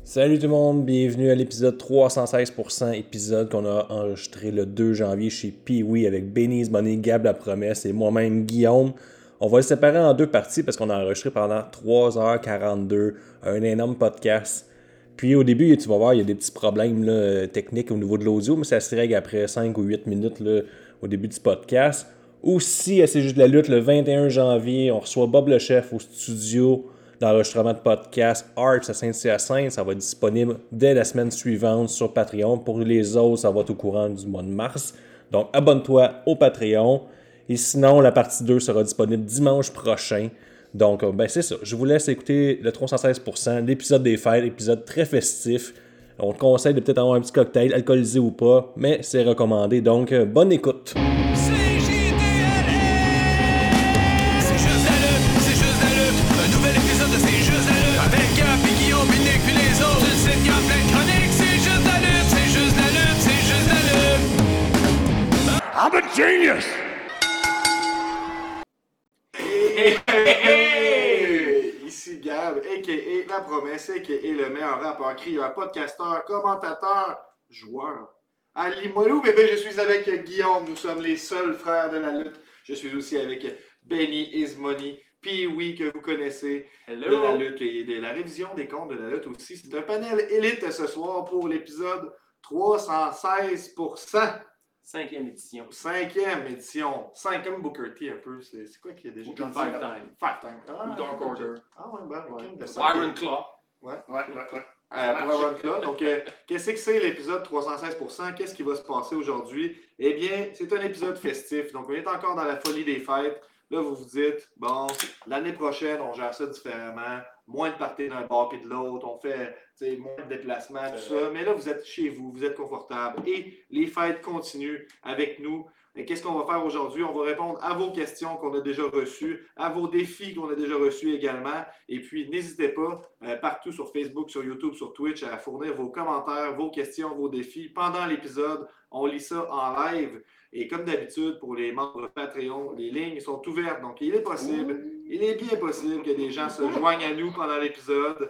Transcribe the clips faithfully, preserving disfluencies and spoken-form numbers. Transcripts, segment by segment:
Salut tout le monde, bienvenue à l'épisode trois cent seize pour cent, épisode qu'on a enregistré le deux janvier chez Pee-Wee avec Benny Money, Gab La Promesse et moi-même Guillaume. On va le séparer en deux parties parce qu'on a enregistré pendant trois heures quarante-deux, un énorme podcast. Puis au début, tu vas voir, il y a des petits problèmes là, techniques au niveau de l'audio, mais ça se règle après cinq ou huit minutes là, au début du podcast. Aussi, à C'est juste de la lutte, le vingt et un janvier, on reçoit Bob le Chef au studio d'enregistrement de podcast Arts à Saint-Hyacinthe. Ça va être disponible dès la semaine suivante sur Patreon. Pour les autres, ça va être au courant du mois de mars. Donc, abonne-toi au Patreon. Et sinon, la partie deux sera disponible dimanche prochain. Donc, ben c'est ça. Je vous laisse écouter le trois cent seize pour cent, l'épisode des fêtes, épisode très festif. On te conseille de peut-être avoir un petit cocktail, alcoolisé ou pas, mais c'est recommandé. Donc, bonne écoute. I'm a genius! Hey, hey, hey! Ici Gab, a k a. La Promesse, a k a le meilleur rappeur, crieur, podcasteur, commentateur, joueur. À Limoilou, bébé, je suis avec Guillaume. Nous sommes les seuls frères de la lutte. Je suis aussi avec Benny Money, Pee-Wee que vous connaissez, Hello. de la lutte et de la révision des comptes de la lutte aussi. C'est un panel élite ce soir pour l'épisode trois cent seize pour cent. Cinquième édition. Cinquième édition. Cinq comme Booker T un peu. C'est, c'est quoi qu'il y a déjà? Five Time. Five Time. Ah, Ou Dark Order. Ah ouais, ben, ok. Ouais. Le cinquième. Iron Claw. Ouais. Ouais, ouais, ouais. Euh, pour Iron Claw. Donc, euh, qu'est-ce que c'est l'épisode trois cent seize pour cent? Qu'est-ce qui va se passer aujourd'hui? Eh bien, c'est un épisode festif. Donc, on est encore dans la folie des fêtes. Là, vous vous dites, bon, l'année prochaine, on gère ça différemment. Moins de parties d'un bord et de l'autre. On fait moins de déplacements, tout ça. Mais là, vous êtes chez vous, vous êtes confortable. Et les fêtes continuent avec nous. Et qu'est-ce qu'on va faire aujourd'hui? On va répondre à vos questions qu'on a déjà reçues, à vos défis qu'on a déjà reçus également. Et puis, n'hésitez pas, euh, partout sur Facebook, sur YouTube, sur Twitch, à fournir vos commentaires, vos questions, vos défis. Pendant l'épisode, on lit ça en live. Et comme d'habitude, pour les membres Patreon, les lignes sont ouvertes. Donc, il est possible, il est bien possible que des gens se joignent à nous pendant l'épisode.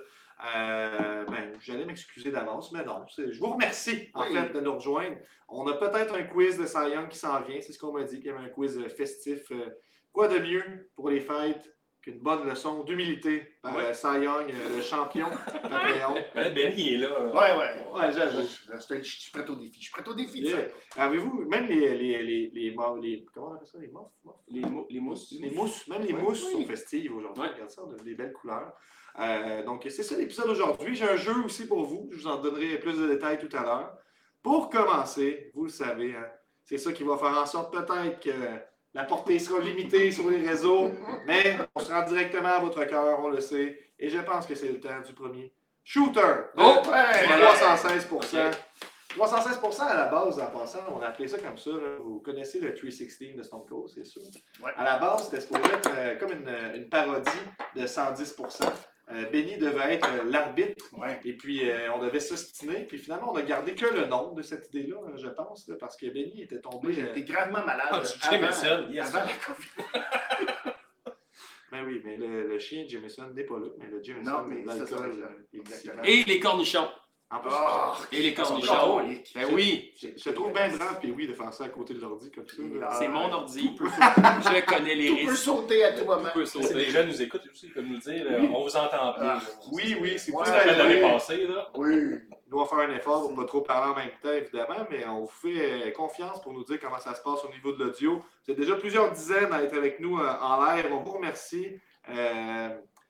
Euh, ben, j'allais m'excuser d'avance, mais non. C'est, je vous remercie, en oui. fait, de nous rejoindre. On a peut-être un quiz de Cy Young qui s'en vient. C'est ce qu'on m'a dit, qu'il y avait un quiz festif. Euh, quoi de mieux pour les fêtes qu'une bonne leçon d'humilité par ouais. Cy Young, le champion Patreon. Ben, Benny est là. Ouais, ouais. ouais je, je, je, je suis prêt au défi. Je suis prêt au défi. Yeah. Avez-vous, même les, les, les, les, les, les comment on appelle ça, les muffs? Les, mou- les mousses. Les mousses. Même les ouais, mousses oui. sont festives aujourd'hui. Ouais. Regarde ça, on a des belles couleurs. Euh, donc, c'est ça l'épisode d'aujourd'hui. J'ai un jeu aussi pour vous. Je vous en donnerai plus de détails tout à l'heure. Pour commencer, vous le savez, hein, c'est ça qui va faire en sorte peut-être que la portée sera limitée sur les réseaux, mais on se rend directement à votre cœur, on le sait. Et je pense que c'est le temps du premier shooter. Oh, ouais, trois cent seize pour cent. trois cent seize pour cent à la base, en passant, on a appelé ça comme ça. Là. Vous connaissez le trois cent seize de Stone Cold, c'est sûr. Ouais. À la base, c'était supposé être euh, comme une, une parodie de cent dix pour cent. Euh, Benny devait être euh, l'arbitre, ouais. et puis euh, on devait s'ostiner, puis finalement on a gardé que le nom de cette idée-là, hein, je pense, là, parce que Benny était tombé... Oui, j'étais euh, gravement malade ah, avant, Jameson, yes. avant la COVID. Ben oui, mais le, le chien Jameson n'est pas là, mais le Jameson, non, mais l'alcool... Ça, et les cornichons. En plus, oh, et les cornichons. Ben oui, je, je trouve bien grave, puis oui, de faire ça à côté de l'ordi comme ça. Là. C'est mon ordi. Je connais les risques. Tout peut sauter à tout moment. Tout peut sauter. Les gens nous écoutent aussi, comme nous dire, oui. On vous entend bien. Ah, oui, oui, c'est ouais, plus la l'année passée. Là. Oui. Nous, on va faire un effort pour ne pas trop parler en même temps, évidemment, mais on vous fait confiance pour nous dire comment ça se passe au niveau de l'audio. Vous êtes déjà plusieurs dizaines à être avec nous en live. On vous remercie. Euh,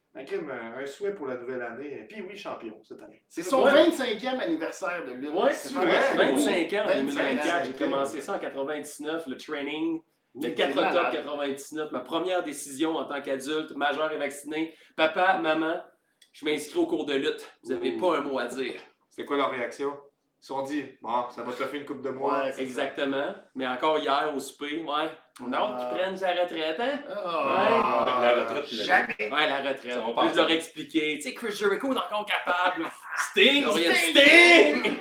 Un souhait pour la nouvelle année. Puis oui, champion cette année. C'est son ouais. vingt-cinquième anniversaire de lutte. Oui, c'est vrai. vingt-cinq ans en deux mille vingt-quatre. J'ai commencé ça en quatre-vingt-dix-neuf, le training. Le quatre octobre quatre-vingt-dix-neuf, ma première décision en tant qu'adulte, majeur et vacciné. Papa, maman, je m'inscris au cours de lutte. Vous n'avez pas un mot à dire. C'est quoi leur réaction? Ils se sont dit, bon, ça va te faire une couple de mois. Ouais, exactement. Ça. Mais encore hier, au souper, ouais. On a hâte qu'ils prennent sa retraite, hein? Oh, ouais. La retraite, jamais. Ouais, la retraite. Puis je leur ai expliqué. Tu sais, Chris Jericho est encore capable. Sting! Sting! Sting!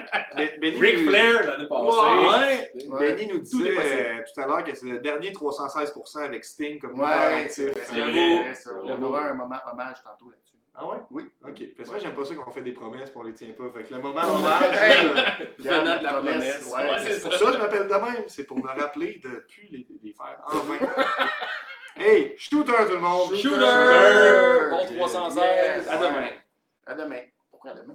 Ric Flair, l'année passée. Ouais. Benny nous disait euh, tout à l'heure que c'est le dernier trois cent seize pour cent avec Sting comme ouais, c'est vrai. On aura un moment hommage tantôt là-dessus. Ah ouais? Oui. OK. Parce que j'aime pas ça qu'on fait des promesses pour on les tient pas. Fait que le moment hommage, euh, Venant de la promesse. Ouais, Ouais, c'est c'est pour ça que je m'appelle de même. C'est pour me rappeler de plus les, les faire enfin. Hey, shooter tout le monde! Shooter! Bon Yes. trois cent seize. À Ouais. demain. À demain. Pourquoi à demain?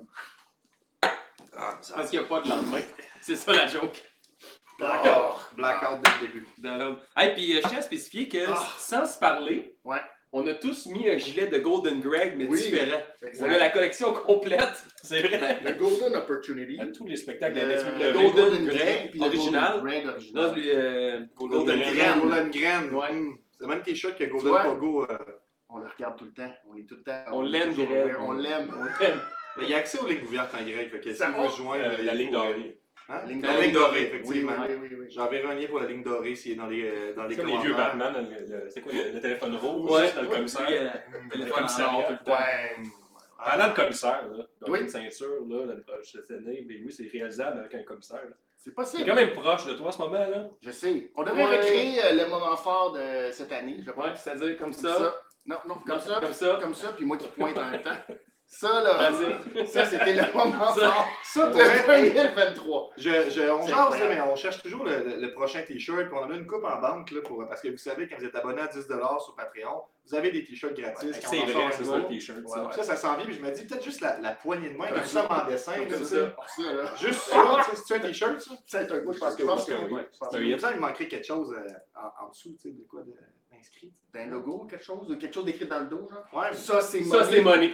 Ah, ça- Parce qu'il n'y a pas de lendemain. C'est ça la joke. Blackout. Blackout dès le début. Dans l'homme. Hey, puis euh, je tiens à spécifier que Ah. sans se parler, Ouais. on a tous mis un gilet de Golden Greg, mais Oui. différent. Exact. On a la collection complète. C'est vrai. Le Golden Opportunity. À tous les spectacles Le, de le le Golden Grey, Grey puis le original. Golden Grey Là, original. les, euh, Golden Golden Grain. Grey. Golden Grain. Ouais. Mm. C'est le même t-shirt que Golden Ouais. Pogo. euh. On le regarde tout le temps. On est tout le temps. On est l'aime, toujours Greg. ouvert. On l'aime. On l'aime. Mais il y a accès aux lignes ouvertes en grec. Fait que si Ça vous va? joindre Euh, la ligne dorée. Hein? Ligne La dorée. ligne dorée, Oui, effectivement. oui, oui, oui. J'enverrai un lien pour la ligne dorée s'il est dans les, euh, dans les C'est comme les vieux commentaires. Batman, le- le- c'est quoi le, le téléphone rouge Ouais, dans le ouais, commissaire? puis, euh, Le téléphone commissariat. en or tout le temps. Ouais. Parlant de commissaire, là, dans Oui. une ceinture, là, l'année prochaine, cette année, mais oui, c'est réalisable avec un commissaire. là. C'est C'est possible. quand même proche de toi en ce moment, là. Je sais. On devrait Ouais. recréer euh, le moment fort de cette année, je pense. Ouais, c'est-à-dire comme Comme ça. ça. Non, non, comme ça. Comme ça. Comme ça, puis moi qui pointe en même temps. Ça, là, Vas-y. ça, c'était le moment Ça. fort Ça, de pour vrai, deux mille vingt-trois. Je, je, on C'est jase, là, incroyable. mais on cherche toujours le, le- le prochain t-shirt. Puis on en a une coupe en banque là, pour, parce que vous savez, quand vous êtes abonné à dix dollars sur Patreon, vous avez des t-shirts gratis. Ouais, quand C'est on en sort vrai, un c'est ça nouveau. le t-shirt. Ouais, ça. ouais. Ça, ça s'en vient. Puis je me dis peut-être juste la, la poignée de main, Comme comme ça. ça en dessin. Comme là, tu ça. sais. Ça, là. Juste ça, tu sais, c'est un t-shirt, ça? C'est un goût, je pense que Je pense oui. que oui. Ouais, je pense C'est que un Il oui. me semble qu'il manquerait quelque chose euh, en, en dessous, tu sais, de quoi de- d'inscrit. Un logo, quelque chose, ou quelque chose d'écrit dans le dos, genre. Ouais, Ça, c'est Ça, c'est money.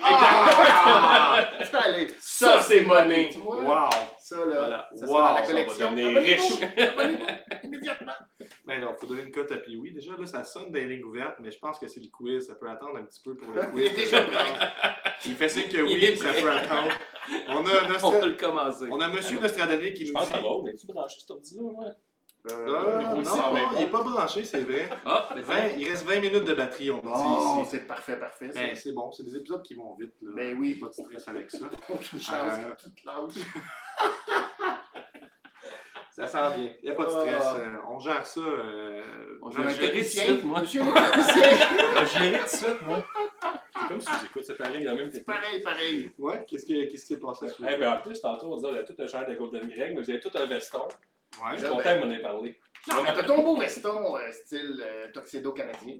Ah! Ça, allez. Ça, c'est money. Tu vois? wow! Ça, là. Voilà. Ça, Wow, c'est dans la ça va collection. devenir Abonnez-vous. riche. Abonnez-vous immédiatement. Ben non, il faut donner une cote à Pee-Wee. Déjà, là, ça sonne des lignes ouvertes, mais je pense que c'est le quiz. Ça peut attendre un petit peu pour le Il est quiz. déjà prêt. Il fait signe que Il oui, est ça prêt. peut attendre. On a, On peut Nostra... le commencer. on a Monsieur Nostradamus qui Je nous pense dit... que ça va, mais tu branches cet ordi-là, ouais. Ah, Euh, non, on sait pas. il n'est pas branché, c'est vrai. Ah, mais vingt, il reste vingt minutes de batterie, on Bon, dit ici. c'est parfait, parfait. ça. Ben, c'est bon, c'est des épisodes qui vont vite. Là. Ben oui. Pas de stress avec ça. Aucune chance. Euh, Toute lâche. Ça sent bien. Il n'y a pas de stress. Ah. Euh, on gère ça. Euh, On dans gère le un jeu. technicien. suite, moi. Monsieur le technicien. Je l'ai tout de suite, moi. C'est comme si tu écoutes, c'est pareil, la même C'est technique. pareil, pareil. Ouais, qu'est-ce qui qu'est-ce qui s'est passé? Eh ben, en plus, tantôt, on disait, on a tout un genre de Golden Greg, mais vous avez tout un veston. Ouais. Je suis ben- content de m'en avoir parlé. Non, mais t'as ton beau veston euh, style euh, tuxedo canadien.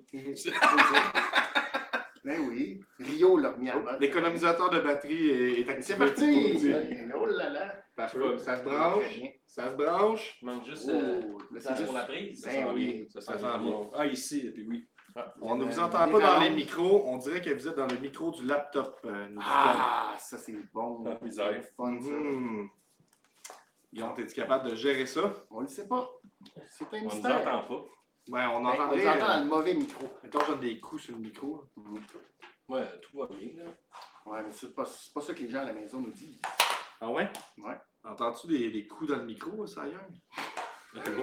Ben oui. Rio l'a remis à mode. L'économisateur de batterie est, est activé. C'est parti. Oh là là. Parfait. Ça se branche. Très bien. Ça se branche. Il manque juste Oh, euh, là, ça c'est pour la juste- prise. Ça Ben sent oui. bien. Ça Ça sent sent bien. Ah, ici, et puis oui. Ah. On ne Euh, vous entend des pas dans les ralentis. micros. On dirait que vous êtes dans le micro du laptop. euh, nous Ah, ça c'est bon. Ah, misère. C'est fun, ça. Mmh. Guillaume, es-tu capable de gérer ça? On le sait pas. C'est un On ne nous mystère. entend pas. Ouais, on Ben, on entendait. les entend dans Euh, le mauvais micro. mettons, je donne des coups sur le micro. Ouais, tout va bien, là. Ouais, mais c'est pas, c'est pas ça que les gens à la maison nous disent. Ah ouais? Ouais. Entends-tu des, des coups dans le micro, ça y est?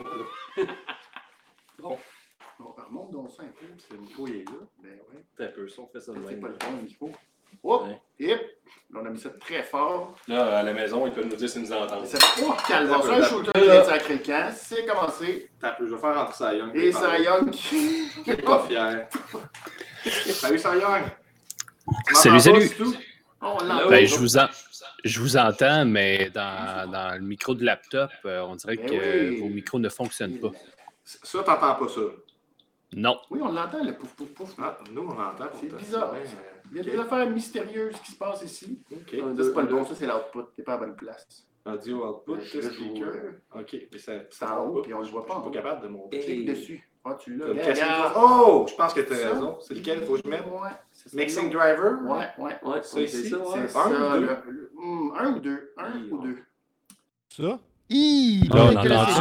Bon, remonte donc ça un peu. Le micro, il est là. Ben ouais. C'est un peu ça, on fait ça de C'est même. pas le bon micro. Hop! Ouais. Hip! Là, on a mis ça très fort. Là, à la maison, ils peuvent nous dire s'ils nous entendent. C'est oh, calme. Un C'est peu, un là. shooter qui vient de sacrer le camp. C'est commencé. T'as peu, je vais faire rentrer ça Young. Et Cy Young qui. Je suis pas fier. Salut, Cy Young. Tu Salut, m'entends salut. pas, c'est tout? Oh, on Là, l'entend. Ben, je, vous en- je vous entends, mais dans, dans le micro de laptop, euh, on dirait Ben que oui. vos micros ne fonctionnent pas. Ça, t'entends pas ça. Non. Oui, on l'entend, le pouf pouf pouf. Ah, nous, on entend. C'est pourtant. bizarre. Ouais, Il y a ok. des affaires mystérieuses qui se passent ici. OK. Ça, c'est pas le bon, ça, c'est l'output. T'es pas à la bonne place. Audio output, Le jeu, speaker. euh, OK, mais ça, C'est en haut, puis on le voit Je pas. suis pas capable de monter. Clique dessus. Ah, tu l'as. Comme Regarde, casting- regarde. Oh, je pense que tu as Ça. raison. C'est lequel faut que je mette? Ouais. c'est ça. Mixing driver? Ouais, ouais. Ouais, Ça c'est ici, ça, ouais. C'est Un ça. ou deux? le- le- hum, un ou deux. Un Oui, ou ouais. deux. Ça? Hi! Là, on peut-être que là, entend-tu? c'est-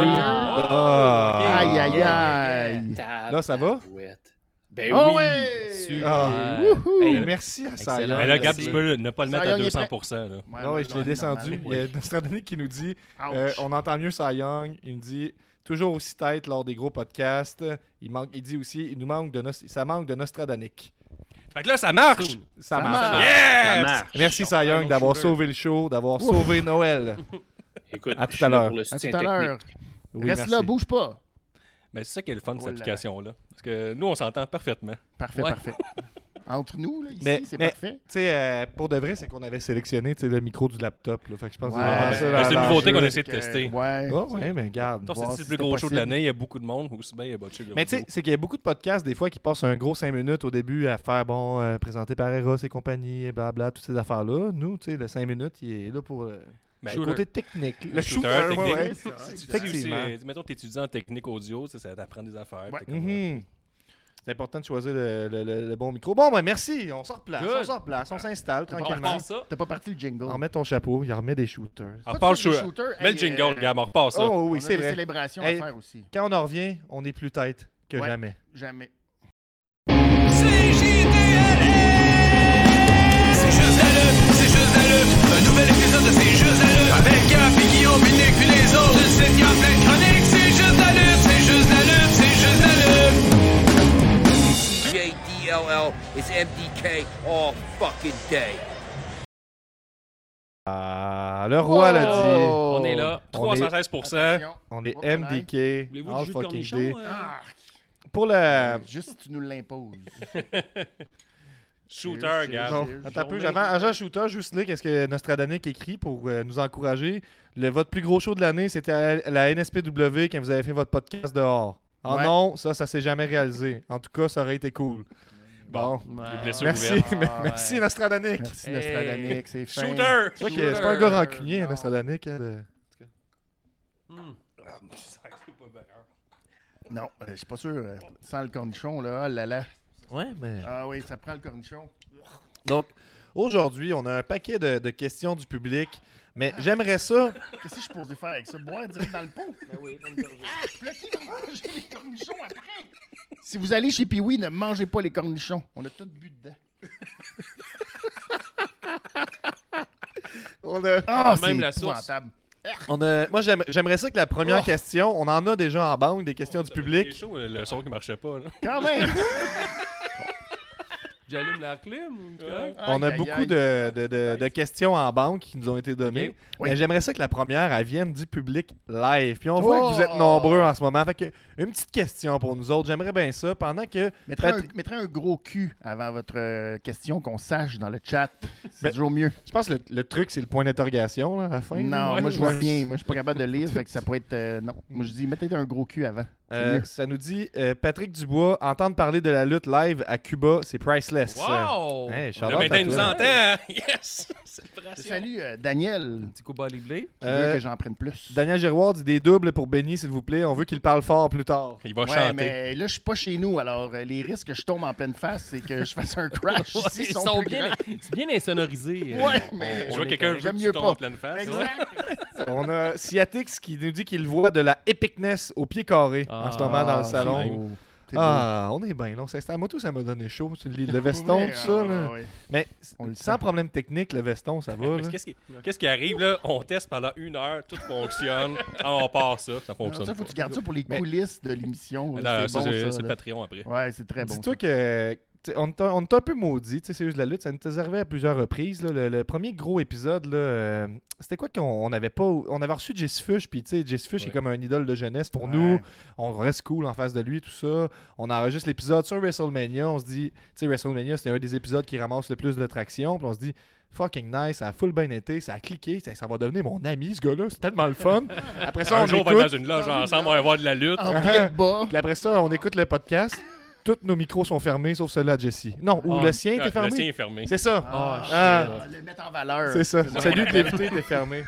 Ah! Aïe, aïe, aïe! Là, ça va? Ben Oh oui! ouais! Super. Ah, wouhou! Hey, merci à Excellent. Cy Young. Mais là, Gab, Merci. tu peux ne pas le mettre Cy à Young est deux cents pour cent. Là. Ouais, Non, ouais, je l'ai ouais, descendu. normal. Il y a Nostradamus qui nous dit Ouch. euh, on entend mieux Cy Young. Il nous dit toujours aussi tête lors des gros podcasts. Il, manque, il dit aussi il nous manque de nos- ça manque de Nostradanique. Fait que là, ça marche! Ça, Ça marche. marche. Ça Yes! marche. Merci Cy Young Un d'avoir shooter. sauvé le show, d'avoir sauvé Noël. Écoute, À tout je suis à là l'heure. pour le À soutien tout à l'heure. technique. Oui, Reste merci. là, bouge pas. Mais c'est ça qui est le fun de Oh cette là. application-là. Parce que nous, on s'entend parfaitement. Parfait, Ouais. parfait. Entre nous, là, ici, Mais- c'est mais- parfait. Tu sais, euh, pour de vrai, c'est qu'on avait sélectionné tu sais, le micro du laptop. Là. Fait que je pense que Ouais. c'est vraiment Ben, ça. c'est la- une la- nouveauté qu'on la- essaie de tester. Ouais. Ouais, ouais, mais regarde. Attends, voir c'est si le plus gros c'était show de possible. l'année, il y a beaucoup de monde, aussi bien il y a botché le Mais tu sais, audio. c'est qu'il y a beaucoup de podcasts, des fois, qui passent un gros cinq minutes au début à faire, bon, euh, présenter par Eros et compagnie, et blabla, toutes ces affaires-là. Nous, tu sais, le cinq minutes, il est là pour euh, Ben, le côté technique. Le shooter shooter, technique. ouais, ouais. Si tu dis aussi, Effectivement. euh, mettons, t'es étudiant en technique audio, tu sais, ça t'apprend des affaires. Ouais. t'es comme, euh, Mhm. C'est important de choisir le, le- le- le bon micro. Bon, ben merci, on sort place, Good. on sort place, on s'installe T'as tranquillement. pas, repart ça. t'as pas parti le jingle. On remet ton chapeau, il remet des shooters. On Toi, repart tu fais le des show- shooters, Mets le hey, jingle, euh, regarde, on repart ça. Oh on oui, a c'est des vrai. célébrations Hey. à faire aussi. Quand on en revient, on est plus tête que Ouais. jamais. Jamais. C'est juste la lutte, c'est juste la lutte. Un nouvel épisode de C'est juste la lutte. Avec Gap et Guillaume, puis Nick, puis les autres. Le site, y a plein de chroniques. C'est juste la lutte, c'est juste la lutte, c'est juste la lutte. J D L L is M D K all fucking day. Ah, le roi l'a dit. On est là, On trois cent seize pour cent. Attention. On est Oh, M D K, Voulez-vous all du jus de fucking cornichon? day. euh? Ah, Pour le... juste si tu nous l'imposes. Shooter, Cheers, gars. cheers. Non, attends un peu, j'avais agent shooter, juste là, qu'est-ce que Nostradanic écrit pour euh, nous encourager. Le, votre plus gros show de l'année, c'était à la N S P W quand vous avez fait votre podcast dehors. Ah Ouais. non, ça, ça s'est jamais réalisé. En tout cas, ça aurait été cool. Bon. Les blessures Merci, ouvertes. Ah, merci ouais. Merci Nostradanic. Merci, Hey. Nostradanic, c'est fin. Shooter! C'est vrai que c'est pas un gars rancunier, Non. Nostradanic. hein, de- Hmm. Non, euh, je suis pas sûr. euh, sans le cornichon, là, oh là là. Ouais, mais... Ah oui, ça prend le cornichon. Donc, aujourd'hui, on a un paquet de, de questions du public, mais j'aimerais ça... Qu'est-ce que je suis supposé faire avec ça? Boire direct dans le pot? Ben oui, comme ça. Ah, puis là, qui va manger les cornichons après? Si vous allez chez Pee-Wee, ne mangez pas les cornichons. On a tout bu dedans. On a... Ah, Même c'est la source. épouvantable. On a- moi, j'aime- j'aimerais ça que la première Oh. question, on en a déjà en banque, des questions du C'est public. chaud, le son qui marchait pas. Là. Quand même! J'allume la clim ou quoi? On a Aïe, aïe, beaucoup aïe. de, de- de- de questions en banque qui nous ont été données. Ok. Oui. Mais j'aimerais ça que la première, elle vienne du public live. Puis on voit que vous êtes Oh. nombreux en ce moment. Fait que une petite question pour nous autres. J'aimerais bien ça pendant que... Mettrais un, Patri- mettrais un gros cul avant votre euh, question qu'on sache dans le chat. C'est Ben, toujours mieux. Je pense que le, le truc, c'est le point d'interrogation là, à la fin. Non, là. moi je vois rien. Moi je suis pas capable de lire, fait que ça pourrait être. euh, non. Moi je dis mettez un gros cul avant. C'est Euh, mieux. ça nous dit euh, Patrick Dubois, entendre parler de la lutte live à Cuba, c'est priceless. Wow! Hey, Le shout-out matin à nous toi. entend. hein? Yes! Célébration. Salut euh, Daniel. Petit coup bas les blés. Je veux Euh, que j'en prenne plus. Daniel Giroir dit des doubles pour Benny, s'il vous plaît. On veut qu'il parle fort plus tard. Il va Ouais, chanter. mais là je suis pas chez nous, alors euh, les risques que je tombe en pleine face, c'est que je fasse un crash. Ouais, ici, ils sont sont plus bien, grands. c'est bien insonorisé. euh, Ouais, on- mais- on Je vois est quelqu'un correct. j'aime qui mieux tombe pas. en pleine face. ouais. Exact. On a Siatix qui nous dit qu'il voit de la epicness au pied carré en ce moment dans le salon. beau. C'est beau. Ah, on est bien. Non, c'est moi tout ça m'a donné chaud. Tu lis Le veston, Ouais, tout ça. ah, là. ouais. Mais On le sans sent. problème technique, le veston, ça va. Mais là. Qu'est-ce qui, qu'est-ce qui arrive là? On teste pendant une heure, tout fonctionne. Ah, on part ça, ça Non, fonctionne. ça, faut que tu gardes ça pour les Mais- coulisses de l'émission. pas. là. Non, C'est ça, bon, c'est, ça, c'est le là. Patreon après. Ouais, c'est très bon. Dis-toi ça. que t'sais, on t'a on t'a un peu maudit, tu sais, c'est juste la lutte, ça nous est arrivé à plusieurs reprises. là. Le, le premier gros épisode, là, euh, c'était quoi qu'on on avait pas. On avait reçu Jesse Fush, puis tu sais, Jesse Fush Ouais. est comme un idole de jeunesse pour Ouais. nous. On reste cool en face de lui, tout ça. On enregistre l'épisode sur WrestleMania. On se dit, tu sais, WrestleMania, c'était un des épisodes qui ramasse le plus de traction. Puis on se dit, fucking nice, ça a full bien été, ça a cliqué, ça, ça va devenir mon ami, ce gars-là, c'est tellement le fun. Après ça, Un on jour, on va être écoute. dans une loge ensemble, on va voir de la lutte. En pied de bas. Puis après ça, on écoute le podcast. Tous nos micros sont fermés, sauf celui-là de Jesse. Non, ou Ah, le sien Ah, était Le fermé. sien est fermé. C'est ça. Ah, Ah. le mettre en valeur. C'est ça. C'est Celui bon. de l'écouter était fermé.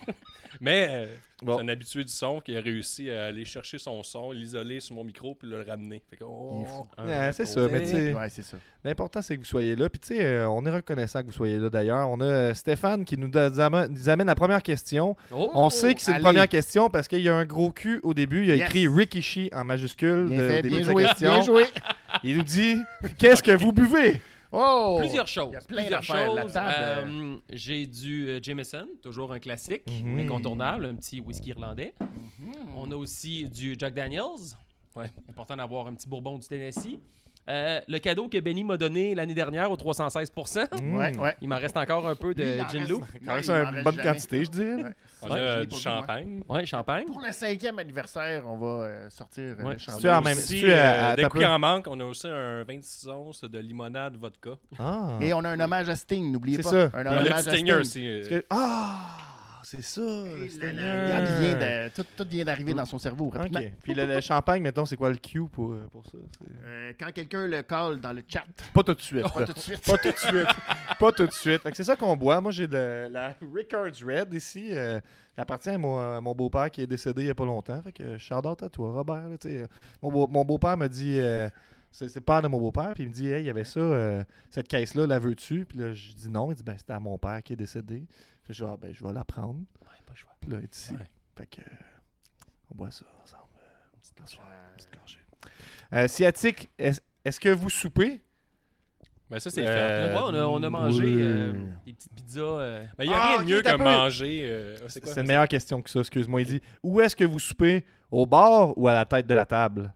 Mais euh, Bon. c'est un habitué du son qui a réussi à aller chercher son son, l'isoler sur mon micro puis le ramener. Fait que, oh, Il est fou. Ouais, c'est ça, mais tu sais, Ouais, c'est ça. l'important c'est que vous soyez là. Puis tu sais, euh, on est reconnaissant que vous soyez là d'ailleurs. On a euh, Stéphane qui nous, da- amène- nous amène la première question. Oh! On sait que c'est une allez. première question parce qu'il y a un gros cul au début. Il a Yes. écrit Rikishi en majuscule Bien de, fait, début bien de sa joué, question. bien joué. Il nous dit qu'est-ce que vous buvez? Oh! Plusieurs choses. Il y a plein Plusieurs d'affaires, la choses. table, Euh, j'ai du euh, Jameson, toujours un classique, Mhm. incontournable, un petit whisky irlandais. Mhm. On a aussi du Jack Daniels. Ouais. Important d'avoir un petit bourbon du Tennessee. Euh, le cadeau que Benny m'a donné l'année dernière au trois cent seize pour cent. Ouais, ouais. Il m'en reste encore un peu de Lui, il en gin reste- Lou. non, Ça reste il en une reste bonne jamais. quantité, je dirais. Ouais. On Ouais, a je l'ai du pas vu, champagne. Ouais, champagne. Pour le cinquième anniversaire, on va euh, sortir euh, Ouais. le champagne. C'est en même- Aussi, tu es à- euh, à dès ta qu'il peu- en manque, on a aussi un vingt-six onces de limonade vodka. Ah. Et on a un hommage à Sting, n'oubliez C'est pas. ça. Un On a hommage le à Stinger Sting. aussi. euh, Parce que- Ah! C'est ça, le Et Stinger. là, là, regarde, il vient de- tout, tout vient d'arriver dans son cerveau rapidement. OK. Puis le, le champagne, mettons, c'est quoi le Q pour, euh, pour ça? C'est- Euh, quand quelqu'un le call dans le chat, Pas tout de suite. pas tout de suite. Pas tout de suite. Pas tout de suite. Fait que c'est ça qu'on boit. Moi, j'ai de la Rickards Red ici. Euh, qui appartient à mon, à mon beau-père qui est décédé il n'y a pas longtemps. Fait que shout-out à toi, Robert. Là, tu sais. mon, beau, mon beau-père m'a dit... euh, c'est c'est le père de mon beau-père. Puis il me dit, hey, il y avait ça, euh, cette caisse-là, la veux-tu? Puis là, je dis non. Il dit, ben, c'était à mon père qui est décédé. Puis je dis, ah, ben, je vais la prendre. Puis là, il dit, Ouais. fait que, euh, on boit ça ensemble. euh, une petite soirée, une petite gorgée. Euh, Sciatique, est-ce est-ce que vous soupez? Ben ça, c'est Euh, fait. Ouais, on, a, on a mangé oui. euh, des petites pizzas. euh, Ben, il n'y a Ah, rien ok, de mieux t'as que peu. manger. euh, c'est quoi? C'est une meilleure question que ça, excuse-moi. Il dit, où est-ce que vous soupez? Au bar ou à la tête de la table?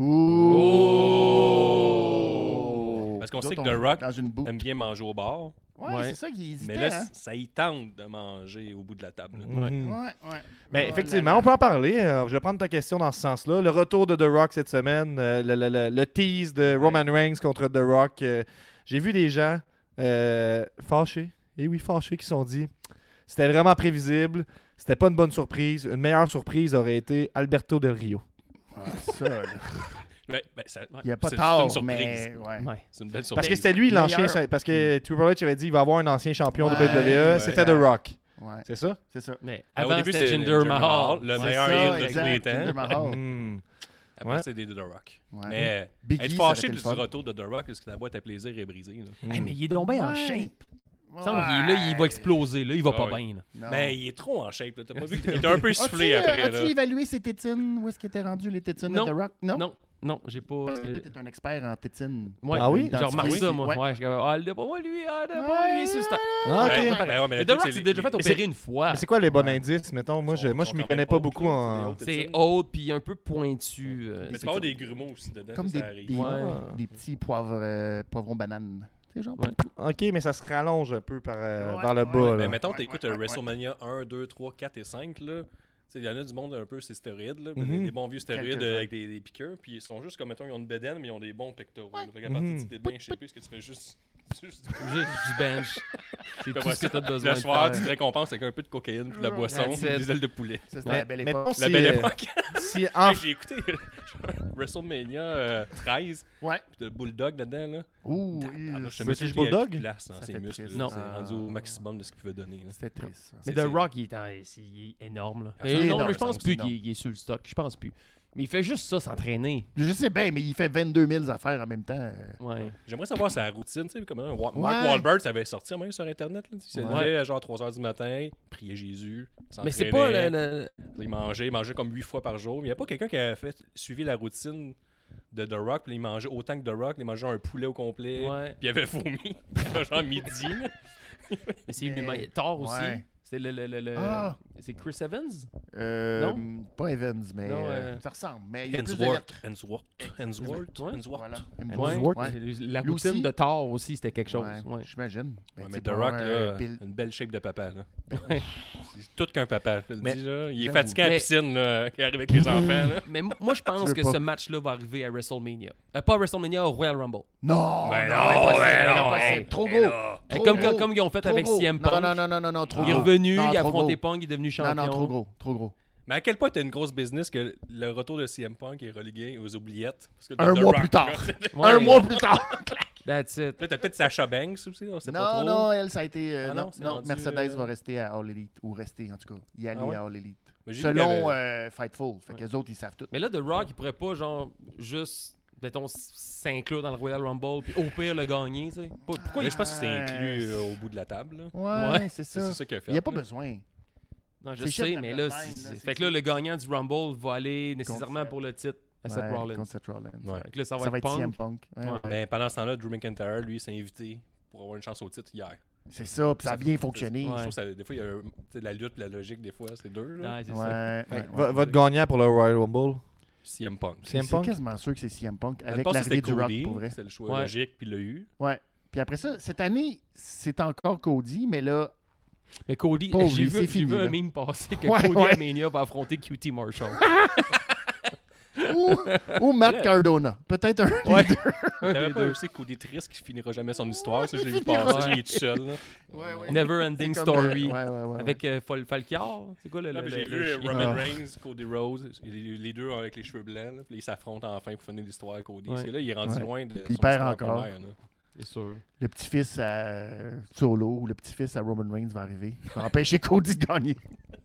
Ouh! Parce qu'on Nous sait que autres, The on- Rock dans une boucle. aime bien manger au bar. Ouais, Ouais. c'est ça qui hésitait, Mais là, hein? ça y tente de manger au bout de la table. là. Mhm. Ouais, ouais. Ben, Oh effectivement, là on peut en parler. Euh, je vais prendre ta question dans ce sens-là. Le retour de The Rock cette semaine, euh, le, le- le- le tease de Roman Reigns contre The Rock. euh, J'ai vu des gens euh, fâchés, et oui, fâchés, qui se sont dit c'était vraiment prévisible, c'était pas une bonne surprise. Une meilleure surprise aurait été Alberto Del Rio. Ah, ça, là. Ben, ben, ça- Il n'y a pas c'est- tard, c'est une surprise. mais... Ouais. ouais. C'est une belle Parce surprise. que c'était lui l'ancien. Meilleur. Parce que Triple H avait dit il va avoir un ancien champion de Ouais, W W E. ouais. C'était The Rock. Ouais, C'est ça? c'est ça. Mais Ben, au avant, début, c'était c'était Jinder Mahal. le C'est meilleur ça, heel de tous exact, les Jinder temps. Mahal. Hmm. Après, Ouais. c'est des The Rock. Ouais. Mais Big être E, ça aurait fâché été du le fun. retour de The Rock, parce que la boîte à plaisir est brisée. là. Hey, mais il est donc bien en Ouais. shape. Il me semble qu'il est là, il va exploser. Là, il va Ah pas ouais. bien. là. Non. Mais il est trop en shape. là. T'as pas vu qu'il était un peu soufflé As-tu, euh, après. As-tu là. évalué ses tétines? Où est-ce qu'étaient rendues les tétines Non. de The Rock? Non? Non, non, j'ai pas. Parce que tu es un expert en tétines. Ouais, Ah oui? Je remarque Oui. ça, moi. Ouais. Ouais, je suis comme, ah, le pas moi, lui, ah, le pas lui, c'est ça. Ah, ok. Ben, Mais ben ouais, mais The le truc, Rock c'est s'est les- déjà fait les- opérer une fois. Mais c'est quoi les bons indices, mettons? Moi, je, Sont- moi, je sont m'y quand connais même pas hautes, beaucoup là, en. des hautes C'est tétines. haute puis un peu pointu. euh, Mais c'est tu peux avoir comme- des grumeaux aussi dedans. Comme ça, des, ça arrive. des, Ouais. des petits poivres, euh, poivrons bananes. C'est genre. Ouais. Ok, mais ça se rallonge un peu par, euh, Ouais, vers le ouais. bas. Ben, là. mettons, Ouais, t'écoutes ouais, euh, ouais, WrestleMania un, deux, trois, quatre et cinq. Là. Tu sais, il y en a du monde un peu, c'est stéroïdes. Là, Mhm. des, des bons vieux stéroïdes Quelques-uns. euh, avec des, des piqûres. Puis ils sont juste comme, mettons, ils ont une bedaine, mais ils ont des bons pectoraux. là. Fait qu'à Mhm. partir de t'es bien shapé, parce que tu fais juste. juste Juste du bench. C'est tout ce que t'as besoin Le de soir, faire. tu te récompenses avec un peu de cocaïne, puis de la boisson, That's puis it. des ailes de poulet. Ça, c'était Mais- la belle mettons époque. si, La belle euh, époque. si en- Hey, j'ai écouté WrestleMania euh, treize, Ouais. puis t'as le Bulldog dedans. Là. Ouh, Ah, là, je te British me suis dit, il y avait Bulldog? plus de place dans Ça ses fait muscles. triste. là. Non. C'est rendu au maximum de ce qu'il pouvait donner. là. c'était triste. ça. Mais C'est- The c'est- Rock, il est, en- c'est- il est énorme. Là. Ah, Mais c'est non, énorme, mais je pense ça, plus c'est qu'il est- il est sur le stock. Je pense plus. Mais il fait juste ça, s'entraîner. Je sais bien, mais il fait vingt-deux mille affaires en même temps. euh. Ouais. J'aimerais savoir sa routine, tu sais, comme un Wa- Ouais. Mark Wahlberg, ça avait sorti même sur Internet. Là. Il se Ouais. levait à genre trois heures du matin, priait Jésus, Mais c'est pas s'entraînait, le. le- Il mangeait, il mangeait comme huit fois par jour. Il n'y a pas quelqu'un qui a fait, suivi la routine de The Rock, puis il mangeait autant que The Rock, il mangeait un poulet au complet, Ouais. puis il avait vomi, genre midi. là. Mais c'est lui-même. Thor aussi. Ouais. C'est le. le, le, le- Ah. C'est Chris Evans? Euh, Pas Evans, mais Non, euh, euh, ça ressemble. Mais il y a plus de Hemsworth. lettres. Hemsworth. Hemsworth. Ouais. Hemsworth. Voilà. Ouais. Hemsworth, ouais. La Lui routine aussi. de Thor aussi, c'était quelque chose. Ouais, Ouais. J'imagine. Ben, Ouais, tu mais sais, The pour Rock, un là, Bill- une belle shape de papa. Là. Ouais. C'est tout qu'un papa, je te le Mais- dis. Là. Il est J'avoue. fatigué à la Mais- piscine, là, qui arrive avec les enfants. Là. Mais mo- moi, je pense veux que pas. ce match-là va arriver à WrestleMania. Euh, pas à WrestleMania, au Royal Rumble. Non, Ben non, non, impossible, ben non, impossible. hey, Trop ben gros. là. Euh, Trop comme, gros. comme, comme ils ont fait Trop avec gros. C M Punk. Non, non, non, non, non, non, trop Il est gros. revenu, Non, il a trop affronté gros. Punk, il est devenu Non, champion. non, trop gros, trop gros. Mais à quel point t'as une grosse business que le retour de C M Punk est relégué aux oubliettes? Parce que Un The mois Rock, plus tard. là, Ouais. Un mois plus tard. That's it. Là, t'as peut-être Sasha Banks aussi, on sait pas Non, trop. non, elle, ça a été. euh, Ah non, non, c'est non, rendu, Mercedes euh, va rester à All Elite. Ou rester, en tout cas. Y aller Ah ouais? à All Elite. Mais j'ai vu qu'il y Selon avait- euh, Fightful. Fait que les autres, ils savent tout. Mais là, The Rock, il pourrait pas, genre, juste, mettons, s- s'inclure dans le Royal Rumble, puis au pire, le gagner, tu sais. Pas- Pourquoi Mais il... je pense que c'est inclus euh, au bout de la table. là. Ouais, Ouais, c'est C'est ça. c'est ça qu'il a fait. Il n'y a pas là. besoin. Non, je C'est sais, chef mais de là, la c'est- line, là, c'est- c'est- fait que là, le gagnant du Rumble va aller nécessairement Contre- pour le titre à Seth Ouais, Rollins. contre Seth Rollins. Ouais. Fait que là, ça va Ça va être être C M Punk. Punk. Ouais, Ouais. ouais. Mais pendant ce temps-là, Drew McIntyre, lui, s'est invité pour avoir une chance au titre hier. C'est ça, puis ça a bien fonctionné. Ouais. Je trouve que ça- des fois, il y a un- tu sais, la lutte et la logique, des fois, c'est deux. Là. Ouais, c'est Ouais, ça. ouais, Fait que ouais. vo- Votre gagnant pour le Royal Rumble? C M Punk. C M C'est Punk. quasiment sûr que c'est C M Punk À la avec base, l'arrivée c'était du Rock, Cody, pour vrai. c'est le choix Ouais. logique, puis il l'a eu. Ouais. Puis après ça, cette année, c'est encore Cody, mais là, Mais Cody, Pauvre j'ai lui, vu, c'est j'ai fini, vu un là. meme passer que Ouais, Cody ouais. à Mania va affronter Q T Marshall. ou, ou Matt Cardona. Peut-être un des Ouais. deux. T'avais des pas deux. aussi Cody Triste qui finira jamais son histoire. Ça, je l'ai il vu finira passer. jamais. Il est tout seul. Là. Ouais, ouais. Never Ending C'est comme, euh, Story. ouais, ouais, ouais, ouais. Avec euh, Fal- Falkiar. C'est quoi le. Là, le- puis j'ai le- vu le euh, chien? Roman Ah. Reigns, Cody Rhodes, les, les deux avec les cheveux blancs, là, puis ils s'affrontent enfin pour finir l'histoire à Cody. Ouais. C'est là, il est rendu Ouais. loin de Puis son il perd histoire encore. première, là. C'est sûr. Le petit-fils à Solo ou le petit-fils à Roman Reigns va arriver. Il va empêcher Cody de gagner.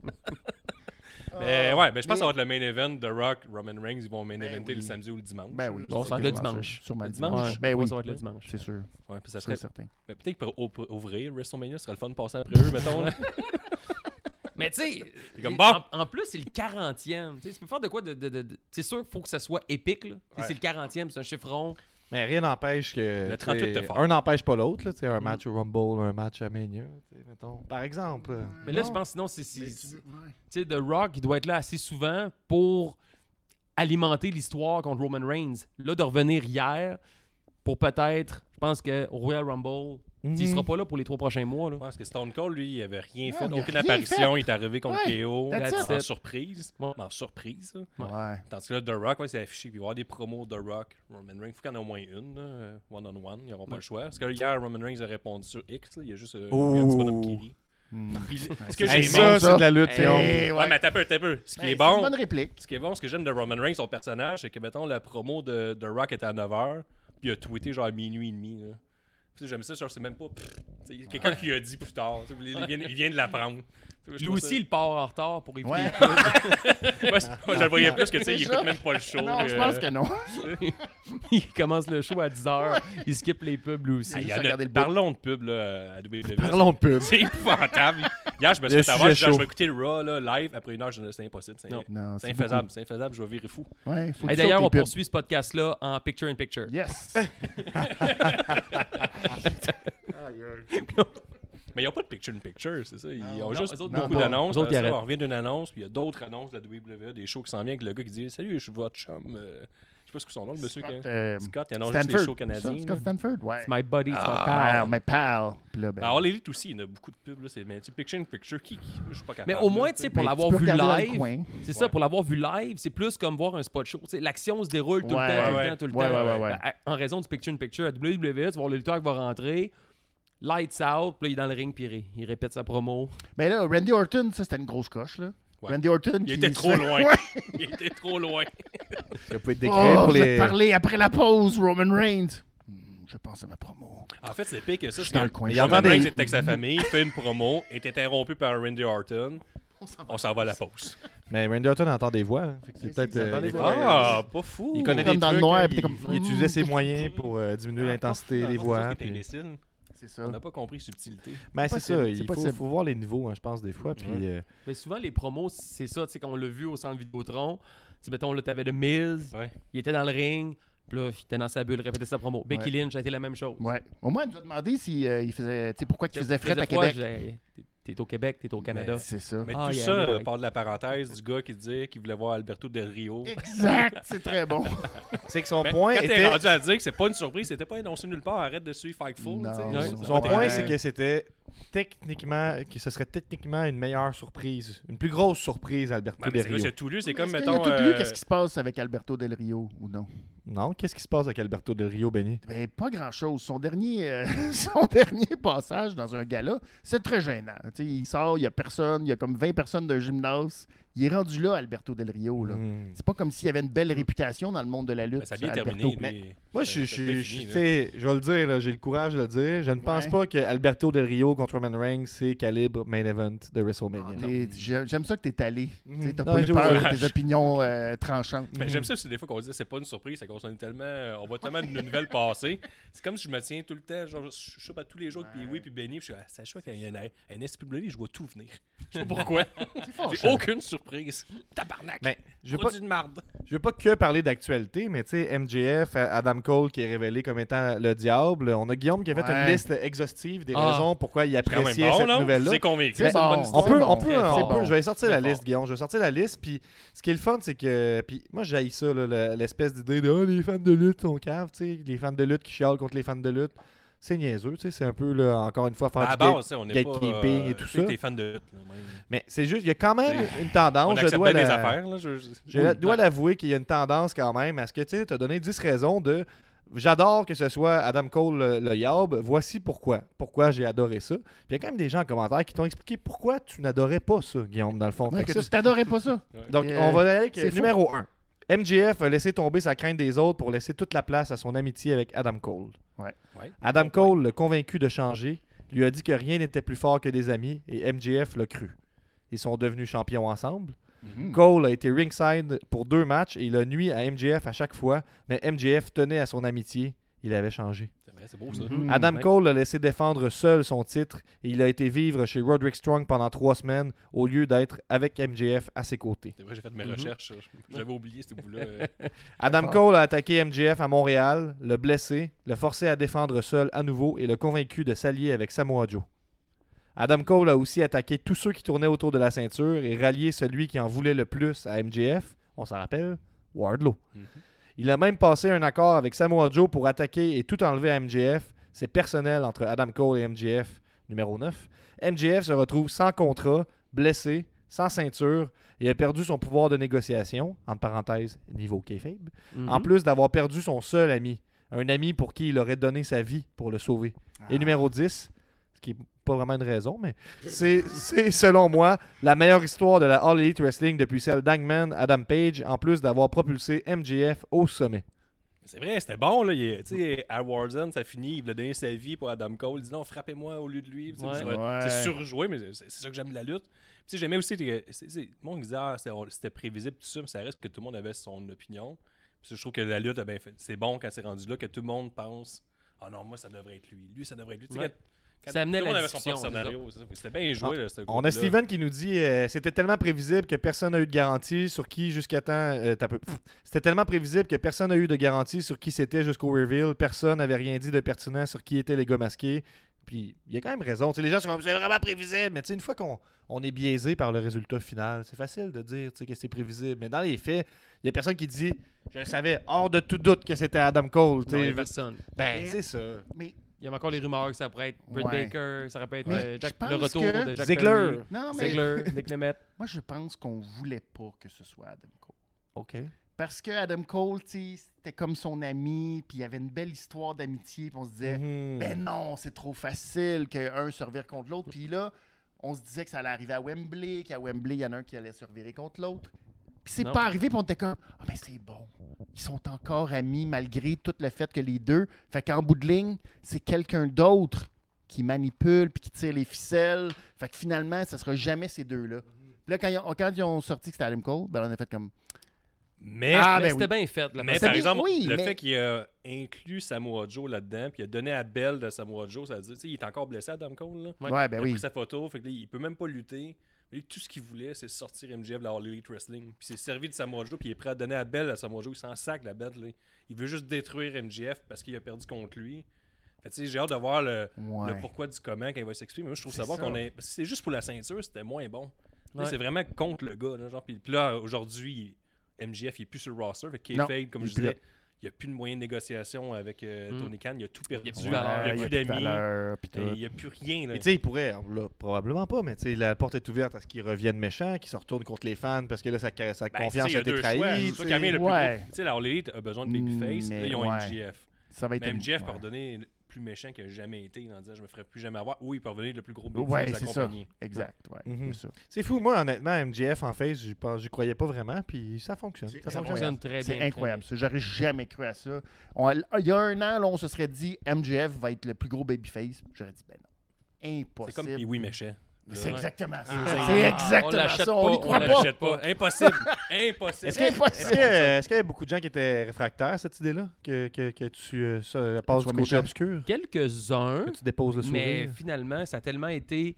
Mais ouais, mais je pense que ça va Mais- être le main event de Rock, Roman Reigns, ils vont main Ben eventer oui. le samedi ou le dimanche. Ben oui. Bon, ça va être le dimanche. Sûrement Le le dimanche? dimanche. Ben Ouais, oui, ça va être le dimanche. c'est sûr. Ouais, puis ça C'est serait certain. ben, peut-être pour au- ouvrir WrestleMania, ce serait le fun de passer après eux, mettons. là. Mais tu sais, C'est comme et- bon. en, en plus, c'est le quarantième. Tu sais, tu peux faire de quoi de. de, de- de- c'est sûr qu'il faut que ça soit épique. Là. Tu sais, Ouais. C'est le quarantième, c'est un chiffre rond. Mais rien n'empêche que. Le trente-huit t'sais, de fort. un n'empêche pas l'autre. là, t'sais, Un Mm. match au Rumble, un match à Mania. t'sais, Mettons. Par exemple. euh, Mais là, non. je pense sinon, c'est. c'est- Mais c'est- tu veux- ouais. Tu sais, The Rock, il doit être là assez souvent pour alimenter l'histoire contre Roman Reigns. Là, de revenir hier pour peut-être, je pense que au Royal Rumble, Mhm. il sera pas là pour les trois prochains mois. Là. Je pense que Stone Cold, lui, il avait rien Non, fait, il a aucune rien apparition. Il est arrivé contre Ouais, K O that's it. en surprise. Ouais. En surprise. là. Ouais. Tandis que là, The Rock, ouais, c'est affiché. Puis il va y avoir des promos de The Rock, Roman Reigns. Il faut qu'il y en ait au moins une, là, euh, one-on-one. Ils n'auront pas le choix. Parce que là, hier, Roman Reigns a répondu sur X. Là, il y a juste euh, un petit bonhomme qui rit. Hmm. Puis, ce c'est que bon, j'ai Hey, aimé, ça, c'est de la lutte. Hey, Théon. Eh, Ouais, mais t'as peu, t'as peu. Ce qui Ben, est c'est bon, une bonne réplique. ce qui est bon, ce que j'aime de Roman Reigns, son personnage, c'est que, mettons, la promo de The Rock était à neuf heures, puis il a tweeté genre à minuit et demi. Là. Tu sais, j'aime ça, genre, c'est même pas. pff, tu sais, il y a quelqu'un qui a dit plus tard. Tu sais, Il vient, il vient de l'apprendre. Tu sais, je Lui trouve aussi, il part en retard pour éviter. Ouais. ça- Moi, c'est- moi, je le voyais plus que, tu sais, il Déjà? écoute même pas le show. Non, je euh, pense que non. il commence le show à dix heures. Il skip les pubs lui aussi. Ah, il y Juste en a- regarder le bout. Parlons de pub là, à W W E. Parlons de pub. C'est épouvantable. Hier, je me suis Le fait avoir, sujet je, je chaud. vais écouter le Raw là, live. Après une heure, je dis, c'est impossible. C'est Non. Non, c'est beaucoup. infaisable. C'est infaisable. Je vais virer fou. Ouais, faut que Et tu d'ailleurs, sautes on les pubs. poursuit ce podcast-là en picture-in-picture. Yes. Mais ils n'ont pas de picture-in-picture, c'est ça. Ils Non, ont non, juste eux autres, beaucoup non. d'annonces. Eux autres, Après ils ça, arrêtent. on revient d'une annonce, puis il y a d'autres annonces de la W W E, des shows qui s'en viennent avec le gars qui dit Salut, je suis votre chum. euh, Je sais pas ce que son nom, le monsieur. Scott, qui- euh, Scott, il annonce juste les Stanford. shows canadiens. Scott Stanford, ouais. C'est my buddy, c'est mon Ah, pal. mais pal. Puis là, ben, Alors, l'élite aussi, il y en a beaucoup de pubs. Là, c'est mais, tu sais, picture-in-picture, qui, qui Je suis pas capable. Mais au moins, là, tu sais, pour ben, l'avoir tu peux vu regarder dans le live, coin. c'est ça, pour l'avoir vu live, c'est plus comme voir un spot show. Tu sais, l'action se déroule tout Ouais, le temps, tout ouais. le temps, tout le Ouais, temps. ouais, ouais, ouais. À- En raison du picture-in-picture, à W W E, tu vas voir le lutteur qui va rentrer, lights out, puis là, il est dans le ring, puis il ré- il répète sa promo. Mais là, Randy Orton, ça, c'était une grosse coche, là. Ouais. Randy Orton Il qui était se trop fait- loin. Ouais. Il était trop loin. Ça peut être décret Oh, pour je vais les. te parler après la pause, Roman Reigns. Hmm, je pense à ma promo. En fait, c'est pire que ça. Je c'est suis dans que le coin. il y en a Roman des- Reigns était avec sa famille, il fait une promo, est interrompu par Randy Orton. On s'en va à la pause. Mais Randy Orton entend des voix. hein. Fait que C'est C'est- peut-être. c'est- euh, entend des des voix. fois, Ah, pas fou. Il connaît Comme des dans le trucs, noir, hein, puis il, t'es comme, il utilisait ses moyens pour euh, diminuer Ah, l'intensité pas fou. des Ah, voix. c'est ça qui est puis- imbécile. C'est ça. On n'a pas compris subtilité. Ben, c'est possible, ça, c'est il faut, possible. faut voir les niveaux, hein, je pense, des fois. Puis, Ouais. euh, Mais souvent, les promos, c'est ça, tu sais, quand on l'a vu au centre Vidéotron, tu sais, mettons, là, t'avais The Miz, Ouais. il était dans le ring, puis là, il était dans sa bulle, répétait sa promo. Becky Ouais. Lynch a été la même chose. Ouais. Au moins, elle nous a demandé si, euh, il faisait, tu sais, pourquoi il faisait Il fret à froid, Québec. j'ai- T'es t'es au Québec, t'es au Canada. Ben, c'est ça. Mais Ah, tout yeah, ça you're euh, right. part de la parenthèse du gars qui disait qu'il voulait voir Alberto Del Rio. Exact, c'est très bon. c'est que son Mais point quand t'es était. rendu à dire que c'est pas une surprise, c'était pas annoncé nulle part, arrête de suivre Fightful. Non, tu sais. non, Ouais. non. Son point, Ouais. c'est que c'était techniquement, que ce serait techniquement une meilleure surprise, une plus grosse surprise, Alberto Ouais, mais Del c'est vrai, Rio. c'est tout lu, c'est comme, Est-ce qu'il y a mettons. tout lu, euh, qu'est-ce qui se passe avec Alberto Del Rio ou non? Non, qu'est-ce qui se passe avec Alberto Del Rio, Benny? Ben, pas grand-chose. Son dernier, euh, son dernier passage dans un gala, c'est très gênant. Tu sais, il sort, il n'y a personne, il y a comme vingt personnes d'un gymnase. Il est rendu là, Alberto Del Rio. Là. Hmm. C'est pas comme s'il y avait une belle réputation dans le monde de la lutte. ben, ça a bien Alberto. terminé. Mais- lui. Moi, Ça- je, ça je, fait je, fini, je- là. tu sais, je vais le dire, là, j'ai le courage de le dire. Je ne pense Ouais. pas que Alberto Del Rio contre Roman Reigns, c'est calibre main event de WrestleMania. Ah, t'es- j'ai- J'aime ça que tu es allé. Mhm. Tu sais, T'as Non, pas eu je- peur ouais. de tes opinions euh, tranchantes. Mais j'aime ça aussi des fois qu'on dit c'est pas une surprise, c'est qu'on est tellement. On voit tellement de nouvelles passer. C'est comme si je me tiens tout le temps, genre, je chope à tous les jours, puis oui, puis Benny, puis je suis à Sacha, quand il y a un, un S W, je vois tout venir. Je sais pas pourquoi. J'ai aucune surprise. Tabarnak. Ben, je veux pas, Produit de marde. je veux pas que parler d'actualité, mais tu sais, M J F, Adam Cole qui est révélé comme étant le diable. On a Guillaume qui a fait Ouais. une liste exhaustive des Ah. raisons pourquoi il C'est quand même appréciait bon, cette non? nouvelle-là. C'est convaincu. C'est C'est une bon. bonne On histoire. peut, C'est on bon. peut, Très on bon. peut- je vais sortir Très la liste, fort. Guillaume. Je vais sortir la liste. Puis ce qui est le fun, c'est que. Puis moi, j'haïs ça, là, le- l'espèce d'idée de ah, les fans de lutte sont caves, tu sais. Les fans de lutte qui chialent contre les fans de lutte. C'est niaiseux, tu sais. C'est un peu, là, encore une fois, faire À la du gate- base, tu sais, on n'est pas. gatekeeping et euh, tout je sais que ça. t'es fan de lutte. là, même. Mais c'est juste, il y a quand même C'est- une On tendance. Je accepte dois bien des la- affaires. Là, je, je- Je la- dois l'avouer qu'il y a une tendance quand même à ce que tu as donné dix raisons de j'adore que ce soit Adam Cole le, le Yab, voici pourquoi. Pourquoi j'ai adoré ça. Puis il y a quand même des gens en commentaire qui t'ont expliqué pourquoi tu n'adorais pas ça, Guillaume, dans le fond. Ouais, Fait que que tu t'adorais pas ça. donc, Euh, on va aller avec c'est fou. numéro un. M J F a laissé tomber sa crainte des autres pour laisser toute la place à son amitié avec Adam Cole. Ouais. Ouais. Adam Cole l'a convaincu de changer, lui a dit que rien n'était plus fort que des amis et M J F l'a cru. Ils sont devenus champions ensemble. Mhm. Cole a été ringside pour deux matchs et il a nuit à M J F à chaque fois, mais M J F tenait à son amitié. Il avait changé. C'est vrai, c'est beau ça. Mhm. Adam ouais. Cole l'a laissé défendre seul son titre et il a été vivre chez Roderick Strong pendant trois semaines au lieu d'être avec M J F à ses côtés. C'est vrai, j'ai fait mes Mhm. recherches. J'avais oublié ce bout-là. euh. Adam fort. Cole a attaqué M J F à Montréal, l'a blessé, l'a forcé à défendre seul à nouveau et l'a convaincu de s'allier avec Samoa Joe. Adam Cole a aussi attaqué tous ceux qui tournaient autour de la ceinture et rallié celui qui en voulait le plus à M J F, on s'en rappelle, Wardlow. Mhm. Il a même passé un accord avec Samoa Joe pour attaquer et tout enlever à M J F. C'est personnel entre Adam Cole et M J F, numéro neuf. M J F se retrouve sans contrat, blessé, sans ceinture et a perdu son pouvoir de négociation, entre parenthèses, niveau kayfabe, Mhm. en plus d'avoir perdu son seul ami, un ami pour qui il aurait donné sa vie pour le sauver. Et numéro dix, ce qui n'est pas vraiment une raison, mais c'est, c'est, selon moi, la meilleure histoire de la All Elite Wrestling depuis celle d'Hangman Adam Page, en plus d'avoir propulsé M J F au sommet. C'est vrai, c'était bon. Là. Il- tu sais, à Warzone, ça finit. Il voulait donner sa vie pour Adam Cole. Il dit non, frappez-moi au lieu de lui. Tu sais, Ouais. c'est vrai, Ouais. c'est surjoué, mais c'est, c'est ça que j'aime de la lutte. Puis, tu sais, j'aimais aussi que c'est, c'est, le monde disait ah, c'était, c'était prévisible, tout ça, mais ça reste que tout le monde avait son opinion. Puis, je trouve que la lutte, a bien fait. C'est bon quand c'est rendu là que tout le monde pense ah non, moi, ça devrait être lui. Lui, ça devrait être lui. Tu sais, Ouais. quand- quand Ça amenait tout le monde la avait son propre discussion, scénario. c'est ça. C'était bien joué. là, ce On a groupe-là. Steven qui nous dit euh, c'était tellement prévisible que personne n'a eu de garantie sur qui jusqu'à temps. euh, t'as peu- Pff. C'était tellement prévisible que personne n'a eu de garantie sur qui c'était jusqu'au reveal. Personne n'avait rien dit de pertinent sur qui étaient les gars masqués. Puis il y a quand même raison. Tu sais, les gens sont comme c'est vraiment prévisible. Mais tu sais, une fois qu'on on est biaisé par le résultat final, c'est facile de dire tu sais, que c'est prévisible. Mais dans les faits, il y a personne qui dit je savais hors de tout doute que c'était Adam Cole. tu Non, il y sais. a personne. Ben, c'est ça. Mais Il y a encore les rumeurs que ça pourrait être Britt Ouais. Baker, ça pourrait être Mais euh, je Jack- pense le retour que- de Jack Ziggler. Perry. non, mais Ziggler, Nick Nemeth. moi, je pense qu'on voulait pas que ce soit Adam Cole. OK. Parce que Adam Cole, tu sais, c'était comme son ami, puis il y avait une belle histoire d'amitié, puis on se disait, Mhm. ben non, c'est trop facile qu'un se revire contre l'autre. Puis là, on se disait que ça allait arriver à Wembley, qu'à Wembley, il y en a un qui allait se revirer contre l'autre. Puis c'est Non. pas arrivé, puis on était comme, ah ben c'est bon. Ils sont encore amis malgré tout le fait que les deux. Fait qu'en bout de ligne, c'est quelqu'un d'autre qui manipule puis qui tire les ficelles. Fait que finalement, ça sera jamais ces deux-là. Puis là, quand ils ont, quand ils ont sorti que c'était Adam Cole, ben on a fait comme, Mais, Ah, Mais ben c'était oui. bien fait. Là, mais parce c'est par bien, exemple, oui, le mais- fait qu'il a inclus Samoa Joe là-dedans, puis il a donné à Belle de Samoa Joe, ça veut dire, tu sais, il est encore blessé, Adam Cole. Là. Ouais. ouais, ben il a oui. pris sa photo, fait que là, il peut même pas lutter. Lui, tout ce qu'il voulait, c'est sortir M J F de la All Elite Wrestling. Puis c'est servi de Samoa Joe, puis il est prêt à donner à Belle à Samoa Joe. Il s'en sac la bête. Là. Il veut juste détruire M J F parce qu'il a perdu contre lui. Fait que, tu sais, j'ai hâte de voir le, Ouais. le pourquoi du comment quand il va s'exprimer. Moi, je trouve C'est ça bon ça. qu'on ait. Parce que c'est juste pour la ceinture, c'était moins bon. Là, Ouais. c'est vraiment contre le gars. Là, genre, puis, puis là, aujourd'hui, M J F il est plus sur le roster. Fait que Non, Kayfabe, comme il je est plus disais, il n'y a plus de moyen de négociation avec euh, Mm. Tony Khan. Il a tout perdu. Il y a plus Il de n'y valeur, a il y a plus plus de d'amis. valeur, puis tout. Il n'y a plus rien. Là. Et tu sais, il pourrait, là, probablement pas, mais tu sais, la porte est ouverte à ce qu'ils reviennent méchants, qu'ils se retournent contre les fans parce que là, sa, sa Ben, confiance tu sais, a il y été deux choix. trahie. C'est tu ça sais. qui amène le plus Ouais. gros. Tu sais, la All Elite a besoin de babyface. Mais Là, ils ont ouais. M J F. Ça va être Mais une- M J F ouais. peut redonner le plus méchant qu'il a jamais été en disant je me ferai plus jamais avoir. Oui, il peut revenir le plus gros Ouais, babyface de c'est la ça. compagnie. Exact. Ouais, Mhm. c'est ça. C'est fou, moi, honnêtement, M J F en face, j'y pense- j'y croyais pas vraiment, puis ça fonctionne. C'est Ça Ça fonctionne. fonctionne très bien. C'est très incroyable. bien. ça. J'aurais jamais cru à ça. On- il y a un an, là, on se serait dit M J F va être le plus gros babyface. J'aurais dit, ben non. Impossible. C'est comme Pee Wee méchant. C'est Là. exactement ça. Ah. C'est On exactement l'achète ça. On pas, y on croit On pas. l'achète pas. Impossible. Impossible. Est-ce que- est-ce que- est-ce qu'il y a beaucoup de gens qui étaient réfractaires à cette idée-là, que, que, que tu euh, ça, passes Soit du côté méchant. obscur, Quelques-uns, que tu déposes le mais sourire? finalement, ça a tellement été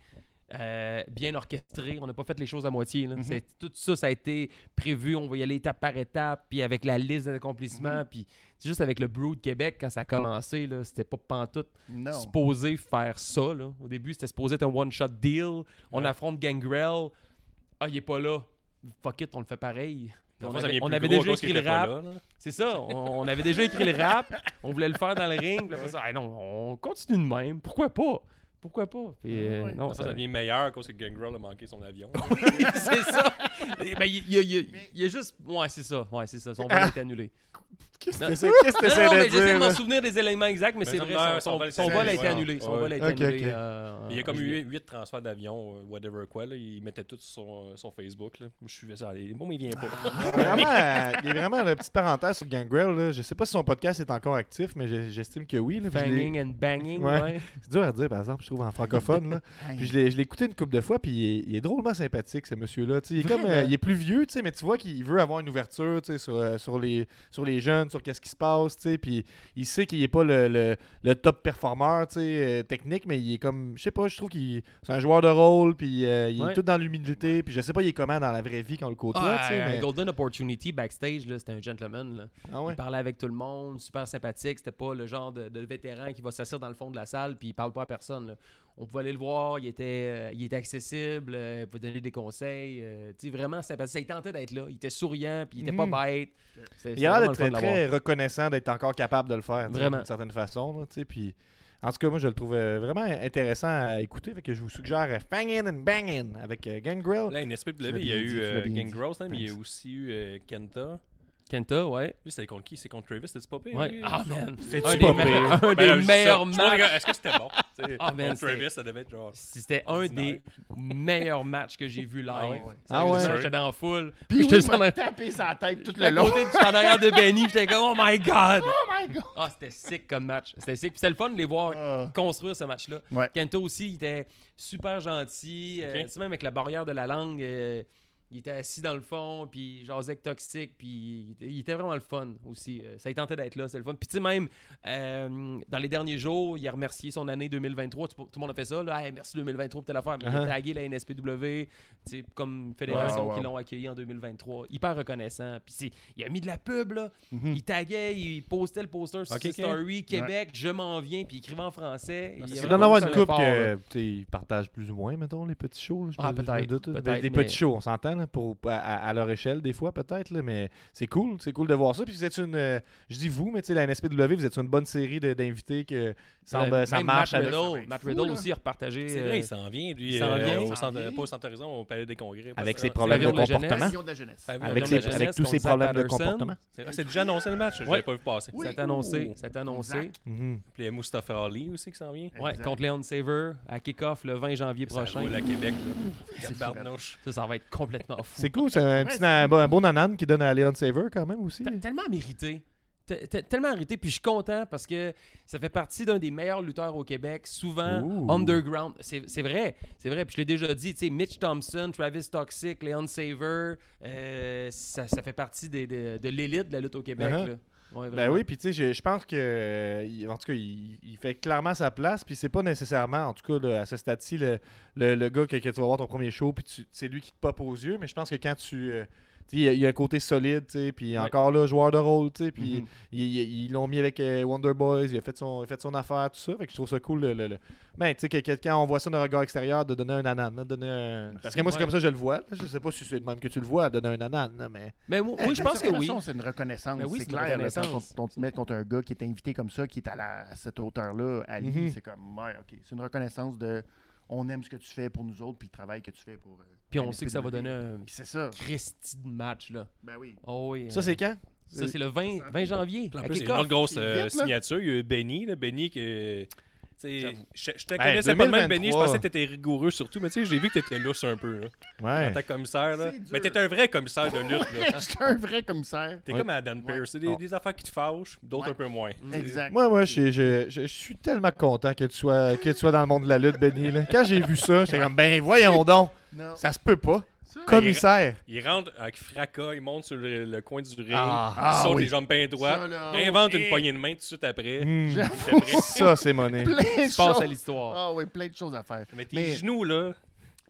euh, bien orchestré. On n'a pas fait les choses à moitié. Là. Mhm. C'est- Tout ça, ça a été prévu. On va y aller étape par étape, puis avec la liste d'accomplissements. Mhm. Puis c'est juste avec le Brood Québec, quand ça a commencé, là, c'était pas pantoute Non. supposé faire ça. Là. Au début, c'était supposé être un one-shot deal. On Ouais. affronte Gangrel. Ah, il est pas là. Fuck it, on le fait pareil. Des On fois, ça avait, vient on plus avait gros à déjà cause qu'il écrit le était pas rap. là, là. C'est ça, on, on avait déjà écrit le rap. On voulait le faire dans le ring. Puis après ça, ah non, on continue de même. Pourquoi pas? Pourquoi pas? Puis, euh, Ouais. non, Ça, ça devient meilleur à cause que Gangrel a manqué son avion. c'est ça. Ben, il, il, il, il- il y a juste. Ouais, c'est ça. Ouais, c'est ça. Son vol est annulé. Qu'est-ce que Non. c'est- qu'est-ce que Non, t'essaies non, de mais j'essaie de dire? m'en là? souvenir des éléments exacts, mais Mais c'est ça vrai, me son, meurt, son, son vol son s'est vol a annulé. été annulé. Son Ouais. vol a été Ok, annulé. ok. euh, Il y a comme en eu juillet. huit transferts d'avion, euh, whatever quoi. Là. Il mettait tout sur son, son Facebook. Là. Je suivais ça. Allez, bon, mais il vient pas. Vraiment, euh, il y a vraiment une petite parenthèse sur Gangrel. Là. Je sais pas si son podcast est encore actif, mais j'ai- j'estime que oui. Là. Puis je l'ai- Banging and banging. Ouais. Ouais. C'est dur à dire, par exemple, je trouve, en francophone. Là. Puis je l'ai je l'ai écouté une couple de fois, puis il est, il est drôlement sympathique, ce monsieur-là. Tu sais, Il, est comme, euh, il est plus vieux, tu sais, mais tu vois qu'il veut avoir une ouverture tu sais, sur, euh, sur, les, sur les jeunes, sur qu'est-ce qui se passe. tu sais, Puis il sait qu'il n'est pas le, le, le top performeur tu sais, euh, technique, mais il est comme, je sais pas, je trouve qu'il c'est un joueur de rôle, puis euh, il Ouais. est tout dans l'humilité. Puis je sais pas, il est comment dans la vraie vie quand on le côtoie. Ah, tu sais, euh, mais... Golden Opportunity backstage, là, c'était un gentleman. Là. Ah ouais. Il parlait avec tout le monde, super sympathique. C'était pas le genre de, de vétéran qui va s'asseoir dans le fond de la salle puis il parle pas à personne. Là. On pouvait aller le voir, il était, euh, il était accessible, euh, il pouvait donner des conseils. euh, tu sais, vraiment sympathique. Il tentait d'être là. Il était souriant puis il était Mhm. pas bête. C'était- Il a c'était l'air vraiment d'être le fun très, de l'avoir. très reconnaissant d'être encore capable de le faire, tu sais, Vraiment. d'une certaine façon. Là, tu sais, puis, en tout cas, moi, je le trouve euh, vraiment intéressant à écouter. Fait que je vous suggère euh, Fangin' and Bangin' avec euh, Gangrel. Là, N S P W, Tu l'as il y a bien dit, eu tu l'as euh, bien dit. Gangrel, mais il y a Thanks. aussi eu euh, Kenta. Kenta, ouais. Lui, c'était contre qui? C'est contre Travis, c'était pas pire? Ouais. lui? Ah, man. C'est-tu Un pas des, me- pire? un Ben, des là, je dis ça. meilleurs Je pense que- matchs. Est-ce que c'était bon? Tu sais, Ah, man, contre c'est- Travis, ça devait être genre. C'était un des meilleurs matchs que j'ai vu live. Ah ouais? Ah ouais? J'étais dans la foule. Puis J'étais oui, juste il en m'a train- tapé sa tête tout le à long. côté du en arrière de Benny, j'étais comme oh my god! Oh my God! Ah, c'était sick comme match. C'était sick. Puis c'était le fun de les voir Ah. construire ce match-là. Ouais. Kento aussi, il était super gentil. euh, Ok. tu sais, même avec la barrière de la langue, euh, il était assis dans le fond, puis il jasait avec Toxic, puis il était, il était vraiment le fun aussi. Euh, ça il tentait d'être là, c'était le fun. Puis tu sais, même euh, dans les derniers jours, il a remercié son année deux mille vingt-trois. Tout, tout le monde a fait ça. Là. Hey, merci deux mille vingt-trois pour telle affaire. Mais il a Uh-huh. tagué la N S P W, tu sais, comme fédération Ouais, ouais, qui ouais. l'ont accueilli en deux mille vingt-trois. Hyper reconnaissant. Puis c'est- il a mis de la pub, là. Mhm. Il taguait, il postait le poster sur Ok, ses ok. stories, Québec, je m'en viens, puis il écrivait en français. Il Il a doit en vraiment avoir fait une un couple effort, là. que tu sais, ils partagent plus ou moins, mettons, les petits shows. là, je Ah, me- je me peut-être, doute. peut-être, Des, des mais- petits shows, on s'entend, là, pour, à, à- à leur échelle, des fois, peut-être, là, mais c'est cool. C'est cool de voir ça. Puis vous êtes une. euh, je dis vous, mais tu sais, la N S P W, vous êtes une bonne série de- d'invités que semble, Euh, ça même marche Matt avec. Riddle, Matt fou, Riddle là. aussi a repartagé. C'est euh, vrai, il s'en vient, lui, il s'en euh, vient. au Il s'en centre, vient. pas au centre Horizon, au Palais des Congrès. Avec Parce ses que- problèmes de l'avion de la jeunesse. comportement. Passion de la jeunesse. Ah oui, Avec, l'avion ses- de la avec jeunesse tous ses contre problèmes Zach de Patterson. comportement. C'est vrai, c'est déjà annoncé le match, je Ouais. l'avais pas vu passer. Oui. Ça a été annoncé. Ouh. Ça a été annoncé. Exact. Mhm. Puis il y a Mustafa Ali aussi qui s'en vient. Ouais, Exact. contre Leon Saver à kick-off le vingt janvier Ça prochain. roule à Québec. C'est là. Barnouche. Ça, ça va être complètement fou. C'est cool, c'est un, petit, na- un beau nanan qui donne à Leon Saver quand même aussi. Te- Tellement mérité. Te- te- Tellement mérité. Puis je suis content parce que ça fait partie d'un des meilleurs lutteurs au Québec, souvent Ouh. underground. C'est c'est vrai. C'est vrai. Puis je l'ai déjà dit. Tu sais, Mitch Thompson, Travis Toxic, Leon Saver, euh, ça, ça fait partie des- des- de l'élite de la lutte au Québec. Uh-huh. là. Ouais, Ben vraiment. oui, puis tu sais, je, je pense que, euh, il- en tout cas, il, il fait clairement sa place, puis c'est pas nécessairement, en tout cas, là, à ce stade-ci, le, le, le gars que, que tu vas voir ton premier show, puis tu- c'est lui qui te pop aux yeux, mais je pense que quand tu... euh, tu sais, il y, a- il y a un côté solide, tu sais, puis Ouais. encore là, joueur de rôle, tu sais, puis Mhm. ils ils- ils l'ont mis avec euh, Wonder Boys, il a fait son, il a fait son affaire, tout ça, fait que je trouve ça cool. Le, le- le- Ben, tu sais, que, que- quand on voit ça d'un regard extérieur, de donner un anan, là, de donner un... Parce que moi, c'est Ouais. comme ça que je le vois, là. Je sais pas si c'est le même que tu le vois, donner un anan, là, mais... Mais moi- Eh, oui, je d'une pense que certaine oui. façon, c'est une reconnaissance. Ben oui, c'est c'est une clair. là, reconnaissance. Quand on, on te met contre un gars qui est invité comme ça, qui est à, la, à cette hauteur-là, à lui, Mhm. c'est comme, ouais, OK. C'est une reconnaissance de on aime ce que tu fais pour nous autres, puis le travail que tu fais pour. euh, Puis on N S sait P que ça va W. donner un Puis c'est ça. Christy de match. Là. Ben oui. Oh oui. Ça, euh, c'est quand? Ça, c'est le vingt, vingt janvier. En à plus, il y a une kick-off. autre grosse C'est euh, vite, là. signature. Il y a eu Benny. Là, Benny que. tu sais, J'avoue. Je, je te Hey, connaissais pas de même, deux mille Benny. Je vingt-trois. pensais que t'étais rigoureux surtout, mais tu sais, j'ai vu que t'étais lousse un peu. Là, Ouais. en tant que commissaire. Là. C'est dur. Mais t'es un vrai commissaire de lutte. Là. Je suis un vrai commissaire. T'es Ouais. comme Adam Pearce. C'est des, Oh. des affaires qui te fâchent, d'autres Ouais. un peu moins. Exact. Moi, moi, je, je, je, je suis tellement content que tu sois, que tu sois dans le monde de la lutte, Benny. là. Quand j'ai vu ça, j'étais comme, ben voyons donc, Non. ça se peut pas. Ça, Commissaire. Il rentre avec fracas, il monte sur le, le coin du ring, Ah, il ah saute oui. les jambes bien ça, droites, là, il invente oh, une et poignée de main tout de suite après. Hmm. Il fait prêt. Ça, c'est monnaie. Plein de Tu passes choses. à l'histoire. Ah oui, plein de choses à faire. Mais tes Mais- genoux, là,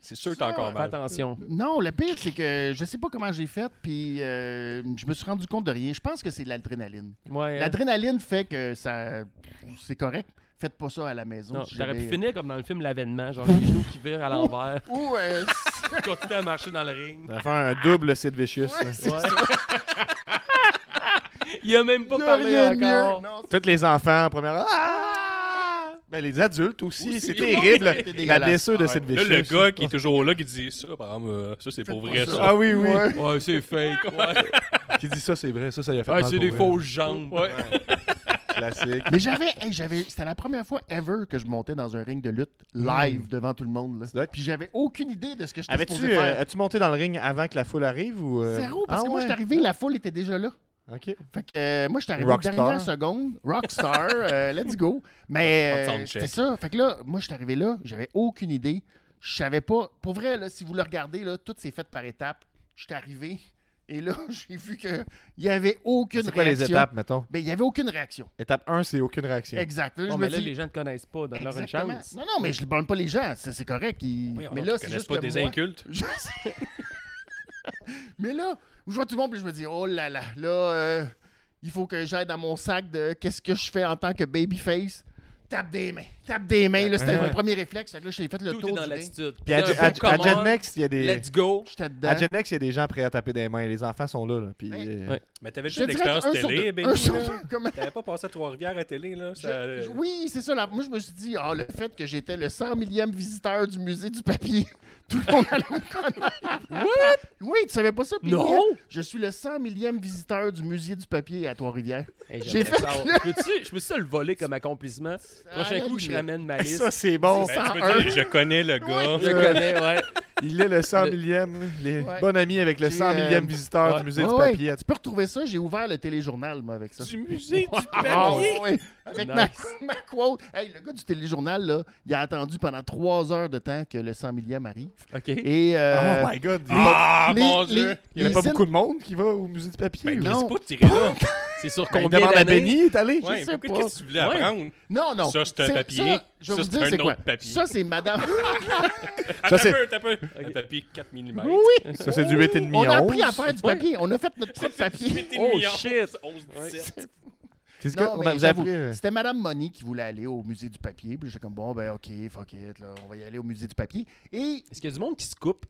C'est sûr que t'as encore Fais mal. attention. Non, le pire, c'est que je sais pas comment j'ai fait, puis euh, je me suis rendu compte de rien. Je pense que c'est de l'adrénaline. Ouais. hein. L'adrénaline fait que ça, c'est correct. Faites pas ça à la maison. Non, si t'aurais pu jamais- finir comme dans le film L'Avènement, genre les genoux qui virent à l'envers, Ou, euh, continuer à marcher dans le ring. Ça va faire un double Sid Vicious. ouais, là. c'est Ouais. ça. Il a même pas Y a parlé rien de mieux. encore. Non, Tous les enfants en première. Ah! Ben, les adultes aussi. Aussi. C'est terrible. C'est La dégueulasse. blessure de Ouais. Sid Là, Vicious. le gars qui est toujours là, qui dit ça, par exemple, euh, ça c'est pour vrai, ça. ça. Ah oui, oui. Ouais. Ouais, c'est fake. Ouais, Qui dit ça, c'est vrai. Ça, ça y a fait Ouais, mal c'est pour des vrai. fausses jambes. Ouais. Classique. Mais j'avais, hey, j'avais, c'était la première fois ever que je montais dans un ring de lutte live devant tout le monde. Là. C'est vrai. Puis j'avais aucune idée de ce que j'étais Avais-tu, supposé euh, faire. as-tu monté dans le ring avant que la foule arrive ou euh? Zéro, parce Ah que moi, ouais. je suis arrivé, la foule était déjà là. Ok. Fait que euh, moi, je suis arrivé Rockstar. dernière seconde. Rockstar, euh, let's go. Mais Pas de euh, soundcheck. c'était ça. Fait que là, moi, je suis arrivé là, j'avais aucune idée. Je savais pas. Pour vrai, là, si vous le regardez, là, tout s'est fait par étapes. Je suis arrivé et là, j'ai vu qu'il n'y avait aucune C'est quoi réaction. les étapes, mettons? Ben, il n'y avait aucune réaction. Étape un, c'est aucune réaction. Exact. Là, Bon, je mais me là, dis, les gens ne te connaissent pas, donne-leur une exactement. chance. Non, non, mais je ne blâme pas les gens. C'est, c'est correct. Ils- Oui, mais on là, ne c'est connaisse juste pas que des moi, incultes. je sais. Mais là, je vois tout le monde, puis je me dis, oh là là, là, euh, il faut que j'aille dans mon sac de qu'est-ce que je fais en tant que babyface. Tape des mains. Tape des mains. Là, c'était Ouais. mon premier réflexe. Fait que là, j'ai fait le Tout est tour dans du ring. l'attitude. Puis à, C'est un à, beau à come Gen on, Next, il y a des. Let's go. J'étais dedans. À Gen Next, il y a des gens prêts à taper des mains. Les enfants sont là. là. Puis, Ouais. euh, Ouais. Mais t'avais Je déjà te de dirais l'expérience un sur télé, deux. Benny, Un sur là? deux, comment- T'avais pas passé à Trois-Rivières à télé, là? Je- Ça- je- oui, c'est ça. Là. Moi, je me suis dit, ah, le fait que j'étais le cent millième visiteur du musée du papier, tout le monde allait me connaître. What? Oui, tu savais pas ça? Puis Non! hier, je suis le cent millième visiteur du musée du papier à Trois-Rivières. Hey, J'ai j'aimerais fait ça. le- Je peux-tu je peux ça le voler comme accomplissement? Prochain Ah, coup, je la ramène ma liste. Ça, c'est bon. Ben, tu peux dire, je connais le gars. Je connais, ouais. Il est le cent Le- millième. Les Ouais. bon ami avec le J'ai, cent millième euh, visiteur ouais. du musée Ouais, du ouais. papier. Tu peux retrouver ça. J'ai ouvert le téléjournal, moi, avec ça. Du musée du Ah, papier. ouais. Avec Nice. ma, ma quote. Hey, le gars du téléjournal, là, il a attendu pendant trois heures de temps que le cent millième arrive. OK. Et. euh, Oh my God. Il Ah, les- mon les- Dieu! n'y a les pas in- beaucoup de monde qui va au musée du papier. Ben, là. non. laisse pas tirer là. C'est sur Ben, il combien demande à d'années? Benny, est allé? Ouais, sais pourquoi pas. qu'est-ce que tu voulais Ouais. apprendre? Non, non. Ça, c'est un papier. Ça, je vais Ça, vous c'est dire, un c'est quoi. autre papier. Ça, c'est madame. Ah, Ça, t'as c'est- peu, t'as peu. Un papier quatre millimètres. Oui, Ça, c'est du huit virgule cinq on a onze. appris à faire du papier. On a fait notre propre papier. Oh, shit. onze dix-sept. C'est Non, que- mais vous avez j'avoue, appris, euh, C'était Madame Money qui voulait aller au musée du papier. Puis j'étais comme, bon, ben, OK, fuck it, là, on va y aller au musée du papier. Et. Est-ce qu'il y a du monde qui se coupe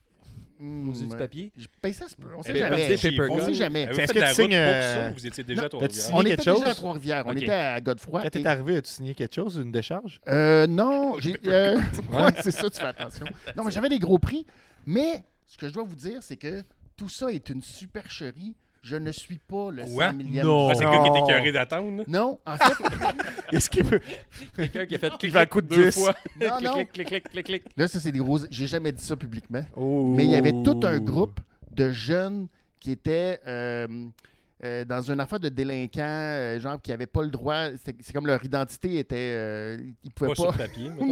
hmm, au musée du ouais. papier? Je- Ben, ça se peut. On sait Eh bien, jamais. parti des paper On guns. sait jamais. Avez-vous Est-ce fait que de la tu route signes, pour euh, ça ou vous étiez déjà à t'as-tu Trois-Rivières? signé On quelque était chose? déjà à Trois-Rivières. On Ok. était à Godefroy. Quand t'es et- arrivé, as-tu signé quelque chose, une décharge? Euh, non, j'ai. euh, ouais, c'est ça, tu fais attention. Non, mais j'avais des gros prix. Mais ce que je dois vous dire, c'est que tout ça est une supercherie. Je ne suis pas le Quoi? cent millième. Non. Ah, c'est le gars qui Non. était carré d'attendre. là. Non, en fait, Est-ce qu'il peut. Quelqu'un qui a fait clic, va à clic coup de deux dix. fois. non, Clic, non. clic, clic, clic, clic, clic. Là, ça, c'est des gros. J'ai jamais dit ça publiquement. Oh. Mais il y avait tout un groupe de jeunes qui étaient euh, euh, dans une affaire de délinquants, euh, genre qui n'avaient pas le droit. C'est c'est comme leur identité était. euh, ils pouvaient Pas pas. sur papier. mais- Non,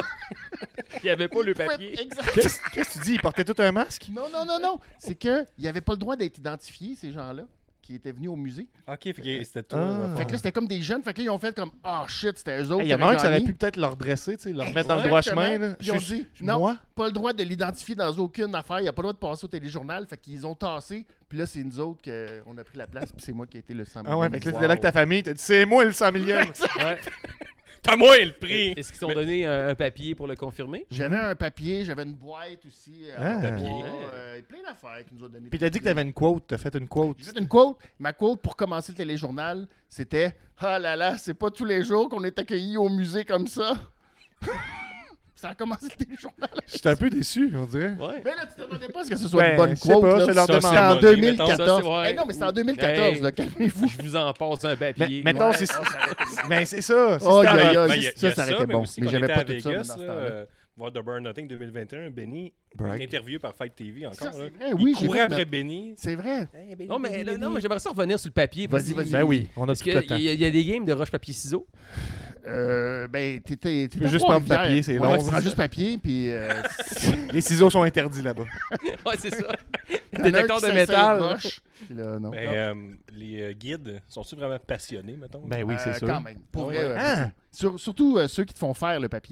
Il n'y avait pas le ils pouvaient- papier. Exact. Qu'est-ce qu'est-ce que tu dis? Il portait tout un masque? Non, non, non, non. C'est qu'ils n'avaient pas le droit d'être identifiés, ces gens-là, qui étaient venus au musée. Ok, fait que c'était tout. Ah. Fait que là, c'était comme des jeunes. Fait qu'ils ont fait comme ah shit, c'était eux autres. Il y en qui a un avaient qui aurait gagné. pu peut-être leur dresser, tu sais, leur mettre dans le droit Exactement. chemin. Là. Puis ils ont Je- dit je- non, Moi? pas le droit de l'identifier dans aucune affaire. Il n'y a pas le droit de passer au téléjournal. Fait qu'ils ont tassé. Puis là, c'est nous autres qu'on a pris la place. Puis c'est moi qui ai été le cent Ah ouais, millième. fait que là, Wow. c'était là que ta famille t'a dit c'est moi le cent millième. Ouais. T'as moi le prix! Est-ce qu'ils t'ont donné un, un papier pour le confirmer? J'avais un papier, j'avais une boîte aussi. euh, Ah. à Papier. bois, euh, plein d'affaires qu'ils nous ont donné. Puis t'as dit que t'avais une quote, t'as fait une quote. J'ai fait une quote. Ma quote pour commencer le téléjournal, c'était ah là là, c'est pas tous les jours qu'on est accueillis au musée comme ça. Ça a commencé le téléjournal. J'étais un peu déçu, on dirait. Ouais. Mais là, tu t'attendais pas à ce que ce soit Ouais, une bonne je sais quote. pas, là. je leur Ça, demande. c'est C'était en monté, deux mille mettons. quatorze. Ça, c'est- ouais. Eh non, mais c'était en deux mille quatorze, Hey. là, calmez-vous. Je vous en passe un Mais, papier. mettons, Ouais. c'est. Ben, c'est ça. c'est Oh, ça. aïe, aïe, aïe. Ben, il y a- ça, il y a ça aurait été mais bon. aussi, Mais quand j'avais on était pas à tout ça, Vegas, mais dans ce là, temps-là. euh, voir The Burn Nothing deux mille vingt et un, Benny, Bragg. interviewé par Fight T V encore. Ça, là. c'est vrai, Il oui, j'ai courait fait après notre- Benny. C'est vrai. Hey, Benny, Non, mais, Benny, là, non, Benny. mais j'aimerais ça revenir sur le papier. Vas-y, vas-y. Ben oui, on a Est-ce tout le qu'il temps. y, a- il y a des games de roche-papier-ciseaux? Euh, ben, t'étais. peux juste prendre papier, c'est long. Ouais, tu prends juste papier, puis. euh, Les ciseaux sont interdits là-bas. Ouais, c'est ça. t'en as un Détecteur qui de s'essaye métal. roche, puis là, non. Mais euh, les euh, guides, sont-ils vraiment passionnés, mettons? Ben oui, c'est Euh, sûr. Quand même. Pour Ah vrai, ouais. euh, Ah! Sur- surtout euh, ceux qui te font faire le papier.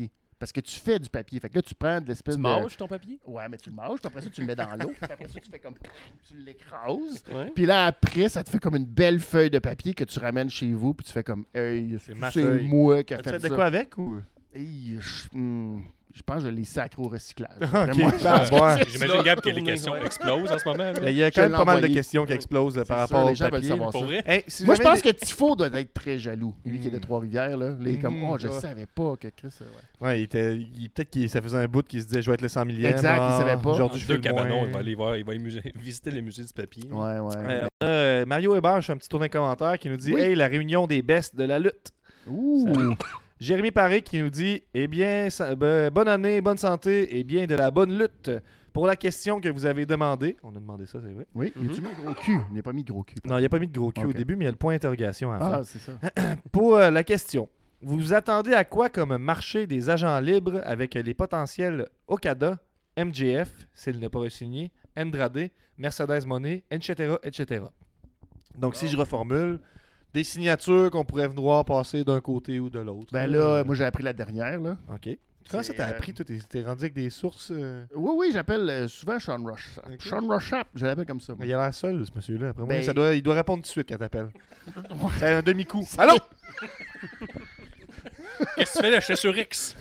Parce que tu fais du papier. Fait que là, tu prends de l'espèce Tu de... manges ton papier? Ouais, mais tu le manges, puis après ça, tu le mets dans l'eau. Puis après ça, tu fais comme... Tu l'écrases. Ouais. Puis là, après, ça te fait comme une belle feuille de papier que tu ramènes chez vous, puis tu fais comme... Hey, C'est ma c'est feuille. moi qui a Tu fait fais de ça. quoi avec ou? Hey, je, hmm, je pense que je les sacre au recyclage. Ok, Vraiment. ah, ouais. J'imagine, Gab, que les Tourner, questions ouais. explosent en ce moment. là. Il y a Je quand même l'ai pas mal de envoyé. questions qui explosent euh, par C'est rapport sûr, au les gens veulent papier. savoir Pour ça. vrai? Hey, si Moi, je jamais pense des- que Tifo doit être très jaloux. Lui qui est de Mm. Trois-Rivières, là. Là, il est comme, Mm, oh, je ouais. savais pas que Chris... euh, ouais. Ouais, il était, il- peut-être que ça faisait un bout qu'il se disait je vais être le cent millième. Exact, il ah, savait pas. Aujourd'hui, je fais Deux le cabanons, moins. il va aller voir, il va aller musée- visiter le musée du papier. Ouais, ouais. Euh, euh, Mario Hébert, je fais un petit tour d'un commentaire qui nous dit Oui. Hey, la réunion des bestes de la lutte. Ouh! Jérémy Paré qui nous dit Eh bien, sa- ben, bonne année, bonne santé et bien de la bonne lutte. Pour la question que vous avez demandée, on a demandé ça, c'est vrai. Oui, il a-tu mis gros cul? Il n'a pas mis gros cul. Non, il n'y a pas mis de gros cul au Ok. début, mais il y a le point d'interrogation à la fin. Ah, c'est ça. Pour euh, la question, vous vous attendez à quoi comme marché des agents libres avec les potentiels Okada, M J F, s'il n'est pas signé, Andrade, Mercedes Moné, et cetera, et cetera. Donc, si je reformule, des signatures qu'on pourrait voir passer d'un côté ou de l'autre. Ben là, moi, j'ai appris la dernière, là. OK. Comment ça C'est, t'as euh, appris? Toi, t'es t'es rendu avec des sources... euh, Oui, oui, j'appelle euh, souvent Sean Rush. Ok. Sean Rushap, je l'appelle comme ça. moi. Mais il a l'air seul, ce monsieur-là. Après moi, Ben- ça doit, il doit répondre tout de suite quand t'appelles. C'est un demi-coup. Allô? Qu'est-ce que tu fais là? Je suis sur X.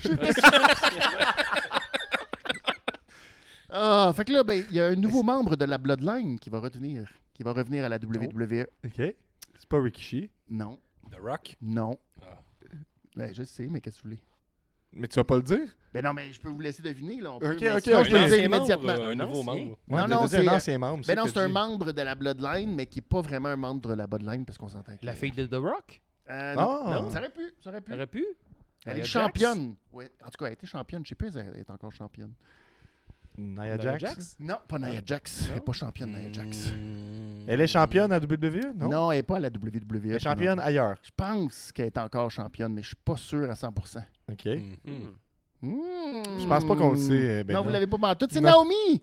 Ah, fait que là, ben, il y a un nouveau membre de la Bloodline qui va retenir, qui va revenir à la W W E. OK. C'est pas Rikishi. Non, The Rock. non. Ah. Ben, je sais, mais qu'est-ce que vous voulez? Mais tu vas pas le dire? Ben non, mais je peux vous laisser deviner, là. On peut, Ok, mais ok, sinon, ok. je peux le Un dire ancien membre, immédiatement. euh, un nouveau ancien. membre. Non, Ouais, non, t'as dit un c'est- ancien membre. Ben non, que c'est t'as un dit. membre de la Bloodline, mais qui n'est pas vraiment un membre de la Bloodline, parce qu'on s'entend. que- La fille de The Rock? Euh, Ah. non, non, ça aurait pu, ça aurait pu. Aurait pu? Elle Nia est Jax? championne. Ouais, en tout cas, elle était championne. Je sais pas si elle est encore championne. Nia Nia Jax. Jax? Non, pas Nia Jax. Elle n'est pas championne, Nia Jax. Elle est championne à W W E? Non? Non, elle n'est pas à la W W E. Elle est championne ailleurs. Je pense qu'elle est encore championne, mais je ne suis pas sûr à cent pour cent. OK. Mhm. Mmh. Je pense pas qu'on le sait, euh, ben non, non. vous l'avez pas mal tout. C'est Non. Naomi!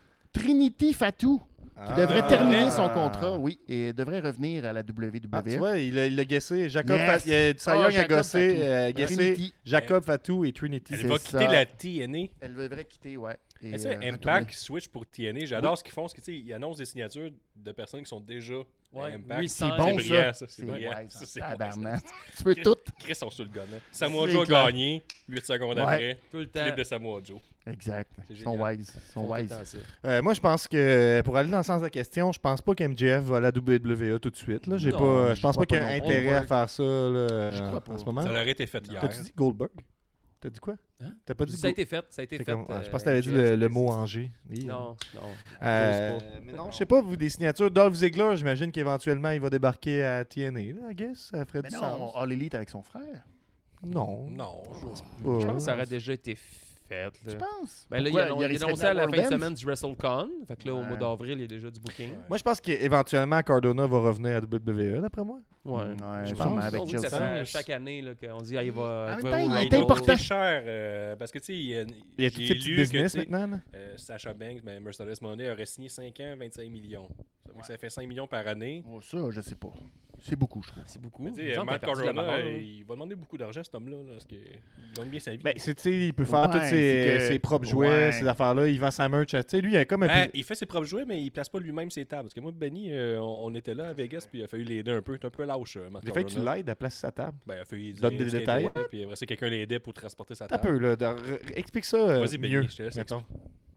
Trinity Fatou, qui devrait Ah. terminer son contrat, oui, et devrait revenir à la W W E. Ah, tu vois, il a, il a guessé. Jacob Yes. Fat- il a, Cy Ah, Young a Jacob gossé, Fatou. euh, guessé Trinity. Jacob Fatou et Trinity. Elle C'est va ça. quitter la T N A. Elle devrait quitter, ouais. Et, Tu sais, euh, Impact switch pour T N A. J'adore ce qu'ils font. Parce que, tu sais, ils annoncent des signatures de personnes qui sont déjà Ouais, à Impact. resign. C'est bon, brillant, ça. ça. C'est C'est brillant. ouais, Ça, c'est tabarnak. Tu peux tout. Chris sont sur le gun. hein. Samoa C'est Joe a clair. gagné. huit secondes Ouais. après. Tout le temps. Clip de Samoa Joe. Exact. C'est Ils sont génial. wise. Ils sont wise. Euh, moi, je pense que, pour aller dans le sens de la question, je pense pas qu'M J F va à la W W E tout de suite. Là. J'ai Non, pas, je je pense crois pas qu'il y pas a non intérêt plus. à faire ça là, Je crois en pas. ce moment. Ça aurait été fait hier. T'as-tu dit Goldberg? T'as dit quoi? Hein? T'as pas dit Ça a Gold- été fait. Ça a été C'est fait. comme- ah, je euh, pense que t'avais dit Jeff, le, ça le a mot été- Angers. Oui. Non, non. Euh, J'ose pas. mais non, je sais pas, vous, des signatures. Dolph Ziggler, j'imagine qu'éventuellement, il va débarquer à T N A, là, I guess. Ça ferait Mais du non, sens. All Elite avec son frère. Non. Non, je vois pas. pas. Je pense que ça aurait déjà été fait. Tu Là. penses? Ben là, il Pourquoi? a annon- il a risquerait annoncé de à la fin l'avoir de bench? semaine du WrestleCon. Fait que là, au Ouais. mois d'avril, il y a déjà du booking. Moi, je pense qu'éventuellement, Cardona va revenir à W W E, d'après moi. Ouais. Ouais, Je sûrement pense avec on dit que ça Chelsea. fait chaque année là, qu'on dit ah, il va. En il même va temps, au il est Rainbow. important. C'est cher euh, parce que tu sais, il y a- Il y a tout j'ai ce petit lu business que, tu sais, maintenant. là. euh, Sasha Banks, ben, Mercedes Moné aurait signé cinq ans, vingt-cinq millions. Ça, fait que ça fait cinq millions par année. Oh, ça, je sais pas. C'est beaucoup, je trouve. C'est beaucoup. Mais Il tu me sais, semble Matt qu'il a perdu la Cardona, valeur, euh, là. il va demander beaucoup d'argent, cet homme-là, là, parce qu'il gagne bien sa vie. Ben, c'est, tu sais, il peut faire Ouais, tous c'est ses, que- ses propres jouets, Ouais. ces affaires-là. Il vend sa merch. Tu sais, lui, il a comme un Ben, peu. il fait ses propres jouets, mais il place pas lui-même ses tables. Parce que moi, Benny, euh, on, on était là à Vegas, puis il a fallu l'aider un peu. Il est un peu lâche, euh, Matt Des fois que tu Cardona. l'aides à placer sa table. Ben, il a fallu Donne des dire ce qu'il détails. était, Puis après, c'est quelqu'un l'aidait pour transporter sa Un table. peu, là. dans- re- Explique ça euh, Vas-y, Benny, mieux. je te laisse mettons.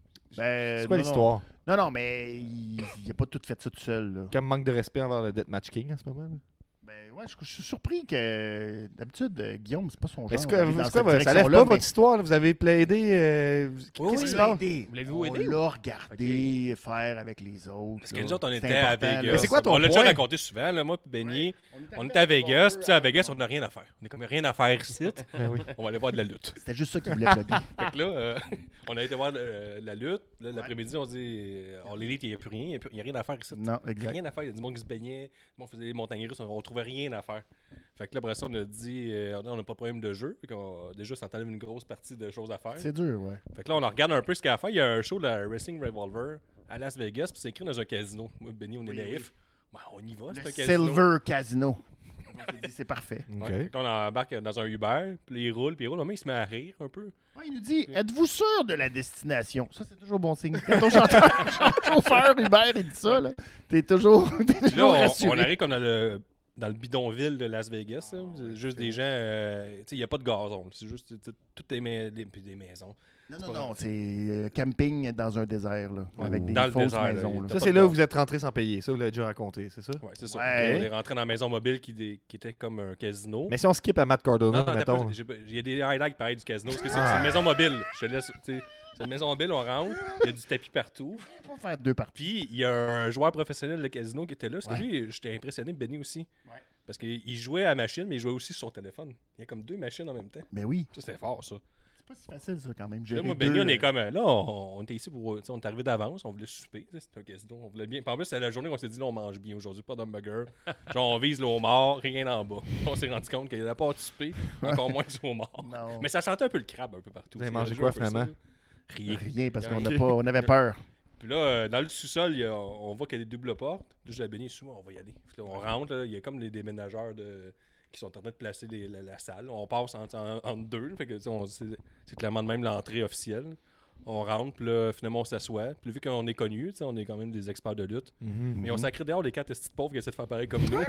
Ben, C'est quoi non, l'histoire? Non, non, mais il n'a pas tout fait ça tout seul. Là. Comme manque de respect envers le Deathmatch King en ce moment. là. Ben, ouais, je, je suis surpris que d'habitude, euh, Guillaume, c'est pas son genre. Est-ce que, d'aller dans c'est cette quoi, ça lève direction-là, pas mais votre histoire? là? Vous avez plaidé. euh, Oui, Qu'est-ce oui, qui se passe? aidé. Vous l'avez-vous On aidé ou? l'a regardé faire avec les autres. Parce que là. nous autres, on C'est était à important, là. Vegas. Mais c'est quoi ton On l'a déjà point? raconté souvent, là, moi et Benny. On arrivé était à Vegas, Vancouver, puis tu sais, à Vegas, on n'a rien à faire. On est comme rien à faire ici. Ben oui. On va aller voir de la lutte. C'était juste ça qu'il voulait plugger. Fait que là, euh, on a été voir euh, la lutte. Là, l'après-midi, on dit euh, on l'élite, il n'y a plus rien. Il n'y a, plus- il y a rien à faire ici. Non, exact. Rien à faire. Il y a du monde qui se baignait. Du monde faisait des montagnes russes. On ne trouvait rien à faire. Fait que là, après ça, on a dit euh, on n'a pas de problème de jeu. Fait qu'on, déjà, ça enlève une grosse partie de choses à faire. C'est dur, ouais. Fait que là, on en regarde un peu ce qu'il y a à faire. Il y a un show de la Racing Revolver à Las Vegas. Puis c'est écrit dans un casino. Moi, Benny, on est Oui, naïf. Ben, on y va, c'est un casino. Silver Casino. On s'est dit, c'est parfait. OK. Ouais, quand on embarque dans un Uber, puis là, il roule, puis il roule, mais il se met à rire un peu. Ouais, il nous dit, êtes-vous sûr de la destination? Ça, c'est toujours bon signe. Quand ton chanteur, chauffeur Uber, il dit ça, là, t'es toujours, t'es Puis toujours là, on, rassuré. on arrive comme dans le, dans le bidonville de Las Vegas. là. C'est juste des gens. euh, tu sais, il n'y a pas de gazon. C'est juste tu sais, toutes des, mais- des, puis des maisons. Non, C'est non, pas non, grave. c'est euh, camping dans un désert, là, Ouais, avec des dans le fausses désert, là, maisons. il là. y a Ça, pas c'est de là où gaz. vous êtes rentré sans payer. Ça, vous l'avez déjà raconté, c'est ça? Ouais, c'est ça. Ouais. On est rentré dans la maison mobile qui, dé- qui était comme un casino. Mais si on skip à Matt non, Cardona, non, t'as mettons. pas- j'ai pas- il y a des highlights pareil du casino. Parce que c'est Ah. c'est une maison mobile. Je te laisse. tu sais, C'est une maison mobile, on rentre. Il y a du tapis partout. On va faire deux parties. Puis il y a un joueur professionnel de casino qui était là. Parce que Ouais. lui, j'étais impressionné, Benny aussi. Ouais. Parce qu'il jouait à la machine, mais il jouait aussi sur son téléphone. Il y a comme deux machines en même temps. Mais oui, Ça, c'était fort, ça. c'est pas si facile, ça, quand même. Là, Gérer moi, deux, Benny, on est euh, comme. euh, Là, on, on était ici pour. tu sais, On est arrivé d'avance, on voulait souper. tu sais, C'était un casino. On voulait bien. Puis en plus, c'est la journée où on s'est dit, là, on mange bien aujourd'hui, pas d'hamburger. Genre, on vise le homard, rien en bas. On s'est rendu compte qu'il n'y avait pas de souper, encore moins du homard. Non. Mais ça sentait un peu le crabe un peu partout. Vous avez Ça mangé jouait quoi, un peu ça, finalement? là. Rien. Rien, parce qu'on Rien. n'a pas, on avait peur. Puis là, euh, dans le sous-sol, il y a- on voit qu'il y a des doubles portes. Là, je l'ai béni souvent, on va y aller. Puis là, on rentre, là, il y a comme les déménageurs de... qui sont en train de placer les- la, la salle. On passe entre en, entre deux. Fait que, tu sais, on- c'est c'est clairement de même l'entrée officielle. On rentre, puis là, finalement, on s'assoit. Puis vu qu'on est connus, tu sais, on est quand même des experts de lutte. Mhm. Mais on sacré dehors les quatre petites pauvres qui essaient de faire pareil comme nous.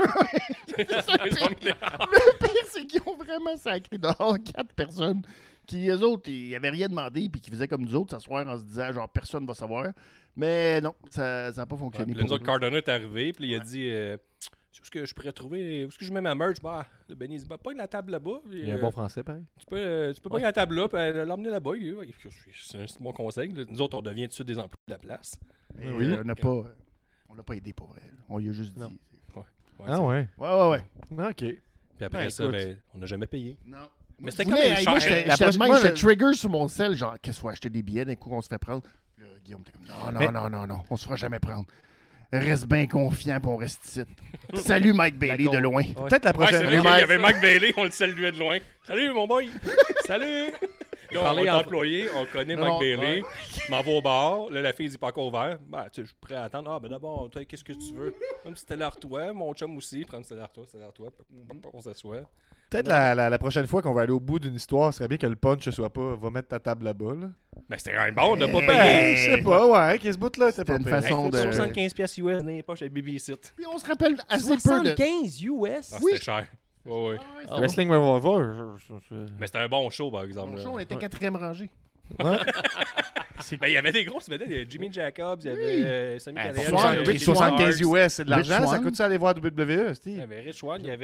Le pire, c'est qu'ils ont vraiment sacré dehors quatre personnes qui, eux autres, ils n'avaient rien demandé puis qui faisaient comme nous autres, s'asseoir en se disant, genre, personne va savoir. Mais non, ça n'a pas Ouais, fonctionné. puis là, nous pour autres, eux. Cardona est arrivé, puis il a dit euh, où est-ce que je pourrais trouver, où est-ce que je mets ma merch? Bah, le Benny il dit, bah, pas la table là-bas. Puis, Il y a un euh, bon français, pareil. Tu peux, euh, tu peux pas la table là, puis euh, l'emmener là-bas. Il- il- C'est un- c'est mon conseil. là. Nous autres, on devient tout de suite des emplois de la place. Mais, Oui. euh, on n'a pas, on l'a pas aidé pour vrai. On lui a juste dit. Non. Ouais, Ah ça. ouais. Ouais, ouais, ouais. Ah, OK. Puis après Ben, ça, écoute. ben, on n'a jamais payé. Non. Mais c'était Vous quand voulez, même hey, cher. moi, j'étais La j'étais prochaine de même, fois, j'étais je- trigger sur mon sel, genre, qu'est-ce qu'on va acheter des billets d'un coup, on se fait prendre. Puis là, Guillaume, t'es comme, non, non, Mais- non, non, non, on se fera jamais prendre. Reste bien confiant, puis on reste ici. Salut Mike Bailey de loin. Peut-être la Ouais, c'est prochaine vrai Salut, qu'il y Mike. avait Mike Bailey, on le saluait de loin. Salut, mon boy! Salut! Là, on Parlez est en- employé, on connaît Non, Mike Bailey. ouais. Je m'en vais au bar. Là, la fille dit pas encore ouvert. Ben, tu sais, je suis prêt à attendre. Ah, ben d'abord, toi, qu'est-ce que tu veux? Une petite Stella Artois, mon chum aussi. Prends une Stella Artois, Stella Artois. On s'assoit. Peut-être la, la, la prochaine fois qu'on va aller au bout d'une histoire, ce serait bien que le punch ne soit pas va mettre ta table là-bas. Là. Ben, c'était quand même bon de pas Ben, payer. Ben, je sais pas, ouais, qu'est-ce bout-là, c'est C'était pas une pire. façon Hey, de- soixante-quinze piastres U S dans les poches à B B site. Puis on se rappelle assez peu de. soixante-quinze U S? Ah, Oui. c'était cher. Ouais, ouais. Ah, Wrestling Revolver. je- je- je- Mais c'était un bon show, par exemple. Mon là. show, on était quatrième rangée. Ouais. Ben, il y avait des grosses médailles. Il y avait Jimmy Jacobs, il y avait euh, Sammy Ah, Callahan, soixante- il y avait Rich Rich soixante-quinze Swann. U S, c'est de l'argent. Rich Ça Swann. coûte ça aller voir W W E, Il y Steve? avait Rich Swann, il y avait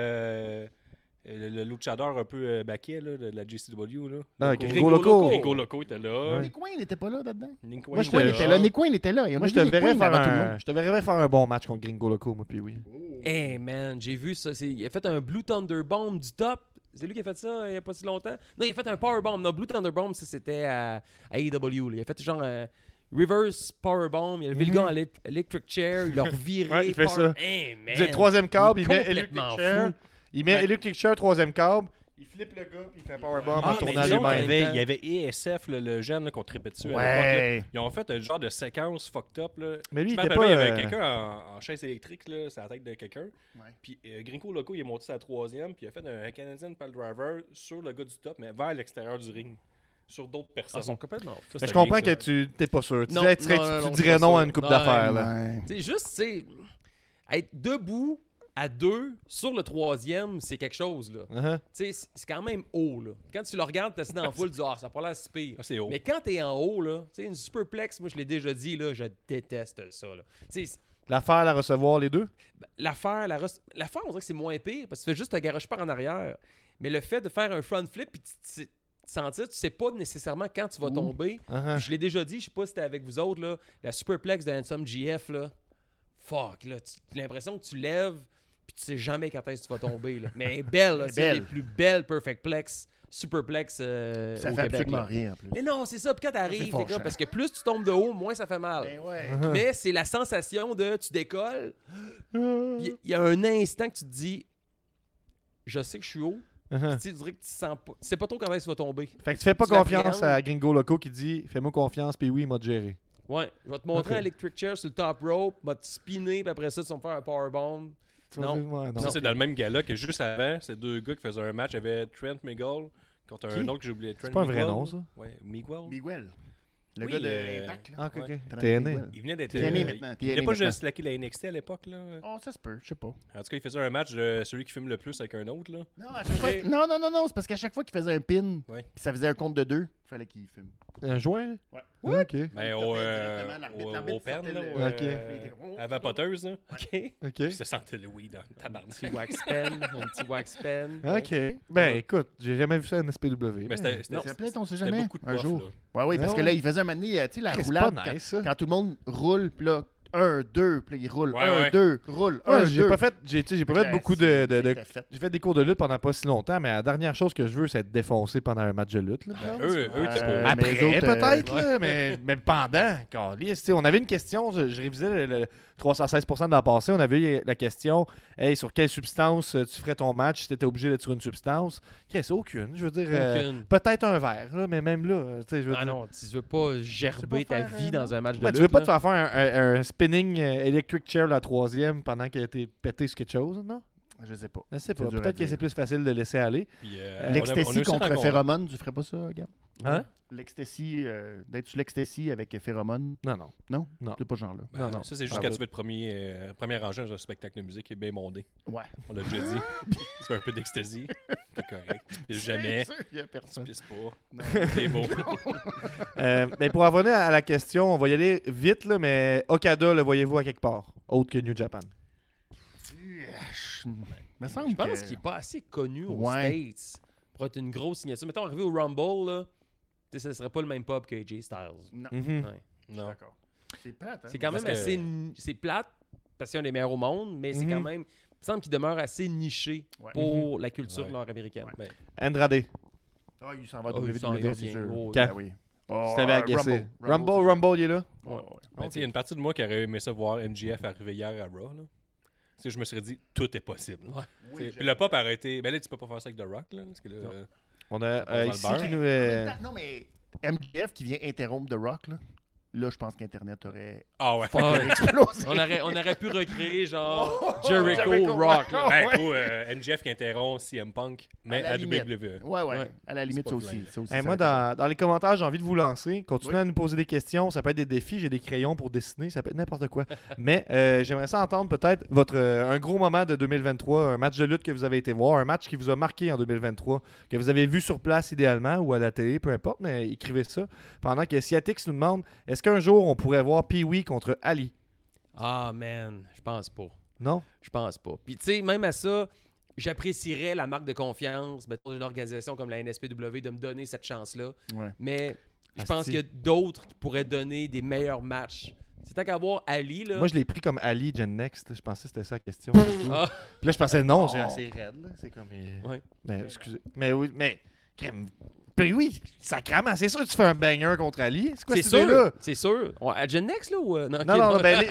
euh, le, le luchador un peu euh, baquet là, de la J C W. Là. Ah, Loco. Gringo Loco. Gringo Loco était là. Ouais. Nick Wayne n'était pas là là-dedans. Nick Moi, Wayne j'étais- Wayne était était là. là. Nick Wayne était là. Et on Moi, a je vu te Nick verrais Wayne faire avant tout le un, monde. je te verrais faire un bon match contre Gringo Loco, moi, puis oui. Hey man, j'ai vu ça. c'est- Il a fait un Blue Thunder Bomb du top. C'est lui qui a fait ça il n'y a pas si longtemps. Non, il a fait un Power Bomb. Non, Blue Thunder Bomb, ça, c'était à, à A E W. là. Il a fait genre un Reverse Power Bomb. Il a levé le Mhm. gars en elec- Electric Chair. Il l'a reviré. Ouais, il fait power- ça. Hey man. Il dit le troisième câble, il il est met complètement Electric Chair. fou. Il met Ouais. Electric Chair, troisième câble. Il flippe le gars, puis il fait un powerbomb Ah, en mais tournant les autres, il y lui-même. avait, temps. il y avait E S F, le, le jeune là, qu'on tripait dessus. à l'époque, là. Ouais. Ils ont fait un genre de séquence fucked up. Là. Mais lui, Je il me était rappelle, pas... il y avait euh, quelqu'un en, en chaise électrique, là, sur la tête de quelqu'un. Ouais. Puis euh, Gringo Loco, il est monté sa troisième, puis il a fait un, un Canadian Pile Driver sur le gars du top, mais vers l'extérieur du ring, sur d'autres personnes. Ah, ils sont complètement fous. Ça, Mais c'était je comprends bien, que ça. tu t'es pas sûr. Tu, Non, dirais, tu, serais- non, tu- non, tu non, dirais c'est non pas à ça. une coupe Ouais, d'affaires. là. Ouais. C'est juste, c'est. Être debout à deux sur le troisième, c'est quelque chose, là. Uh-huh. Tu sais, c'est- c'est quand même haut, là. Quand tu le regardes, t'es assis dans la foule, tu dis, ah, ça n'a pas l'air si pire. Ah, c'est haut. Mais quand t'es en haut, là, tu sais, une superplex, moi, je l'ai déjà dit, là, je déteste ça, là. Tu sais, L'affaire, la recevoir, les deux? l'affaire, la res- l'affaire, on dirait que c'est moins pire parce que tu fais juste te garoche par en arrière. Mais le fait de faire un front flip puis tu te sentir, tu sais pas nécessairement quand tu vas tomber. Uh-huh. Puis je l'ai déjà dit, je sais pas si c'était avec vous autres, là, la superplex de Handsome G F, là, fuck, là, tu as l'impression que tu lèves puis tu sais jamais quand est-ce que tu vas tomber. Là. Mais elle est belle, là, Elle est c'est belle. les plus belles perfect plex, superplex euh, Ça au fait Québec. absolument là. rien en plus. Mais non, c'est ça. Puis quand C'est t'arrives, t'es fâchant. comme- parce que plus tu tombes de haut, moins ça fait mal. Ben ouais. Uh-huh. Mais c'est la sensation de tu décolles. Il y, il y a un instant que tu te dis je sais que je suis haut. Uh-huh. Tu sais, tu dirais que tu sens pas. Tu sais pas trop comment tu vas tomber. Fait que tu fais pas Tu confiance l'appréhendes. à Gringo Loco qui dit « Fais-moi confiance, puis oui, il m'a géré. Ouais, je vais te montrer Ok. un electric chair sur le top rope, va te spinner, puis après ça, tu vas me faire un powerbomb. Tu vas Non. dire, ouais, non. Ça, c'est dans le même gala que juste avant, c'est deux gars qui faisaient un match. Il y avait Trent Miguel contre Qui? un autre que j'ai oublié. Trent C'est pas un vrai Miguel. nom, ça? Ouais, Miguel. Miguel. Le Oui, gars de euh, Impact, là. Ah, ok, Ouais. ok. Trent T N A. Miguel. Il venait d'être. T N A euh, maintenant, Il T N A n'était pas maintenant. juste slacké la N X T à l'époque, là. Oh, ça se peut, je sais pas. En tout cas, il faisait un match de celui qui filme le plus avec un autre, là. Non, à chaque fois- non, non, non, non, c'est parce qu'à chaque fois qu'il faisait un pin, Ouais. puis ça faisait un compte de deux, il fallait qu'il filme. Un joueur? Ouais. Ouais. Ok. Mais Il au, tapait euh, directement, l'arbitre- au, l'arbitre au pen, sortait là. le- au, Ok. euh, à vapoteuse, là. OK. Ok. Puis ça sentait le weed dans le tabarnak. Un petit wax pen. Un petit wax pen. Ok. Ben, écoute, j'ai jamais vu ça à N S P W. Mais c'était- Non, c'était peut-être, on sait c'était jamais. beaucoup de Un puff, jour. là. Ouais, oui, parce Ouais, que là, ouais. il faisait un moment donné, tu sais, la C'est roulade. pas quand, nice, ça. quand tout le monde roule, puis là, un, deux, puis là, il roule. Ouais, un, ouais. deux, roule. Ouais, un, j'ai deux. pas fait, j'ai, tu sais, j'ai pas fait Ben, beaucoup de, de- de- c'était fait. J'ai fait des cours de lutte pendant pas si longtemps, mais la dernière chose que je veux, c'est être défoncé pendant un match de lutte. Là. Ben, eux, eux, Euh, t'es pas- mais Après, les autres, euh, peut-être, là, mais, mais pendant. câlisse, tu sais, on avait une question, je, je révisais le, le trois cent seize pour cent de la passée, on avait eu la question hey, sur quelle substance euh, tu ferais ton match si tu étais obligé d'être sur une substance. Qu'est-ce aucune. Je veux dire, euh, Aucune. peut-être un verre, là, mais même là, euh, tu sais, je veux Ah dire. non, tu veux pas gerber pas ta faire, vie euh, dans un match de Ouais, lutte. tu veux pas là. te faire faire un, un- un spinning euh, electric chair la troisième pendant qu'elle a été pété sur quelque chose, non? Je sais pas. Je sais pas. C'est dur à Peut-être que dire. c'est plus facile de laisser aller. Puis, euh, on a- on a L'ecstasy aussi contre rencontré- phéromone, tu ferais pas ça, Gab? Hein? L'ecstasy, euh, d'être sur l'ecstasy avec phéromone, Non, non. non? Non. C'est pas ce genre-là. Ben, Non, non. Ça, c'est juste Ah, quand ouais. tu veux être premier, euh, premier rangé dans un spectacle de musique qui est bien mondé. Ouais. On l'a déjà dit. C'est un peu d'ecstasy. C'est correct. Tu pisses jamais. Il y a Tu personne. pisses pas. C'est beau. Euh, mais pour revenir à la question, on va y aller vite, là, mais Okada, le voyez-vous à quelque part, autre que New Japan? Me semble Je pense que- qu'il n'est pas assez connu aux Ouais. States pour être une grosse signature. Mettons, arrivé au Rumble, là, tu sais, ça serait pas le même pop que A J Styles. Non. Mhm. Ouais. Non. D'accord. C'est plate, hein? C'est quand Parce même que- assez... ni- C'est plate, parce qu'il y a un des meilleurs au monde, mais c'est Mhm. quand même... Il me semble qu'il demeure assez niché Ouais. pour la culture Ouais. nord-américaine. Ben, Andrade, Ah, il s'en va à Ah, il W s'en- il W E, va c'est bien. sûr. Oh, Quand? Ben oui. Oh, si t'avais à euh, guesser. Rumble. Rumble, Rumble, il est là? Ouais, ouais. ben, tu sais, il y a une partie de moi qui aurait aimé ça voir M J F arriver hier à Raw. Là. Tu sais, je me serais dit, tout est possible. Ouais. Tu sais, puis le pop aurait été. Ben là, tu peux pas faire ça avec The Rock. Là, parce que là, Non. euh, On a passe euh, dans le ici beurre. qui nous... euh, Non, mais M J F qui vient interrompre The Rock, là, là je pense qu'Internet aurait Ah ouais. Ouais. explosé. On aurait, on aurait pu recréer genre Oh, Jericho, Jericho, Rock. là. Ben, Ouais. ou euh, M J F qui interrompt C M Punk, mais la à, limite. W W E. Ouais, ouais, Ouais. à la limite, pas ça aussi. plein. Ça aussi Hey, ça moi, aurait dans, dans les commentaires, j'ai envie de vous lancer. Continuez Oui. à nous poser des questions. Ça peut être des défis. J'ai des crayons pour dessiner. Ça peut être n'importe quoi. Mais euh, j'aimerais ça entendre peut-être votre euh, un gros moment de deux mille vingt-trois, un match de lutte que vous avez été voir, un match qui vous a marqué en deux mille vingt-trois, que vous avez vu sur place idéalement ou à la télé, peu importe, mais écrivez ça. Pendant que Siatix nous demande, est-ce qu'un jour on pourrait voir Pee-Wee contre Ali? Ah, man, je pense pas. Non? Je pense pas. Puis, tu sais, même à ça, j'apprécierais la marque de confiance mettons, d'une organisation comme la N S P W de me donner cette chance-là. Ouais. Mais je Asti. pense qu'il y a d'autres qui pourraient donner des meilleurs matchs. C'est tant qu'à voir Ali, là. Moi, je l'ai pris comme Ali Gen Next. Je pensais que c'était ça la question. Ah, Puis là, je pensais non, c'est Oh. assez raide. là. C'est comme. euh, Ouais. Mais excusez. Mais oui, mais. crème. Puis oui, sacrément, c'est sûr que tu fais un banger contre Ali. C'est quoi c'est cette sûr. idée-là? C'est sûr. Ouais, à Gen Next, là, ou... euh, Non, Non, ok, non, non, ben. les-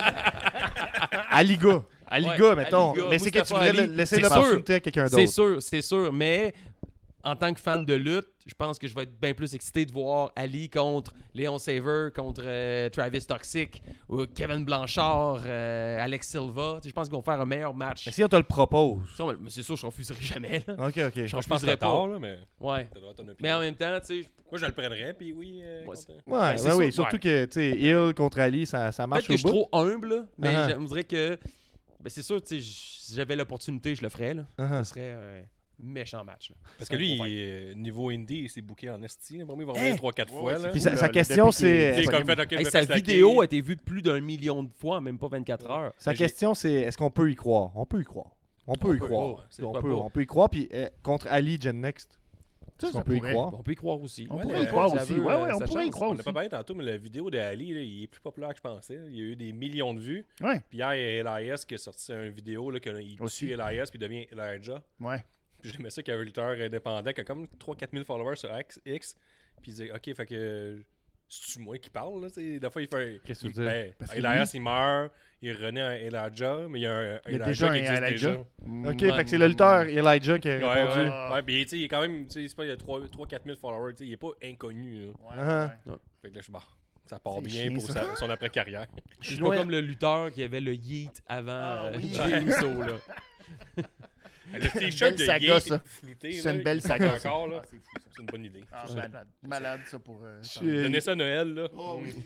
Aliga. Aliga, Ouais, mettons. Aliga, Mais c'est que tu Mustafa voudrais Ali. le- laisser C'est l'opportunité à quelqu'un C'est d'autre. sûr, c'est sûr. Mais en tant que fan de lutte, je pense que je vais être bien plus excité de voir Ali contre Léon Saver, contre euh, Travis Toxic, ou Kevin Blanchard, euh, Alex Silva. Tu sais, je pense qu'ils vont faire un meilleur match. Mais si on te le propose. Ça, mais c'est sûr, je refuserai jamais. Là. Ok, ok. Je Je pense que refuserai c'est pas. tard, là, mais Ouais. ça doit être ton opinion. Mais en même temps, tu sais, Moi, je le prendrais, puis oui. euh, Ouais, contre- c'est- Ouais, Ben, c'est ouais, oui. sûr, Surtout ouais. que, tu sais, Hill contre Ali, ça, ça marche peut-être que au je suis bout. trop humble, là, mais Uh-huh. j'aimerais que. Ben, c'est sûr, tu sais, j- si j'avais l'opportunité, je le ferais. Là. Uh-huh. Ce serait un méchant match. Là. Parce C'est que lui, un gros il fight. est- niveau indie, il s'est booké en esti. Vraiment, il va Hein? revenir trois quatre Ouais, fois. ouais, Là. Puis c'est sa, cool, sa là, question, depuis qu'il est- c'est. Il est comme fait, ok, je Hey, vais sa faire slacker. vidéo a été vue plus d'un million de fois, même pas vingt-quatre heures. Sa Mais j'ai- question, c'est est-ce qu'on peut y croire? On peut y croire. On peut On y peut, croire. oh, c'est On pas peut, beau. on peut y croire. Puis euh, contre Ali Gen Next, Ça, est-ce ça qu'on peut y pourrait. croire? On peut y croire aussi. On Ouais, pourrait le- y croire ça aussi. veut, Ouais, euh, ouais, on ça pourrait y change. croire On aussi. n'a pas parlé tantôt, mais la vidéo d'Ali, là, il est plus populaire que je pensais. Il y a eu des millions de vues. Ouais. Puis hier, il y a Elias qui a sorti une vidéo là, qu'il Aussi. tue Elias puis il devient Elijah. Ouais. Puis j'aimais ça qu'il y avait un lutteur indépendant qui a comme trois quatre mille followers sur X. X puis il disait, OK, fait que c'est-tu moi qui parle? Là, t'sais? Des fois, il fait. Qu'est-ce que il- tu veux dire? ben, Parce que Elias, il meurt, il renaît un Elijah, mais il y a un, Il y a Elijah déjà qui un existe Elijah. déjà. Ok, Ouais. fait que c'est le lutteur Elijah qui a Ouais, ouais, répondu. Ah. ouais. Puis, tu sais, il est quand même, tu sais, c'est pas, il y a trois quatre mille followers, tu sais, il est pas inconnu. Là. Ouais, Uh-huh. ouais. Fait que là, je suis bon. Ça part C'est bien chiant, pour ça. sa- son après-carrière. Je suis pas comme le lutteur qui avait le yeet avant Ah euh, oui. Jey Uso, là. Le t-shirt belle de saga, gay ça. flouté, C'est là, une belle il- saga, ça. encore, là. Ah, c'est fou, ça. C'est une bonne idée. Ah, Ça, malade, malade, ça, pour... euh, Je ça. suis- Donnez ça à Noël, là. Oh oui.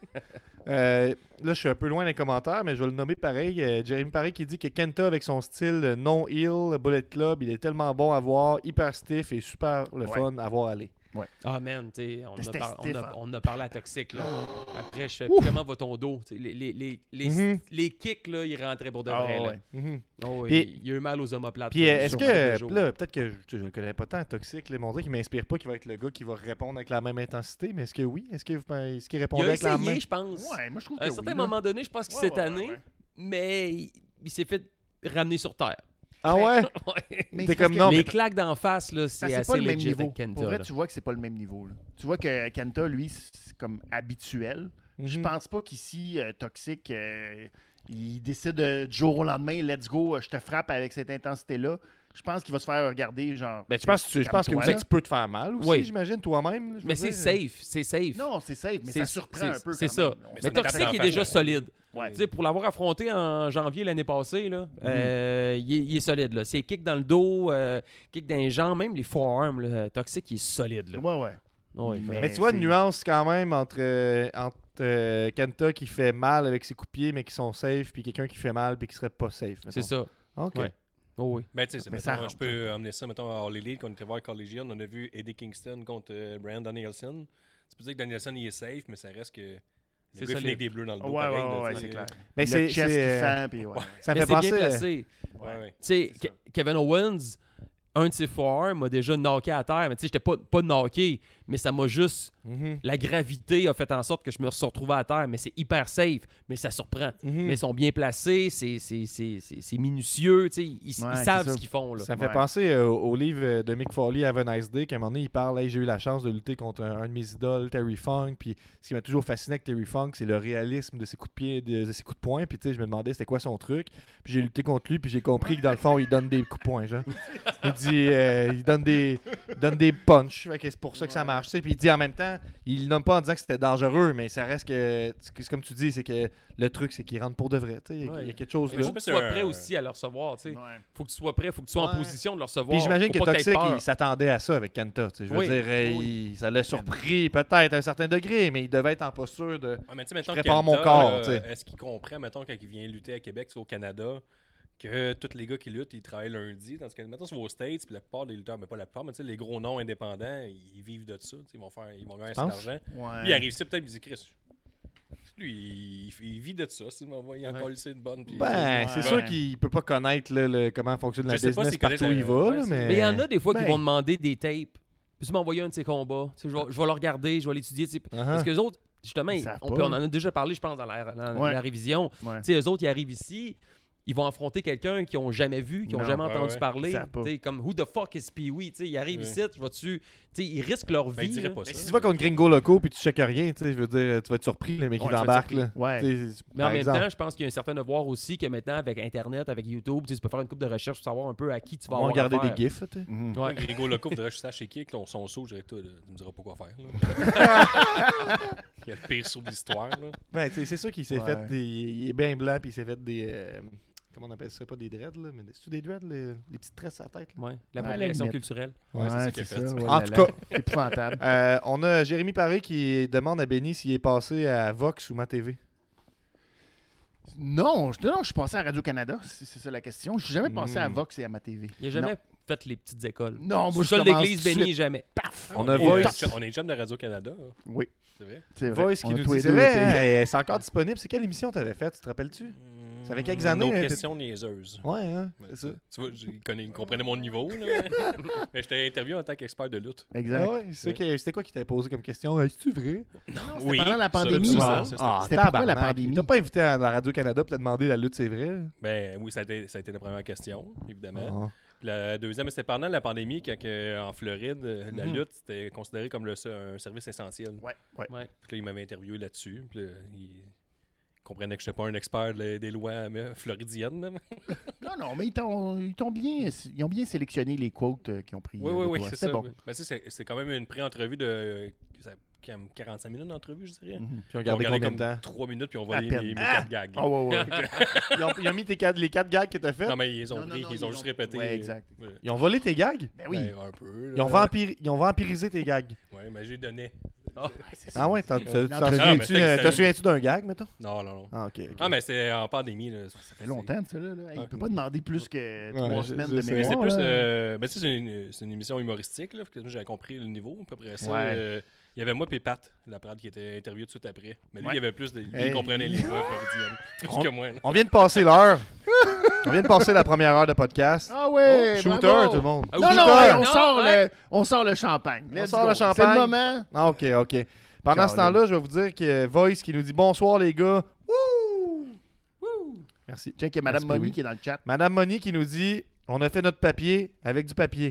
Euh, là, je suis un peu loin des commentaires, mais je vais le nommer pareil. Euh, Jérémy Paré qui dit que Kenta, avec son style euh, non-heel, Bullet Club, il est tellement bon à voir, hyper stiff et super le Ouais. fun à voir aller. Ah, man, tu sais, on, a C'était par- on, stiff, a- hein. on a parlé à Toxic, là. Après, je fais Ouf. comment va ton dos? Tu sais, Les, les, les, les, Mhm. les kicks, là, ils rentraient pour de Ah, vrai, là. ouais. Mhm. Oh, oui, Puis- il y a eu mal aux omoplates. Puis là, euh, est-ce sur que, quelques jours. là, peut-être que je ne le connais pas tant, Toxic, là, mais on dirait qu'il m'inspire pas qu'il va être le gars qui va répondre avec la même intensité, mais est-ce que oui? Est-ce que vous- est-ce qu'il Il répondait a avec la essayé, même? je pense. Ouais, moi, je trouve que À un oui, certain là. moment donné, je pense que Ouais, cette ouais, année, ouais, ouais. mais il, il s'est fait ramener sur terre. Ah ouais? Ouais. Mais T'es c'est parce comme que- non, Les mais claques d'en face, là, Ça, c'est c'est assez pas le même legit niveau. avec Kenta. Pour vrai, là. tu vois que c'est pas le même niveau. là. Tu vois que Kenta, lui, c'est comme habituel. Je Mhm. pense pas qu'ici, euh, Toxic, euh, il décide euh, du jour au lendemain, let's go, euh, je te frappe avec cette intensité-là. Je pense qu'il va se faire regarder, genre. Ben, tu penses, que tu- je pense que calme-toi, tu peux te faire mal aussi, Oui. j'imagine, toi-même. je veux Mais c'est dire. safe, c'est safe. Non, c'est safe, mais C'est- ça surprend c'est- un peu. C'est quand ça. même. On Mais c'est s'entend. une Toxic attaque est en déjà face, solide. Ouais. Tu sais, pour l'avoir affronté en janvier l'année passée, là, euh, il, est, il est solide. Là. C'est kick dans le dos, euh, kick dans les jambes, même les forearms. Là, Toxic, il est solide. Là. Ouais, ouais. Ouais, Mais- Mais tu vois c'est- une nuance quand même entre, euh, entre euh, Kenta qui fait mal avec ses coups de pied, mais qui sont safe, puis quelqu'un qui fait mal, puis qui serait pas safe. c'est ça. OK. Ouais. Oh oui. Ben, tu sais, Mais mettons, ça je rentre, peux emmener ça, mettons, à All Elite, quand on était voir Collegian, on a vu Eddie Kingston contre euh, Brian Danielson. Tu peux dire que Danielson, il est safe, mais ça reste que le C'est gars finit solide. avec des bleus dans le dos. Ouais, pareil, ouais, là, ouais, tu sais. c'est clair. Mais Le c'est. chest c'est, qui euh, fend, puis ouais. Ça Mais fait c'est bien penser. euh, placé. Ouais, ouais. Tu sais, C'est ça. Ke- Kevin Owens, un de ses forearms m'a déjà knocké à terre. Mais tu sais, j'étais pas, pas knocké, mais ça m'a juste. mhm, La gravité a fait en sorte que je me suis retrouvé à terre. Mais c'est hyper safe, mais ça surprend. mhm. Mais ils sont bien placés, c'est, c'est, c'est, c'est, c'est minutieux, tu sais, ils, ils Ouais, c'est savent ça. ce qu'ils font. Là. Ça me fait Ouais. penser euh, au livre euh, de Mick Foley, Have a Nice Day, qu'à un moment donné, il parle, hey, j'ai eu la chance de lutter contre un, un de mes idoles, Terry Funk, puis ce qui m'a toujours fasciné avec Terry Funk, c'est le réalisme de ses coups de pied, de, de ses coups de poing, puis tu sais, je me demandais c'était quoi son truc, puis j'ai lutté contre lui, puis j'ai compris que dans le fond, il donne des coups de poing, genre. Il dit, euh, il donne des, il donne des punches, fait que c'est pour ça que ça marche, tu sais, puis il dit en même temps, il le nomme pas en disant que c'était dangereux, mais ça reste que, c'est comme tu dis, c'est que le truc, c'est qu'il rentre pour de vrai, tu sais, il y a- Ouais. il y a quelque chose Mais là. Faut que tu c'est sois un- prêt aussi à le recevoir, tu sais. Ouais. Faut que tu sois prêt, faut que tu sois en Ouais. position de le recevoir. Puis j'imagine Faut que pas que t'aies Toxic, peur. il s'attendait à ça avec Kenta. tu sais. Je veux Oui, dire, euh, oui. il- ça l'a surpris peut-être à un certain degré, mais il devait être en posture de. Ouais, mais tu sais, mettons, prépare Kenta, mon corps, là, tu sais. est-ce qu'il comprend, mettons, quand il vient lutter à Québec, c'est au Canada, que tous les gars qui luttent, ils travaillent lundi. Tandis que, mettons, c'est aux States, puis la plupart des lutteurs, mais pas la plupart, mais tu sais, les gros noms indépendants, ils vivent de ça. tu sais, Ils vont, faire, ils vont gagner assez penses? d'argent. Ouais. Lui, il arrive ici, peut-être, il dit, Chris, lui, il, il vit de ça. Il m'envoie, il a encore laissé une bonne. puis- Ben, Ouais. c'est Ouais. sûr qu'il peut pas connaître là, le- comment fonctionne la Je sais pas business s'il connaît partout où il la- va, ouais, là, c'est- mais. Mais il y en a des fois qui Ben- vont demander des tapes. Peux-tu m'envoyer un de ces combats? Tu sais, Je vais, je vais le regarder, je vais l'étudier. tu sais. Uh-huh. Parce que les autres, justement, Ils ils- savent on, pas. peut- on en a déjà parlé, je pense, dans la, dans Ouais. la révision. Ouais. Tu sais, eux autres, ils arrivent ici, ils vont affronter quelqu'un qu'ils n'ont jamais vu, qu'ils n'ont Non, jamais ouais, entendu ouais. parler. Ils savent pas. Tu sais, Comme Who the fuck is Pee-Wee? Tu sais, Ils arrivent Ouais. ici, je vais-tu. Tu sais, Ils risquent leur Ben, il vie. dirait là. pas Mais ça. si tu vas contre Gringo Loco puis tu checkes rien, tu sais, je veux dire, tu vas être surpris, le mec Ouais, qui tu vas être embarque. surpris. Là. Ouais. Tu sais, Mais en par même exemple. temps, je pense qu'il y a un certain devoir aussi que maintenant, avec Internet, avec YouTube, tu sais, tu peux faire une coupe de recherche pour savoir un peu à qui tu vas on va avoir regarder affaire. des gifs. tu sais. Mhm. Ouais. Grégo Loco, faudrait que je sache c'est qui, avec ton- son saut, je dirais, toi, là, tu me diras pas quoi faire. là. Il y a le pire saut de l'histoire. là. Ben, tu sais, c'est sûr qu'il s'est Ouais. fait des. Il est bien blanc puis il s'est fait des. euh, Comment on appelle ça? Pas des dreads, là, mais des, c'est-tu des dreads, les, les petites tresses à la tête. Là? Ouais, Ouais, la à la progression limite. culturelle. Ouais, Ouais, c'est ça c'est qu'il a ça. fait. ouais, En là, tout là. cas- C'est épouvantable. Euh, on a Jérémy Paré qui demande à Benny s'il est passé à Vox ou Ma T V. Non, je, non, je suis passé à Radio-Canada, si c'est ça la question. Je suis jamais passé à Mm. Vox et à ma T V. Il n'a jamais fait les petites écoles. Non, moi, je Sous-sol commence d'église, tout de béni, suite. jamais. Paf! On a est- Voice. On est jeune de Radio-Canada. hein. Oui, C'est vrai. c'est vrai. Voice qui On a nous tous dit. les C'est deux vrai, été- hein, c'est encore disponible. C'est quelle émission tu avais faite, tu te rappelles-tu? Ça fait quelques années, Nos hein, questions niaiseuses. Ouais, hein, Ouais, c'est ça. Tu vois, il connaît- il comprenait mon niveau. Là. Mais je t'ai interviewé en tant qu'expert de lutte. Exact. Ah ouais, c'est que- c'était quoi qui t'avait posé comme question? Est-ce vrai? Oui. pendant la ça, pandémie, ça, ça. ça, ça, c'était- Ah, C'était pourquoi la tabarnak. pandémie? T'as pas invité à la Radio-Canada pour te demander la lutte, c'est vrai? Ben oui, ça a, été, ça a été la première question, évidemment. Ah. Puis la deuxième, c'était pendant la pandémie, quand que, en Floride, euh, la Mhm. lutte était considérée comme le, un service essentiel. Ouais, ouais. Ouais. Puis là, il m'avait interviewé là-dessus. Puis là, il comprenait que je n'étais pas un expert de- des lois mais, floridiennes. même. Non, non, mais ils t'ont ils t'ont bien, ils ont bien sélectionné les quotes euh, qu'ils ont pris. Oui, euh, oui, de oui, toi. c'est C'était ça. bon. Ben, tu sais, c'est c'est quand même une pré-entrevue de, ça- comme quarante-cinq minutes d'entrevue, je dirais. Mhm. Puis on Ils ont gardé regardé combien de comme temps? trois minutes, puis on À voit les, peine. mes, mes Ah! quatre gags. Ah ouais, ouais. ils, ont, ils ont mis tes quatre, les quatre gags que t'as fait. Non, mais ils ont Non, pris, non, non, ils ont juste répété. Ouais, exact. Ouais. Ils ont volé tes gags. Ben oui. Ben, un peu. Ils ont, vampir... ils ont vampirisé tes gags. Ouais, mais j'ai donné. Ah ouais, t'en- t'en- t'en Ah, mais souviens-tu c'était- euh, c'était- t'en souviens-tu d'un gag, mettons? Non, non, non. Ah, ok. ok. Ah, mais c'est en pandémie. Là. Ça fait longtemps, ça, là. là. Hey, il Ouais. peut pas demander plus que trois Ouais, je- semaines je de sais. Mais c'est mémoire. plus. là. Euh, ben, tu sais, c'est une, c'est une émission humoristique. Là, que j'ai compris le niveau. À peu près ça. Ouais. euh, il y avait moi et Pat, la Prade, qui était interviewé tout de suite après. Mais lui, Ouais. il y avait plus de. Lui, Hey. il comprenait les voix, plus On- que moi. là. On vient de passer l'heure. On vient de passer la première heure de podcast. Ah ouais! Oh, shooter, bravo. tout le monde. Ah, Non, oui, non, shooter. ouais, on, Non, sort ouais. le, on sort le champagne. On Let's sort go. le C'est le champagne. moment. Ah, ok, ok. Pendant ce Caroline. temps-là, je vais vous dire que Voice qui nous dit bonsoir les gars. Wouh! Merci. Check, il y a Mme Merci, Moni oui. qui est dans le chat. Madame Moni qui nous dit on a fait notre papier avec du papier.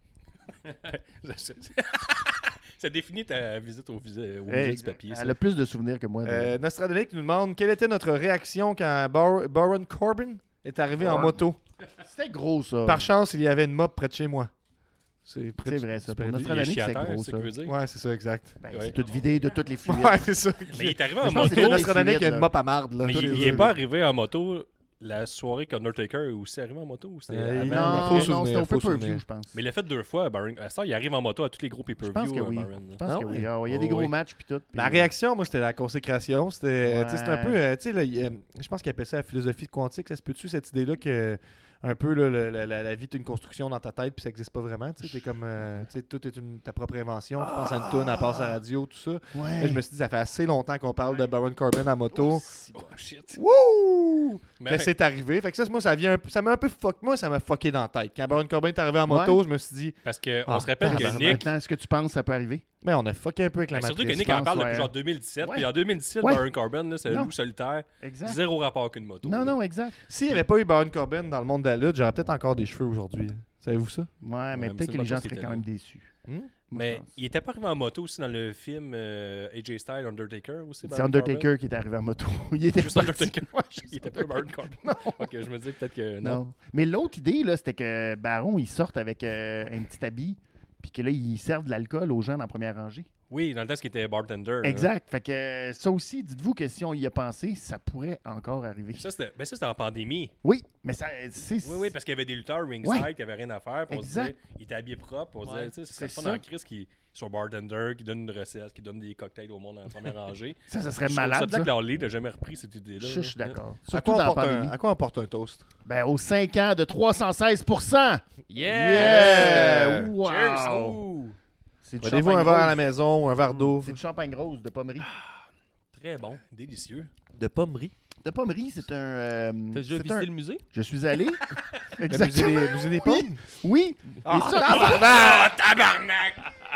Ça définit ta visite au, musée- au Hey, musée du papier. ça. elle a plus de souvenirs que moi. de- Euh, Nostradonic nous demande quelle était notre réaction quand Bar- Baron Corbin est arrivé en Ouais. moto. C'était gros, ça. Par chance, il y avait une mop près de chez moi. C'est près C'est de- vrai, ça. c'est Pour près de- notre Il est année, c'est chiateur, gros, c'est ça. ce que veut dire. Ouais, c'est ça, exact. Ben, Ouais. c'est tout vidé de toutes les fluides. Ouais, c'est ça. Mais il est arrivé Mais en je pense que moto. c'est Notre Nostradonic fluides, a une là. mop à marde. Là. Mais Tout il, est- il est pas arrivé en moto la soirée qu'Undertaker est aussi arrivé en moto. Ou c'était Euh, avant? il- Non, Faux non, souvenir, c'était au faux pay-per-view, souvenir. je pense. Mais il l'a fait deux fois, Baron. À ça, il arrive en moto à tous les gros Je pense pay-per-view, que euh, oui. Baron. Je pense Ah que oui. oui. Ah, il y a des Oh, gros oui. matchs puis tout. puis- La réaction, moi, c'était la consécration. C'était, tu sais, c'est un Ouais. peu, euh, tu sais, là, il, euh, je pense qu'il appelle ça la philosophie quantique. Ça se peut-tu, cette idée-là que un peu là, le- la, la- la vie est une construction dans ta tête puis ça n'existe pas vraiment. Tu sais, t'es comme, euh, tu sais, tout est une, ta propre invention. Tu penses à une toune, elle passe à la radio, tout ça. Ouais. Là, je me suis dit, ça fait assez longtemps qu'on parle de Baron Corbin à moto. Oh shit. Wouh! Mais- Que c'est arrivé. Fait que ça, moi, ça vient un peu- ça m'a un peu fuck. Moi, ça m'a fucké dans la tête. Quand Baron Corbin est arrivé en moto, je me suis dit, Parce qu'on Ah, se rappelle que tabarnak. Nick. Maintenant, est-ce que tu penses que ça peut arriver? mais on a fucké un peu avec la Ben, surtout que matrice. Nick je en pense, parle ouais. depuis genre deux mille dix-sept. Ouais. Puis en deux mille dix-sept, Ouais. Baron Corbin, là, c'est un Non. loup solitaire. Exact. Zéro rapport avec une moto. Non, non, exact. S'il n'y avait pas eu Baron Corbin dans le monde de la lutte, j'aurais peut-être encore des cheveux aujourd'hui. Savez-vous ça? Ouais, mais Ouais, mais peut-être c'est que pas les gens parce qu'il seraient était quand là. même déçus. Hmm? Moi, Mais je pense. il était pas arrivé en moto aussi dans le film euh, A J Styles, Undertaker aussi. C'est Baron Undertaker Corbin? qui est arrivé en moto. Il était Juste parti. Undertaker. Ouais, je Il sais était pas. pas Baron Corbin. Non. Ok, je me dis peut-être que non. Non. Mais l'autre idée, là, c'était que Baron, il sorte avec euh, un petit habit, puis que là, il serve de l'alcool aux gens dans la première rangée. Oui, dans le temps, ce qui était bartender. là. Exact. Fait que euh, ça aussi, dites-vous que si on y a pensé, ça pourrait encore arriver. Ça, c'était ben, ça, c'était en pandémie. Oui, mais ça, c'est... Oui, oui, parce qu'il y avait des lutteurs ringside Ouais. qui n'avaient rien à faire. Puis on se Exact. disait, il était habillé propre. On se Ouais, disait, tu sais, c'est c'est pas ça. dans Chris qui soit bartender, qui donne une recette, qui donne des cocktails au monde en première rangée. Ça, ça serait Je trouve malade, Ça ça. que leur lead n'a jamais repris cette idée-là. Je suis là. d'accord. À Surtout quoi, dans on la porte pandémie. un, à quoi on porte un toast? Ben, aux cinq ans de trois cent seize pour cent. Yeah! Yeah! Wow! Cheers! Oh! C'est du Prenez-vous champagne un verre à rose. la maison ou un verre d'eau? C'est du champagne rose de pommerie. Très bon, délicieux. De pommerie. De pommerie, c'est un... euh, T'as déjà c'est visité un- le musée? Je suis allé. Musée Exactement. des, musée des pommes? Oui. Ah, Et ça- Ah, tabarnak!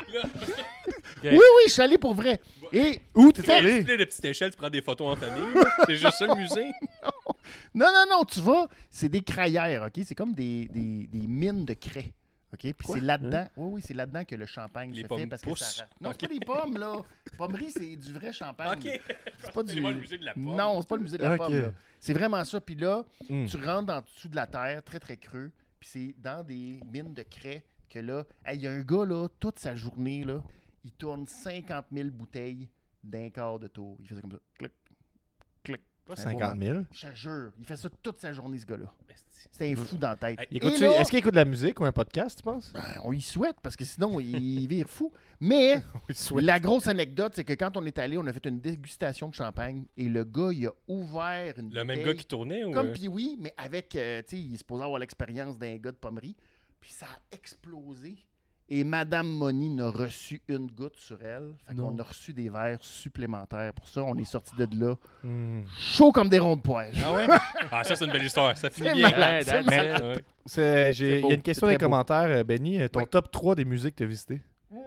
Oui, oui, je suis allé pour vrai. Et Où t'es Tu fais allé? de petites échelles, tu prends des photos en famille. là. C'est juste ça le musée. non, non, non, tu vas, c'est des crayères, OK? C'est comme des, des, des mines de craie. OK? Puis c'est là-dedans. Oui, oui, c'est là-dedans que le champagne Les se pommes fait parce que poussent. ça. Non, c'est pas des pommes, là. Pommerie, c'est du vrai champagne. OK. C'est pas du. C'est pas le musée de la pomme. Non, c'est pas le musée de la Ok. pomme. là. C'est vraiment ça. Puis là, Hmm. tu rentres en dessous de la terre, très, très creux. Puis c'est dans des mines de craie que là, hey, il y a un gars, là, toute sa journée, là, il tourne cinquante mille bouteilles d'un quart de tour. Il faisait comme ça. Clic, clic. Pas C'est un beau cinquante mille. Je te jure, il fait ça toute sa journée, ce gars-là. C'est un fou dans la tête. Hey, Et Écoutes-tu- là, Est-ce qu'il écoute de la musique ou un podcast, tu penses? ben, on y souhaite, parce que sinon, il vire fou. Mais la grosse anecdote, c'est que quand on est allé, on a fait une dégustation de champagne et le gars, il a ouvert une Le même bouteille, gars qui tournait ou. comme euh? puis oui, mais avec, euh, tu sais, il est supposé avoir l'expérience d'un gars de pommerie. Puis ça a explosé. Et Madame Moni n'a reçu une goutte sur elle. Fait qu'on a reçu des verres supplémentaires. Pour ça, on est sorti de là Hmm. chaud comme des ronds de poêle. Ah ouais? Ah, ça, c'est une belle histoire. Ça finit C'est bien. malade, Ouais, c'est that's malade. it. Ouais. C'est- j'ai- C'est Il beau, y a une question c'est dans les très beau. commentaires, euh, Benny. euh, Ton Oui. top trois des musiques que tu as visitées. Mmh.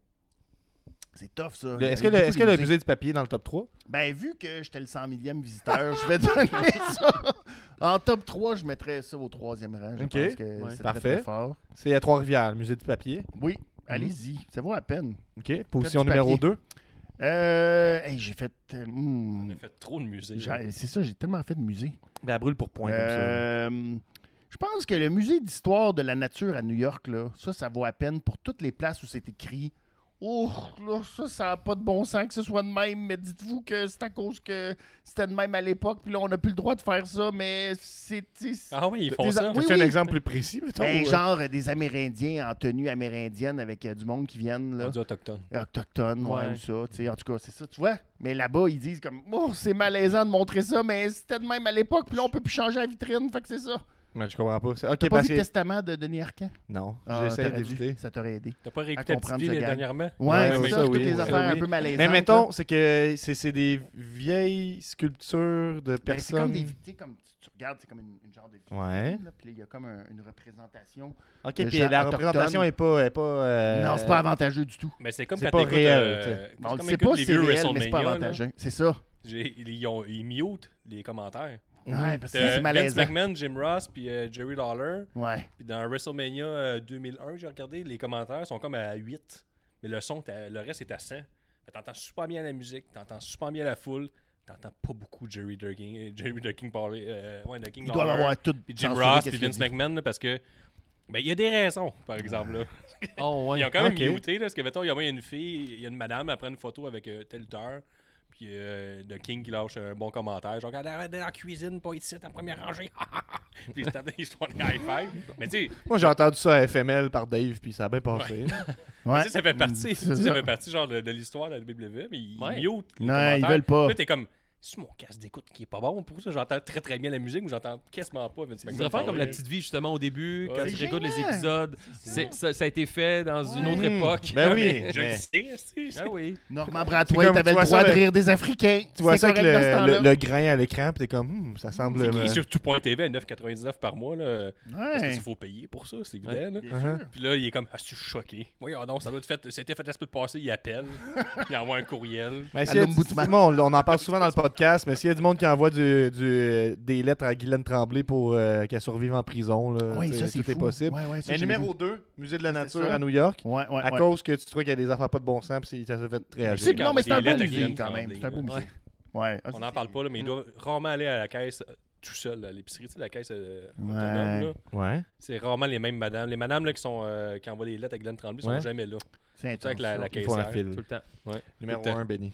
C'est tough, ça. Le- Est-ce Il y que, a le, beaucoup est-ce de que le musique. musée du papier est dans le top trois? Ben, vu que j'étais le cent millième visiteur, je vais donner ça. En top trois, je mettrais ça au troisième rang. Je Ok. pense que Ouais. c'est Parfait. très, très fort. C'est à Trois-Rivières, le musée du papier. Oui, allez-y. Ça vaut à peine. OK. Position du numéro papier. deux. Euh, hey, j'ai fait... euh, hmm, On a fait trop de musées. j'ai- c'est ça, j'ai tellement fait de musée. Ben, elle brûle pour point comme ça. Euh, je pense que le musée d'histoire de la nature à New York, là, ça, ça vaut à peine pour toutes les places où c'est écrit Oh, là, ça, ça n'a pas de bon sens que ce soit de même, mais dites-vous que c'est à cause que c'était de même à l'époque, puis là, on n'a plus le droit de faire ça, mais c'est... Ah oui, ils font Des- ça. oui, C'est oui. un exemple plus précis, mettons. Ben, ou- genre euh, des Amérindiens en tenue amérindienne avec euh, du monde qui viennent, là. Rendu autochtone. Autochtones, ouais, Ouais. ou ça, tu sais, en tout cas, c'est ça, tu vois. Mais là-bas, ils disent comme, oh, c'est malaisant de montrer ça, mais c'était de même à l'époque, puis là, on peut plus changer la vitrine, fait que c'est ça. Ouais, je comprends pas. C'est- Ok, T'as pas parce vu le que... testament de Denis Arcand? Non, Ah, j'essaie t'aurais d'éviter. dû. Ça t'aurait aidé. T'as pas réécouté À la comprendre petite ce vie gag. dernièrement? Ouais, Ouais, c'est oui, ça, ça, toutes oui, les ça, affaires oui. un peu malaisantes. Mais là. mettons, c'est que c'est c'est des vieilles sculptures de Ben, c'est comme personnes. des, tu sais, comme tu, tu regardes, c'est comme une, une genre de vitrine, Ouais. là, puis là, il y a comme un- une représentation. Ok, de puis gens la autochtones. représentation est pas. Est pas euh, Non, c'est pas avantageux du tout. Mais c'est comme C'est quand pas t'écoutes, réel, euh, tu sais. On comme le sait t'écoutes pas les si c'est vieux réel, mais c'est pas WrestleMania, là. avantageux. C'est ça. J'ai- Ils, ont, ils mute les commentaires. Ouais, parce que T'as c'est Vince malaisant. McMahon, Jim Ross, puis euh, Jerry Lawler. Ouais. Puis dans WrestleMania euh, deux mille un, j'ai regardé, les commentaires sont comme à huit. Mais le son, t'as- le reste est à cent. Fait t'entends super bien la musique, t'entends super bien la foule, t'entends pas beaucoup Jerry Durkin, Jerry Durkin parler. Euh, ouais, Durkin Ils doivent Lawler, avoir tout puis Jim censuré, Ross, qu'est-ce puis qu'il Vince dit. McMahon, là, parce que. Ben, il y a des raisons, par exemple. Là. Oh, ouais. Ils ont quand même Ok. muté, là, parce que, mettons, il y a moi, il y a une fille, il y a une madame, elle prend une photo avec euh, tel lutteur, puis euh, le King qui lâche un bon commentaire, genre, arrête dans la cuisine, pas ici, en première rangée. Puis il se tape, il se font des high five. Mais tu sais, Moi, j'ai entendu ça à F M L par Dave, puis ça a bien passé. Ouais. tu sais, ça fait partie, C'est tu sais, ça ça. fait partie genre de, de l'histoire de la W W E, mais ils Ouais. mutent les Non, ils commentaires. veulent pas. Là, t'es comme, c'est mon casque d'écoute qui est pas bon pour ça. J'entends très très bien la musique, mais j'entends quasiment pas Vince Tu McMahon devrais faire comme parler. la petite vie, justement, au début, quand Ouais. tu C'est réécoutes les génial. épisodes. C'est- Ça, ça a été fait dans une autre Mmh. époque. Ben oui. Mais je le mais- sais, c'est- Ah oui. Normand C'est Bratois, comme, t'avais tu vois le droit ça, de le- rire des Africains. Tu vois C'est ça avec correct dans ce le, temps-là. le, le grain à l'écran, puis t'es comme, hmm, ça semble. C'est euh, qui sur tout.tv à neuf quatre-vingt-dix-neuf par mois, là. Parce Ouais. qu'il faut payer pour ça, c'est évident. Ouais. là. Bien Uh-huh. sûr. Puis là, il est comme, ah, je suis choqué. Voyons donc, ça doit être fait, c'était fait la semaine passée, il appelle, il envoie un courriel. Mais s'il y a Alum du- Boutman. Simon, on, on en parle souvent dans le podcast, mais s'il y a du monde qui envoie du, du- des lettres à Guylaine Tremblay pour euh, qu'elle survive en prison, là, Oui, tu sais, ça, c'est tout est fou. possible. Ouais, ouais, ça, Mais j'ai numéro vu. deux, Musée de la C'est Nature ça. à New York, Ouais, ouais, à ouais. cause que tu trouvais qu'il y a des affaires pas de bon sens, puis ça s'est fait réagir. C'est- Non, mais c'est un Les beau lettres à musée Guylaine quand même. Tremblay, C'est un beau là. musée. Ouais. Ah, On n'en c'est- parle pas, là, mais il doit rarement aller à la caisse euh, tout seul, à l'épicerie, tu sais, la caisse euh, Ouais. autonome, là. Ouais. C'est rarement les mêmes madames. Les madames là, qui, sont, euh, qui envoient les lettres à Glenn Tremblay sont Ouais. jamais là. C'est C'est avec la, intense, la ça. Ils font la caissière. file. Tout le temps. Ouais. Numéro Tout le temps. un, Benny.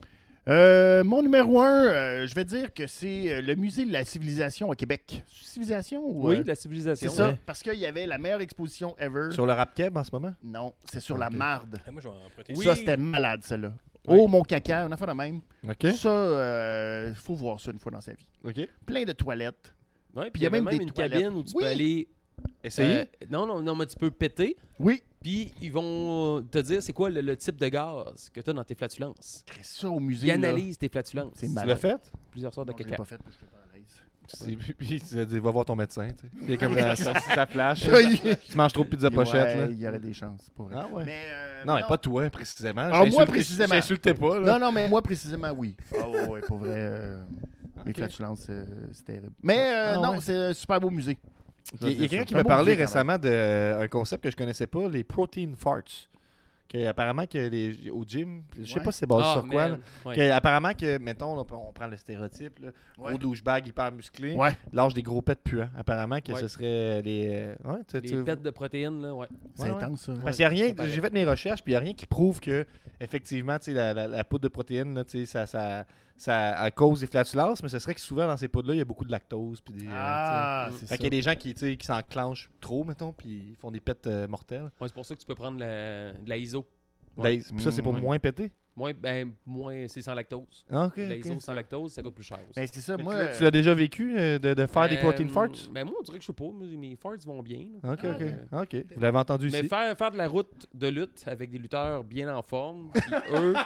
Euh, mon numéro un, euh, je vais dire que c'est euh, le musée de la civilisation à Québec. Civilisation ou. Oui, euh, de la civilisation. c'est ça, ouais. parce qu'il y avait la meilleure exposition ever. Sur le rap keb en ce moment? Non, c'est sur la Ok. marde. Ah, moi, je vais en prêter. Ça, c'était malade, celle-là. Oui. Oh, mon caca, on a fait de même. OK. Ça, euh, il faut voir ça une fois dans sa vie. OK. Plein de toilettes. Ouais, Puis puis il y a même, des une toilettes. cabine où tu Oui. peux aller. Essayez. euh, non, non, non, mais tu peux péter. Oui. Puis ils vont te dire c'est quoi le, le type de gaz que tu as dans tes flatulences. Crée ça au musée. Ils là. analysent tes flatulences. C'est Tu l'as malade. fait? Plusieurs sortes de Non, je l'ai caca. pas fait parce que je suis pas à l'aise. C'est- Puis tu as dit, va voir ton médecin. Tu sais. Il est comme la- ça, ça flash. Oui. Tu manges trop de pizza pochette. Ouais, là. il y aurait des chances. Pour vrai. Ah ouais. Mais, euh, Non, mais pas toi, précisément. Ah, Je moi, t'insulte- précisément. Je t'insultais pas, là. Non, non, mais moi, précisément, oui. Ah ouais, ouais, pour vrai. euh, Les Ok. flatulences, euh, c'est terrible. Mais euh, Ah non, ouais. c'est un super beau musée. Il y a, il y a quelqu'un qui C'est un m'a beau parlé musée, quand même. récemment d'un concept que je connaissais pas, les protein farts. Que, apparemment, que les, au gym, je sais Ouais. pas si c'est basé Ah, sur quoi. là, man. Ouais. que, apparemment, que, mettons, là, on prend le stéréotype, là, Ouais. gros douchebag hyper musclé, Ouais. lâche des gros pets puants. Apparemment, que Ouais. ce serait les. euh, Ouais, tu- Les tu- pets de protéines, là, ouais. C'est Ouais, ouais. intense, ça. Parce qu'il y a rien, c'est pareil. j'ai fait mes recherches, puis il n'y a rien qui prouve que, effectivement, tu sais, la, la, la poudre de protéines, là, tu sais, ça, ça, ça à cause des flatulences, mais ce serait que souvent dans ces poudres-là, il y a beaucoup de lactose. Puis des, euh, Ah, tu sais. c'est Fait ça. qu'il y a des gens qui, tu sais, qui s'enclenchent trop, mettons, puis ils font des pets euh, mortels. Ouais, c'est pour ça que tu peux prendre la- de la I S O. La- puis ça, c'est pour Mm, ouais. moins péter. Moins, ben, moins c'est sans lactose. Ah, ok. La ok. I S O sans lactose, ça coûte plus cher aussi. Ben, c'est ça, Mais moi. tu l'as- tu l'as déjà vécu euh, de, de faire des protein Euh, farts? Ben moi, on dirait que je sais pas. moi, Mes farts vont bien. là. Ok, ok. Euh, Ok. Vous l'avez entendu Mais ici. faire, faire de la route de lutte avec des lutteurs bien en forme, qui, eux,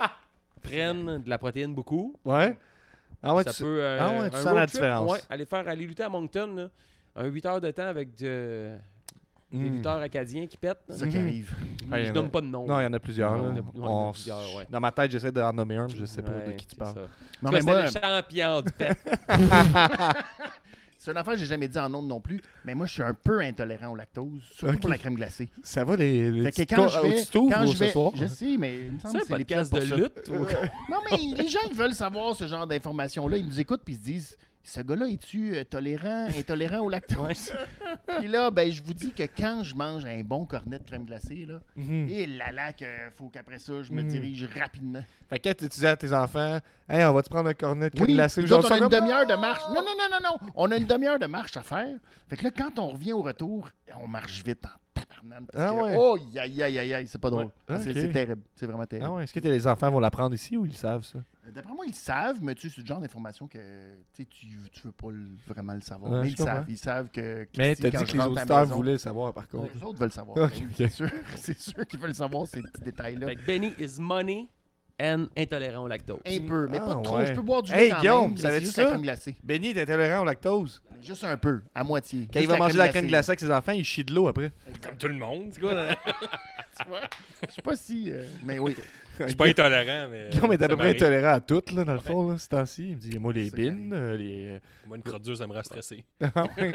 prennent de la protéine beaucoup. Ouais. Ah ouais, ça tu- peut, euh, ah ouais, tu un sens road la trip, différence. ouais, aller faire aller lutter à Moncton, là, un huit heures de temps avec de- des Hmm. lutteurs acadiens qui pètent. là. C'est ça qui Mhm. arrive. Ah, il y Je en a- donne pas de nom. Non, il y en a plusieurs. Non, là. il y en a- ouais, il y en a On- plusieurs, ouais. Dans ma tête, j'essaie d'en nommer un, mais je sais pas de Ouais, qui tu c'est parles. ça. Non, Toi, mais c'était moi, le champion du pet. c'est une affaire que j'ai jamais dit en ondes non plus, mais moi, je suis un peu intolérant au lactose, surtout Ok. pour la crème glacée. Ça va les. les Fait que petites quand co- je au vais, petit tour quand ou je ce vais, soir? je sais, mais il me semble C'est un que c'est podcast l'épisode de pour ça. lutte. ou- Non, mais les gens qui veulent savoir ce genre d'informations-là, ils nous écoutent puis ils se disent, ce gars-là, es-tu euh, tolérant, intolérant au lactose? Puis là, ben, je vous dis que quand je mange un bon cornet de crème glacée, là, Mhm. et là là, qu'il faut qu'après ça, je me Mhm. dirige rapidement. Fait que quand tu disais à tes enfants, hey, on va-te prendre un cornet de crème Oui, glacée. nous Genre, autres, on a ça une comme- demi-heure de marche. Non, non, non, non, non. On a une demi-heure de marche à faire. Fait que là, quand on revient au retour, on marche vite en tabarnane. parce Ah que, ouais. Oh, aïe, aïe, aïe, aïe, c'est pas drôle. Ouais. C'est Ok. c'est terrible. C'est vraiment terrible. Ah ouais, est-ce que les enfants vont l'apprendre ici ou ils le savent, ça? D'après moi, ils le savent, mais tu sais, c'est le genre d'information que tu sais, tu tu veux pas le- vraiment le savoir. Ouais, mais je ils comprends. savent. Ils savent que. Mais Christy, t'as quand dit je que les rentre à la auditeurs maison- voulaient le savoir, par contre. Ouais, les autres veulent le savoir. Ok, Ben oui, ok. C'est sûr, c'est sûr qu'ils veulent savoir ces petits détails-là. Fait que Benny is money and intolérant au lactose. Un peu, mais pas Ah, trop. ouais. Je peux boire du Hey, lait quand Guillaume, même, mais savais-tu c'est juste ça? la crème glacée. Benny est intolérant au lactose. Juste un peu, à moitié. Quand il Juste va manger la crème glacée avec ses enfants, il chie de l'eau après. Comme tout le monde. C'est quoi, là? Tu vois? Je sais pas si... euh, mais oui. Je suis pas intolérant, mais. Guillaume est à ça peu près m'arrive. intolérant à tout, là, dans le fond, là, ce temps-ci. Il me dit, moi, les C'est bines, euh, les... Moi, une crotte dure, ça me rend stressé. Ah ouais.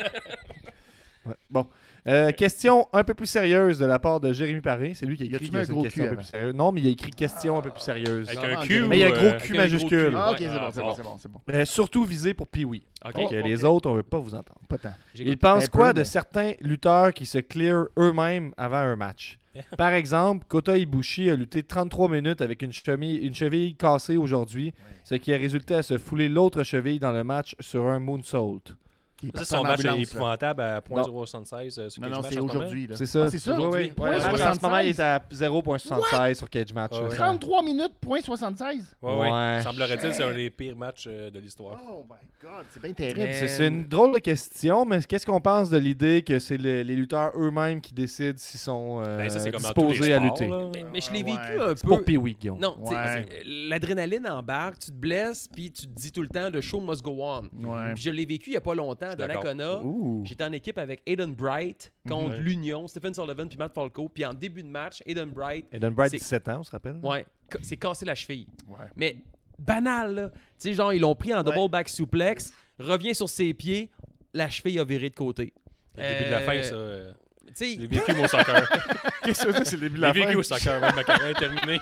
Ouais. Bon. Euh, question un peu plus sérieuse de la part de Jérémy Paré. C'est lui qui a écrit mis un cette gros question cul un peu avant? plus sérieuse. Non, mais il a écrit question un peu plus sérieuse. Avec Ah, un ok. cul. Mais il y a ou, gros euh, cul avec un gros majuscule. cul. Ah, ok, Ouais. c'est bon, c'est Ah, bon, bon. c'est bon, c'est bon. Euh, surtout visé pour Pee-Wee. Ok. Donc, euh, les autres, on ne veut pas vous entendre. Pas tant. Il pense Un quoi peu, de mais- certains lutteurs qui se clear eux-mêmes avant un match? Par exemple, Kota Ibushi a lutté trente-trois minutes avec une cheville, une cheville cassée aujourd'hui, ce qui a résulté à se fouler l'autre cheville dans le match sur un moonsault. Qui est Ça, parti son en match est ambulance, là. épouvantable à Non. point zéro soixante-seize. euh, sur Non, Cage non, Match c'est en ce moment. aujourd'hui. là. C'est ça. Ah, c'est ça? Oui, oui. aujourd'hui? Ouais, Point en ce moment, il soixante-seize. est à zéro virgule soixante-seize sur Cage Match. Ouais, ouais. trente-trois minutes, point soixante-seize. Ouais, ouais. Ouais. Semblerait-il que c'est un des pires matchs euh, de l'histoire. Oh my God, c'est bien terrible. Mais- C'est c'est une drôle de question, mais qu'est-ce qu'on pense de l'idée que c'est le- les lutteurs eux-mêmes qui décident s'ils sont euh, Ben, ça, c'est comme dans tous les disposés à sports, lutter? là. Mais, mais je l'ai Ouais. vécu un C'est peu. pour Pee-Wee, Guillaume. Non, tu sais, Ouais. euh, l'adrénaline embarque, tu te blesses, puis tu te dis tout le temps « the show must go on Ouais. ». Puis je l'ai vécu il n'y a pas longtemps, suis de d'accord. Nakona. Ouh. J'étais en équipe avec Aiden Bright contre Mhm. l'Union, Stephen Sullivan puis Matt Falco. Puis en début de match, Aiden Bright, Eden Bright, C'est- dix-sept ans, on se rappelle? ouais, ca- s'est cassé la cheville. Ouais. Mais banal, là. Tu sais, genre, ils l'ont pris en double Ouais. back suplex, revient sur ses pieds, la cheville a viré de côté. Le début de la Euh, fin, ça. euh, Tu sais, J'ai vécu mon soccer. Qu'est-ce que c'est, c'est le début de J'ai la vécu fin? au soccer, même ma carrière est terminée.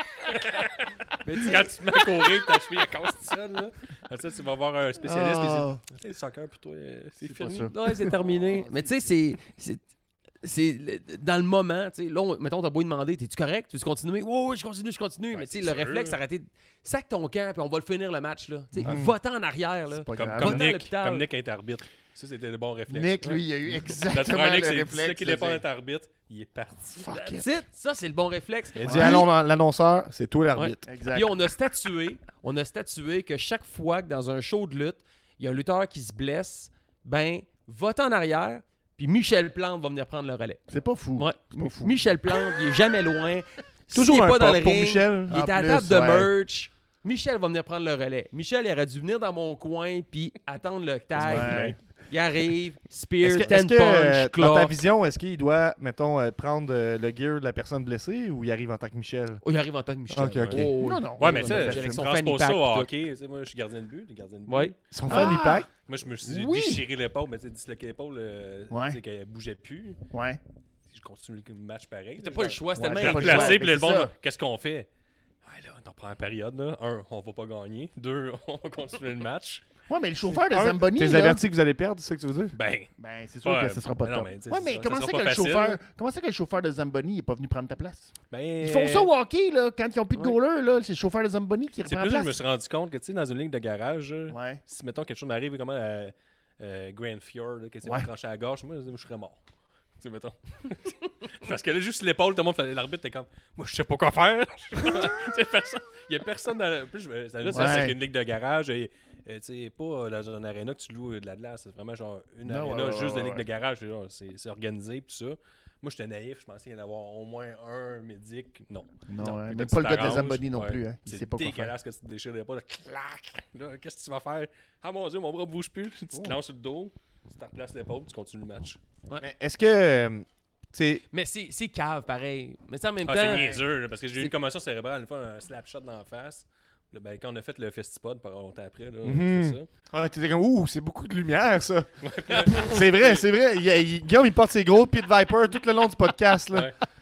mais tu sais, Quand tu te mets à courir, ta cheville elle casse toute seule, là. Après ça, tu vas voir un spécialiste Ah. qui dit, le soccer, pour toi, euh, c'est C'est pas fini. ça. ouais, c'est terminé. Mais tu sais, c'est- c'est. C'est le- dans le moment, tu sais, là, on- mettons, t'as beau lui demander, t'es-tu correct? Tu veux continuer? Oui, oui, je continue, je continue. Ouais, mais tu sais, c'est le sûr. réflexe, arrêter. Sac ton camp, puis on va le finir le match, là. Tu sais, Mhm. va-t'en en arrière, là. C'est pas Comme, grave. comme Va-t'en à Nick, l'hôpital. comme Nick est arbitre. Ça, c'était le bon réflexe. Nick, lui, il a eu Notre exactement frère Nick, le c'est c'est réflexe. ça qu'il de n'est pas dire, notre arbitre. Il est parti. Fuck That's it. it. Ça, c'est le bon réflexe. Il a dit, Ouais. allons, l'annonceur, c'est toi l'arbitre. Exact. Puis on a statué, on a statué que chaque fois que dans un show de lutte, il y a un lutteur qui se blesse, ben, va-t'en en arrière, puis Michel Plante va venir prendre le relais. C'est pas fou. Ouais. C'est pas fou. Michel Plante, il est jamais loin. Toujours S'il est un pas dans pop le pour ring, Michel. il est En à la plus, table de ouais. merch. Michel va venir prendre le relais. Michel, il aurait dû venir dans mon coin puis attendre le tag. Ouais. Il arrive, Est-ce spear, que, ten est-ce que, euh, punch, dans ta claw. vision, est-ce qu'il doit, mettons, euh, prendre euh, le gear de la personne blessée ou il arrive en tant que Michel? Oh, il arrive en tant que Michel. Ok, ok. Oh, Non, non. Ouais, mais il ça, va je avec son transpose fanny ça pack au puis tout. hockey. Tu sais, moi, je suis gardien de but. le Gardien de but. Ouais. Son Ah! fanny pack? Moi, je me suis Oui. déchiré l'épaule, mais tu sais, disloqué l'épaule, euh, Ouais. tu sais, qu'elle bougeait plus. Ouais. Je continue le match pareil. T'as pas le choix, c'est Ouais, tellement t'as Je pas suis le choix, placé, puis mais le c'est bon, ça. qu'est-ce qu'on fait? Ouais, là, on prend une période. Là. Un, on va pas gagner. Deux, on va continuer le match. Ouais, mais le chauffeur de Un, Zamboni. T'es là- averti que vous allez perdre, c'est ça que tu veux dire? Ben, Ben, c'est sûr Ouais, que ce sera pas mais non, top. mais tu sais, Ouais, ça- mais ça comment sera ça pas que le facile, chauffeur, là. comment ça que le chauffeur de Zamboni n'est pas venu prendre ta place? ben, Ils font ça au hockey, là, quand ils n'ont plus de Ouais. goaler, là, c'est le chauffeur de Zamboni qui C'est reprend plus la que je me place. suis rendu compte que, tu sais, dans une ligne de garage, là, Ouais. si, mettons, quelque chose m'arrive, comme à euh, Grand Fjord, là, que c'est Ouais. tranché à la gorge, moi, je serais mort. Tu sais, mettons. Parce que là, juste l'épaule, tout le monde, fait- l'arbitre était comme, moi, je sais pas quoi faire. Tu sais, personne- Il y a personne dans la. En plus, je- ça, là, ça, Ouais. c'est une ligne de garage. Et, euh, tu sais, pas euh, dans une aréna que tu loues euh, de la glace. C'est vraiment genre une Non, aréna, ouais, ouais, juste de ouais, ligne ouais. de garage. c'est genre, C'est c'est organisé, tout ça. Moi, j'étais naïf. Je pensais qu'il y en avait au moins un médic. Non. Non, Non, ouais, fait que mais tu pas le gars de t'arranges, Zamboni non ouais. plus. Hein. Il C'est sait pas quoi faire. dégueulasse que tu te déchires l'épaule. là, Clac! Là, qu'est-ce que tu vas faire? Ah mon dieu, mon bras bouge plus. Tu te Oh. lances sur le dos, tu te replaces l'épaule, tu continues le match. Mais Est-ce que, euh, tu sais, Mais c'est c'est cave, pareil. Mais ça, en même Ah, c'est temps. niaiseux, là, parce que j'ai eu c'est- une commotion cérébrale une fois, un slap shot dans la face. Là, ben, quand on a fait le Festipod, pas longtemps après, là, Mhm. c'était ça. ah, t'étais comme, ouh, c'est beaucoup de lumière, ça. c'est vrai, c'est vrai. Il, il- Guillaume, il porte ses gros pieds de Viper tout le long du podcast, là. Ouais.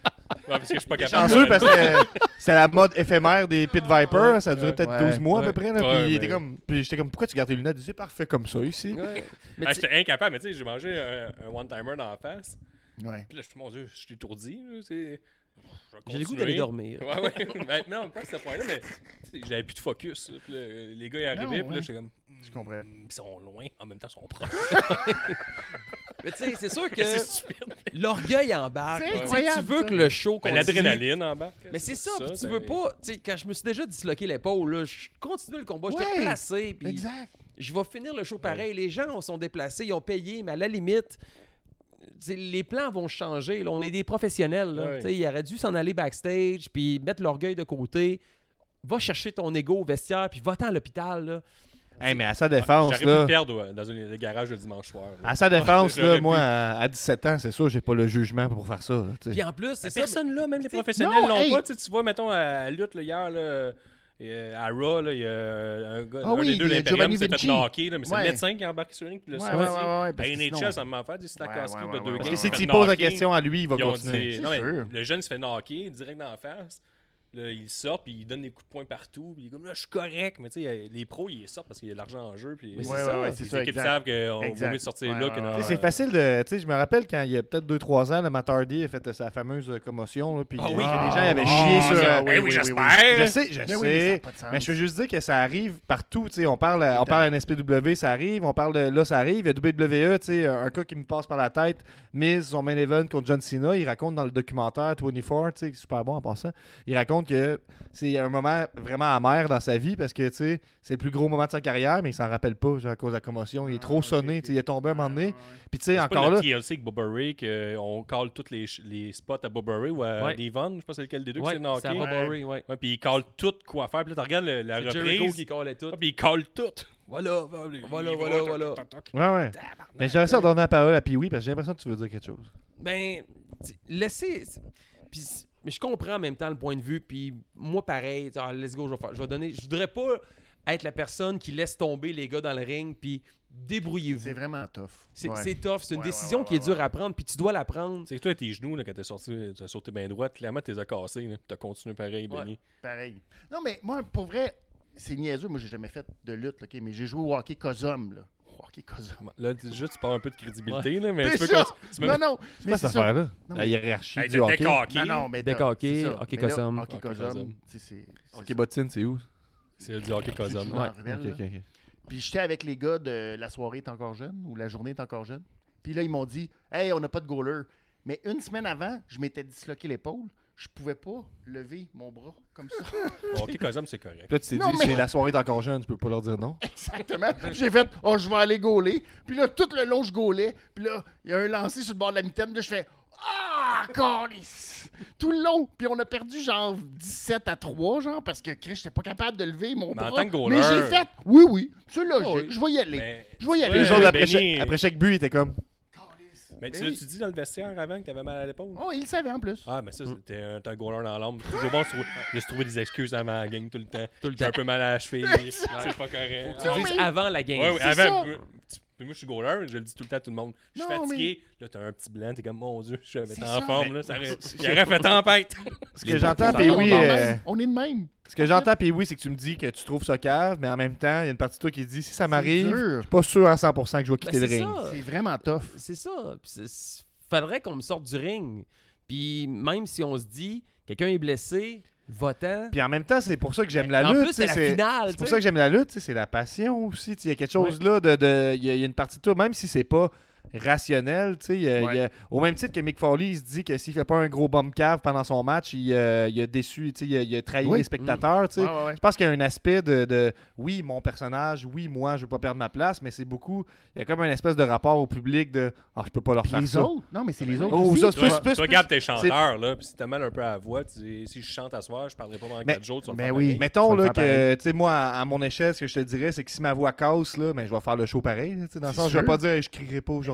parce que je suis pas capable. Chanceux parce que c'est la mode éphémère des Pit Vipers. Ça a duré peut-être Ouais. douze mois à Ouais. peu près. Là, Ouais, puis, il mais- était comme... puis j'étais comme, pourquoi tu gardes tes lunettes? Il dit, c'est parfait comme ça ici. Ouais. Mais Ah, tu- J'étais incapable, mais tu sais, j'ai mangé un, un one-timer dans la face. Ouais. Puis là, je suis, mon Dieu, je suis étourdi. là, c'est- je vais J'ai le goût continuer. d'aller dormir. Ouais, ouais. Ben, non, pas à ce point-là, mais tu sais, j'avais plus de focus. là. Puis là, les gars, ils arrivaient, Non, puis là, ouais. j'étais comme. Je comprends. hmm, Ils sont loin, en même temps, ils sont proches. Mais tu sais, c'est sûr que c'est stupide. l'orgueil embarque. C'est Tu sais, incroyable, Tu veux ça. que le show Ben, continue. l'adrénaline en bas. Mais c'est ça, puis tu ben, veux pas. Tu sais, quand je me suis déjà disloqué l'épaule, là, je continue le combat, Ouais. j'étais placé, puis Exact. je vais finir le show pareil. Les gens sont déplacés, ils ont payé, mais à la limite, tu sais, les plans vont changer. Là. On est des professionnels. Là. Ouais. Tu sais, Ils auraient dû s'en aller backstage, puis mettre l'orgueil de côté. Va chercher ton ego au vestiaire, puis va-t'en à l'hôpital. Là. Hey, mais à sa défense, J'aurais pu là... le perdre ouais, dans un le garage le dimanche soir. là. À sa défense, J'aurais là, pu. moi, à, à dix-sept ans, c'est sûr, j'ai pas le jugement pour faire ça. là, tu sais. Puis en plus, c'est Mais ça. Personne là, même les t'sais, professionnels non, l'ont hey. pas. Tu sais, tu vois, mettons, à la lutte là, hier, là, et, à Raw, là, il y a un gars, Ah un oui, des deux, il y a l'Imperium, Giovanni s'est fait Vinci. knocker, là, mais c'est Ouais. le médecin qui a embarqué sur le ring, puis le Ouais, sorti. ouais, ouais, ouais, parce À que N H L, sinon- ça m'a fait des stacks Ouais, casse ouais, de ouais, deux ouais, gars. Parce ouais. que si Fait tu poses la knocker. question à lui, il va Ils ont continuer. dit- non, C'est mais sûr. le jeune se fait knocker direct dans la face. Là, il sort, puis il donne des coups de poing partout. Puis il est comme là, je suis correct. Mais tu sais, les pros, ils sortent parce qu'il y a de l'argent en jeu. Puis Mais c'est Ouais, ça, ouais, ouais, c'est les ça, équipes exact. savent qu'on vaut Exact. mieux de sortir Ouais, là ouais, que ouais. dans. Tu sais, c'est facile de. Tu sais, je me rappelle quand il y a peut-être deux trois ans, le Matt Hardy a fait sa fameuse euh, commotion. Là, puis Ah euh, oui. que les gens ils avaient Ah, chié ah, sur. ça, euh, oui, Eh oui, oui, oui, j'espère. Je sais, je Mais oui, mais ça sais. a pas de sens. Mais je veux juste dire que ça arrive partout. Tu sais, on parle, à- on parle à N S P W, ça arrive. On parle de là, ça arrive. Il y a W W E, tu sais, un cas qui me passe par la tête. Miz, son main event contre John Cena, il raconte dans le documentaire vingt-quatre, tu sais, super bon en passant. Il raconte que c'est un moment vraiment amer dans sa vie parce que, tu sais, c'est le plus gros moment de sa carrière, mais il s'en rappelle pas genre, à cause de la commotion. Il est trop sonné, tu sais, il est tombé un moment donné. Puis, tu sais, C'est encore pas là. le T L C avec Bubba Ray qu'on colle tous les, ch- les spots à Bubba Ray ou à Ouais. Devon. Je sais pas c'est lequel des deux qui Ouais, s'est c'est à knocké. Bob Ray, ouais. Ouais, puis il colle tout quoi faire. Puis là, tu regardes le- la C'est Jericho reprise. qui collait tout. Ah, puis il colle tout. Voilà, voilà, voilà, voilà. Ouais, ouais. Mais j'aimerais ça redonner la parole à Pee-Wee parce que j'ai l'impression que tu veux dire quelque chose. Ben, tu- laissez. Puis, mais je comprends en même temps le point de vue. Puis moi, pareil, ah, let's go, je vais faire. Je vais donner. Je voudrais pas être la personne qui laisse tomber les gars dans le ring. Puis débrouillez-vous. C'est vraiment tough. C'est Ouais. c'est tough. C'est une Ouais, décision ouais, qui est ouais, dure ouais. à prendre. Puis tu dois la prendre. C'est que toi, tes genoux, là, quand t'es sorti, t'as sauté bien droite, clairement, t'es cassés. là. T'as continué pareil, Ouais. Benny. Pareil. Non, mais moi, pour vrai, c'est niaiseux. Moi, j'ai jamais fait de lutte, OK? Mais j'ai joué au hockey Cosum, là. Au hockey Cosum. Là, déjà, tu perds un peu de crédibilité, là, mais C'est tu peux ça! con- tu peux- Non, non, C'est mais quoi c'est cette ça. affaire-là? Non, La mais- hiérarchie Hey, du de hockey. décoquer. Non, non, mais Deck t'as- hockey, c'est ça. hockey Mais là, Cosum. Hockey Hockey Cosum, Cosum. tu sais, c'est... c'est Ok, ça. bottine, c'est où? C'est du hockey Cosum. Je Ouais. m'en Ok, rappelle, ok, là. ok. Puis j'étais avec les gars de La soirée est encore jeune ou La journée est encore jeune. Puis là, ils m'ont dit « Hey, on n'a pas de goaler. » Mais une semaine avant, je m'étais disloqué l'épaule. Je pouvais pas lever mon bras comme ça. Bon, hockey Cosum, c'est correct. Puis là, tu t'es Non, dit, mais- c'est la soirée d'encore jeune, tu peux pas leur dire non. Exactement. J'ai fait « Oh, je vais aller gauler. » Puis là, tout le long, je gaulais. Puis là, il y a un lancé sur le bord de la mitaine. Là, je fais « Ah, câlisse! » Tout le long. Puis on a perdu genre dix-sept à trois, genre, parce que Chris, j'étais pas capable de lever mon Mais en bras. tant que goaler- Mais j'ai fait « Oui, oui, c'est logique. Oh, oui. Je vais y aller. Mais, Je vais y aller. Les Ouais, jours après, Benny- chaque, après chaque but, il était comme. mais tu Ben oui. l'as-tu dit dans le vestiaire avant que t'avais mal à l'épaule? Oh, il le savait en plus. Ah, mais ça, c'était un, t'es un goaler dans l'âme. C'est toujours bon de se trouver- de se trouver des excuses avant la gang tout le temps. Tout le J'ai un temps. peu mal à la cheville. C'est pas correct. Tu Non, le dis mais- avant la game. Ouais, ouais, c'est avant. ça. euh, tu- Moi, je suis goaler, je le dis tout le temps à tout le monde. Je suis Non, fatigué. Là, t'as un petit blanc, t'es comme, mon Dieu, je vais C'est être en ça. forme. Là, ça aurait, il aurait fait tempête. Ce que j'entends, bons puis on, oui, est de euh, même. On est de même. ce que j'entends, puis oui, c'est que tu me dis que tu trouves ça cave, mais en même temps, il y a une partie de toi qui dit si ça m'arrive, je dur. suis pas sûr à cent pour cent que je vais Ben, quitter c'est le ring. ça. C'est vraiment tough. C'est ça. Puis c'est- c'est- faudrait qu'on me sorte du ring. Puis même si on se dit, quelqu'un est blessé, va-t'en. Puis en même temps, c'est pour ça que j'aime la en lutte. plus, c'est tu la sais, c'est finale. c'est pour tu ça sais. que j'aime la lutte, tu sais, c'est la passion aussi. tu sais, Il y a quelque chose là de. de- Il y, a- il y a une partie de toi, même si c'est pas rationnel, tu sais, il y a- il y a- au même titre que Mick Foley, il se dit que s'il fait pas un gros bum cave pendant son match, il, euh, il a déçu, tu sais, il, a- il a trahi Oui. les spectateurs, tu sais. Ouais, ouais, ouais. Je pense qu'il y a un aspect de, de, oui, mon personnage, oui, moi, je veux pas perdre ma place, mais c'est beaucoup, il y a comme un espèce de rapport au public de, ah, je peux pas leur Puis faire les ça. autres. Non, mais c'est les autres. Oh, aussi. ça, c'est Toi, plus- plus- toi, plus- regarde tes chanteurs, là, puis si t'as mal un peu à la voix, tu dis, si je chante à soir, je parlerai pas pendant Mais- quatre jours, tu vas le ben faire oui. pareil. Mettons Ça me là, fait pareil. que, tu sais, moi, à, à mon échelle, ce que je te dirais, c'est que si ma voix casse, là, ben, je vais faire le show pareil. tu sais, Dans le C'est sens, je vais sûr. pas dire, je crierai pas aujourd'hui.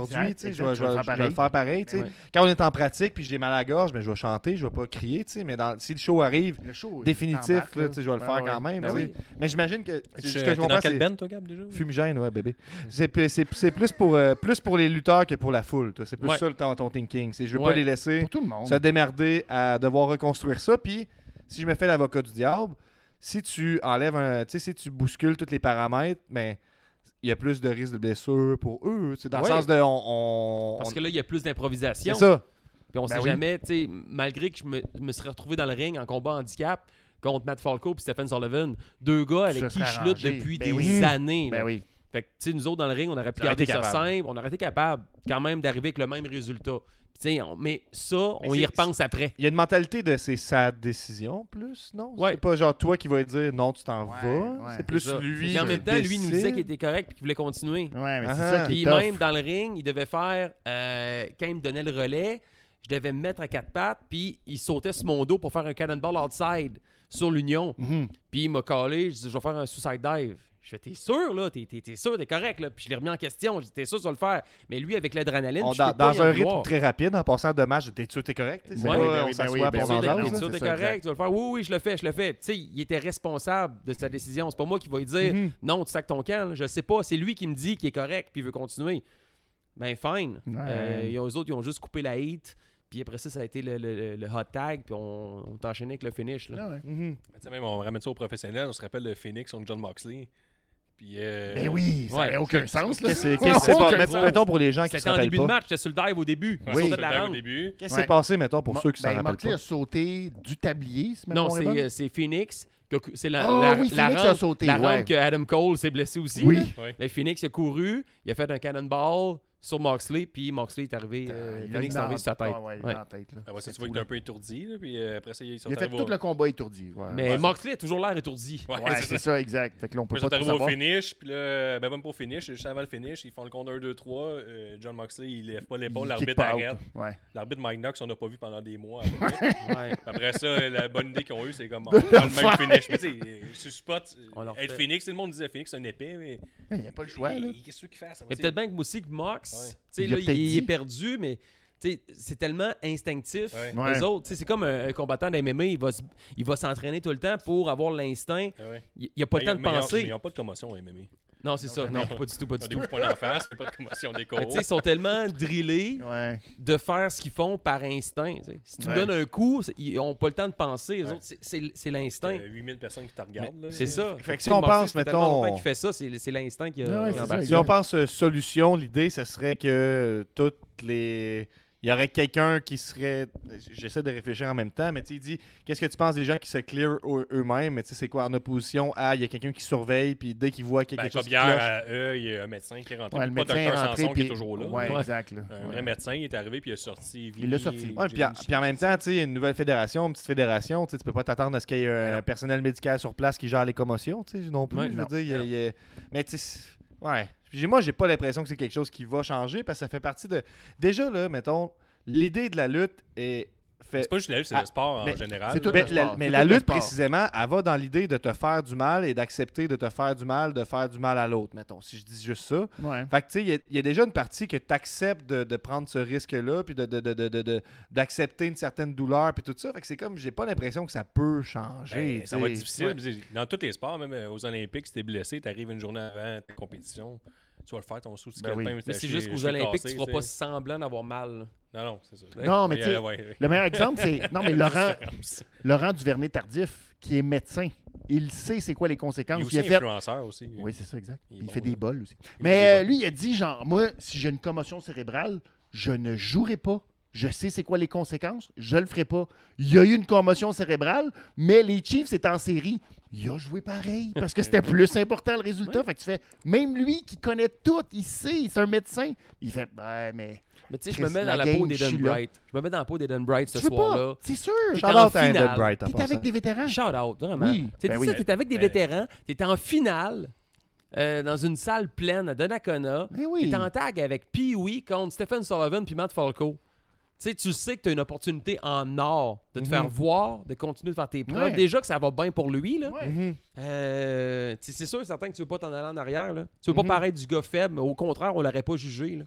aujourd'hui. Exact, tu sais, Je exact, vais tu je vas vais- le je faire vais le pareil. faire pareil. tu sais. Ouais. Quand on est en pratique puis j'ai mal à la gorge, ben, je vais chanter, je vais pas crier. tu sais, Mais dans- si le show arrive Le show, il définitif, t'embarque, là, tu sais, je vais le Ouais, faire ouais. quand même. Ben tu sais. oui. Mais j'imagine que Tu ce que es je dans comprends, quel c'est band, toi, Gab, déjà? fumigène, ouais, bébé. C'est plus- c'est- c'est plus pour, euh, plus pour les lutteurs que pour la foule. toi. C'est plus Ouais. ça le ton, ton thinking. C'est je veux pas Ouais. les laisser Pour tout le monde. se démerder à devoir reconstruire ça. Puis, si je me fais l'avocat du diable, si tu enlèves un. Tu sais, si tu bouscules tous les paramètres, ben, il y a plus de risques de blessure pour eux. tu sais, Dans Ouais. le sens de. On, on- Parce on- que là, il y a plus c'est d'improvisation. ça. Puis on Ben sait oui. jamais, tu sais, malgré que je me, me serais retrouvé dans le ring en combat handicap contre Matt Falco et Stephen Sullivan, deux gars avec Ça qui serait je lutte arrangé. depuis Ben des oui. années. Ben là. oui. Fait que, tu sais, nous autres, dans le ring, on aurait pu On aurait garder été ça capable. simple. On aurait été capable quand même d'arriver avec le même résultat. Tu sais, on- mais ça, Mais on y c'est- repense après. Il y a une mentalité de c'est sa décision plus, non? Ouais. C'est pas genre toi qui vas dire non, tu t'en Ouais, vas. ouais. c'est plus C'est ça. lui. Mais en qui même temps, lui, il nous disait décide. qu'il était correct et qu'il voulait continuer. Ouais, mais c'est Ah, ça qui Puis est tough. même dans le ring, il devait faire, euh, quand il me donnait le relais, je devais me mettre à quatre pattes, puis il sautait sur mon dos pour faire un cannonball outside sur l'Union. Mhm. Puis il m'a collé, je dis, je vais faire un suicide dive. Je fais, t'es sûr, là? T'es, t'es, t'es sûr, t'es correct, là? Puis je l'ai remis en question. Je dis, t'es sûr, tu vas le faire. Mais lui, avec l'adrénaline, On- je dans peux pas dans y en un rythme vouloir. très rapide, en passant de match, t'es sûr, t'es correct? t'sais, C'est Ouais, pas, ben on oui, ben s'assoit oui, pour ben T'es oui, s'en sûr, ben t'es, oui, t'es sûr, c'est t'es ça, correct, exact. tu vas le faire. Oui, oui, je le fais, je le fais. Tu sais, il était responsable de sa décision. C'est pas moi qui va lui dire, Mhm. non, tu sacs ton camp. là. Je sais pas. C'est lui qui me dit qu'il est correct puis il veut continuer. Ben, fine. Ouais. Euh, ils ont- eux autres, ils ont juste coupé la heat. Puis après ça, ça a été le, le- le hot tag. Puis on, on t'a enchaîné avec le finish. Là. Ah ouais. Mhm. Mais tu sais, même on ramène ça au professionnel, on se rappelle le Phoenix contre John Moxley. Puis, euh, Ben oui, ça Ouais. n'avait aucun sens. Là. Qu'est-ce Ça qu'est-ce n'a qui s'est aucun passé? Met- sens. Mettons pour les gens qui se C'était en rappellent début de pas. match. J'étais sur le dive au début. Ouais, On Oui. sautait de au la rampe. début. Qu'est-ce qui Ouais. s'est passé, mettons, pour Mo- ceux qui s'en ben, rappellent Moxley pas? a sauté du tablier, si ma Non, mémoire est c'est, bonne. euh, c'est Phoenix. que- C'est la, Ah la, oui, la Phoenix rampe, a sauté, la ouais. rampe que Adam Cole s'est blessé aussi. Oui. là. Ouais. Mais Phoenix a couru, il a fait un cannonball sur Moxley, puis Moxley est arrivé. euh, Il a Phoenix eu est arrivé dans- sur sa tête. Ah ouais, il Ouais. est dans la tête, là. Après ça, C'est tu vois fou, qu'il est là. un peu étourdi, là, puis euh, après ça, il est Il a sorti fait tout le combat étourdi. Ouais, Mais ouais, Moxley a toujours l'air étourdi. Ouais, Ouais, c'est c'est ça. ça, exact. Fait que là, on peut Puis pas ils sont tout arrivés au savoir. finish, puis là, ben même pas au finish, juste avant le finish, ils font le compte un, deux, trois. euh, John Moxley, il lève pas l'épaule, Il l'arbitre kick pas out. arrête. Ouais. L'arbitre Mike Knox, on n'a pas vu pendant des mois. Après, Ouais. Après ça, la bonne idée qu'ils ont eue, c'est comme on va faire le même finish. Mais tu sais, sur spot, On leur être fait. Phoenix, tout le monde disait Phoenix, c'est un épée, mais. Il n'y a pas le choix, là. il- Qu'est-ce qu'il fait? Ça va, Mais tu sais, peut-être bien que aussi que Mox, Ouais. tu sais, Il là, l'a il, peut-être il dit. est perdu, mais tu sais, c'est tellement instinctif. Ouais. Ouais. Eux autres, tu sais, c'est comme un, un combattant d'M M A, il va, se- il va s'entraîner tout le temps pour avoir l'instinct. ah ouais. Il n'y a pas le Mais temps de ils ont- mais ils ont- penser. Ils n'ont pas de commotion au M M A. Non, c'est ça. Non, pas du tout, pas Ils du ont des tout. coups de poing en face, mais pas de commotion des Mais corps. tu sais, ils sont tellement drillés Ouais. de faire ce qu'ils font par instinct. tu sais. Si tu me Ouais. donnes un coup, c'est- ils n'ont pas le temps de penser. Les Ouais. autres, c'est- c'est c'est l'instinct. huit mille personnes qui te regardent. là. C'est ça. Fait que Tu si sais, on Moxley, pense, ça fait tellement mettons, longtemps qu'il fait ça, c'est c'est l'instinct qui a, Ouais, qui a c'est embarqué. ça, Si on pense euh, solution, l'idée, ce serait que toutes les. Il y aurait quelqu'un qui serait. J'essaie de réfléchir en même temps, mais tu sais, il dit qu'est-ce que tu penses des gens qui se clear eux- eux-mêmes? Mais tu sais, c'est quoi en opposition à il y a quelqu'un qui surveille, puis dès qu'il voit qu'il y a Ben, quelque chose comme qui hier, cloche. à eux, il y a un médecin qui est rentré. Ouais, puis le pas médecin est docteur rentré. Sanson qui est puis- toujours là. Ouais, Ouais. exact. Là. Un vrai Ouais. médecin, il est arrivé puis il a sorti. Il l'a sorti. Ouais, puis, en, puis en même temps, tu sais, une nouvelle fédération, une petite fédération, tu sais, tu peux pas t'attendre à ce qu'il y ait un personnel médical sur place qui gère les commotions, tu sais, non plus. Ouais, je veux non. dire, il y a- il y a- mais tu sais, c'est- ouais. Puis moi, j'ai pas l'impression que c'est quelque chose qui va changer parce que ça fait partie de. Déjà, là, mettons, l'idée de la lutte est. Fait... C'est pas juste la lutte, c'est Ah, le sport en mais général. c'est tout là. Mais le la, sport. mais C'est la tout le lutte, sport. précisément, elle va dans l'idée de te faire du mal et d'accepter de te faire du mal, de faire du mal à l'autre, mettons, si je dis juste ça. Ouais. Fait que, tu sais, il y a- il y, a déjà une partie que tu acceptes de, de prendre ce risque-là, puis de, de, de, de, de- de- d'accepter une certaine douleur, puis tout ça. Fait que c'est comme, j'ai pas l'impression que ça peut changer. Ben, ça tu va sais. être difficile. Ouais. Puis Dans tous les sports, même euh, aux Olympiques, si t'es blessé, t'arrives une journée avant ta compétition, tu vas le faire ton saut de Ben oui. scalpin, Mais ta c'est cheville- juste qu'aux cheville Olympiques, cassée, tu ne feras tu pas sais. semblant d'avoir mal. Non, non, c'est ça. Non, mais Il y tu sais, a- ouais, ouais. le meilleur exemple, c'est. Non, mais Laurent, Différence. Laurent Duvernay-Tardif, qui est médecin, il sait c'est quoi les Il est conséquences. aussi Il a fait. influenceur aussi. Oui, c'est ça, exact. Il est Il, bon, fait là. des bols aussi. Il fait Mais des euh, bols. lui, il a dit genre, moi, si j'ai une commotion cérébrale, je ne jouerai pas. Je sais c'est quoi les conséquences, je le ferai pas. Il y a eu une commotion cérébrale, mais les Chiefs étaient en série. Il a joué pareil parce que c'était plus important le résultat. Fait que tu fais, même lui qui connaît tout, il sait, c'est un médecin. Il fait, ben, mais Mais tu sais, je me Chris, mets dans la la peau game, d'Eden je suis là. Bright. Je me mets dans la peau d'Eden Bright ce tu veux soir-là. pas, c'est sûr. T'es Shout en out à finale. Eden Bright, en T'es passant. avec des vétérans. Shout out, vraiment. Oui, Tu ben sais, oui. t'es avec des Ben- vétérans, t'es en finale euh, dans une salle pleine à Donnacona. Mais oui. T'es en tag avec Pee-Wee contre Stephen Sullivan puis Matt Falco. Tu sais, tu sais que tu as une opportunité en or de te Mhm. faire voir, de continuer de faire tes preuves. Ouais. Déjà que ça va bien pour lui, là. Ouais. Mhm. Euh, tu sais, c'est sûr et certain que tu veux pas t'en aller en arrière. Là. Tu veux pas Mhm. paraître du gars faible, mais au contraire, on l'aurait pas jugé. Là.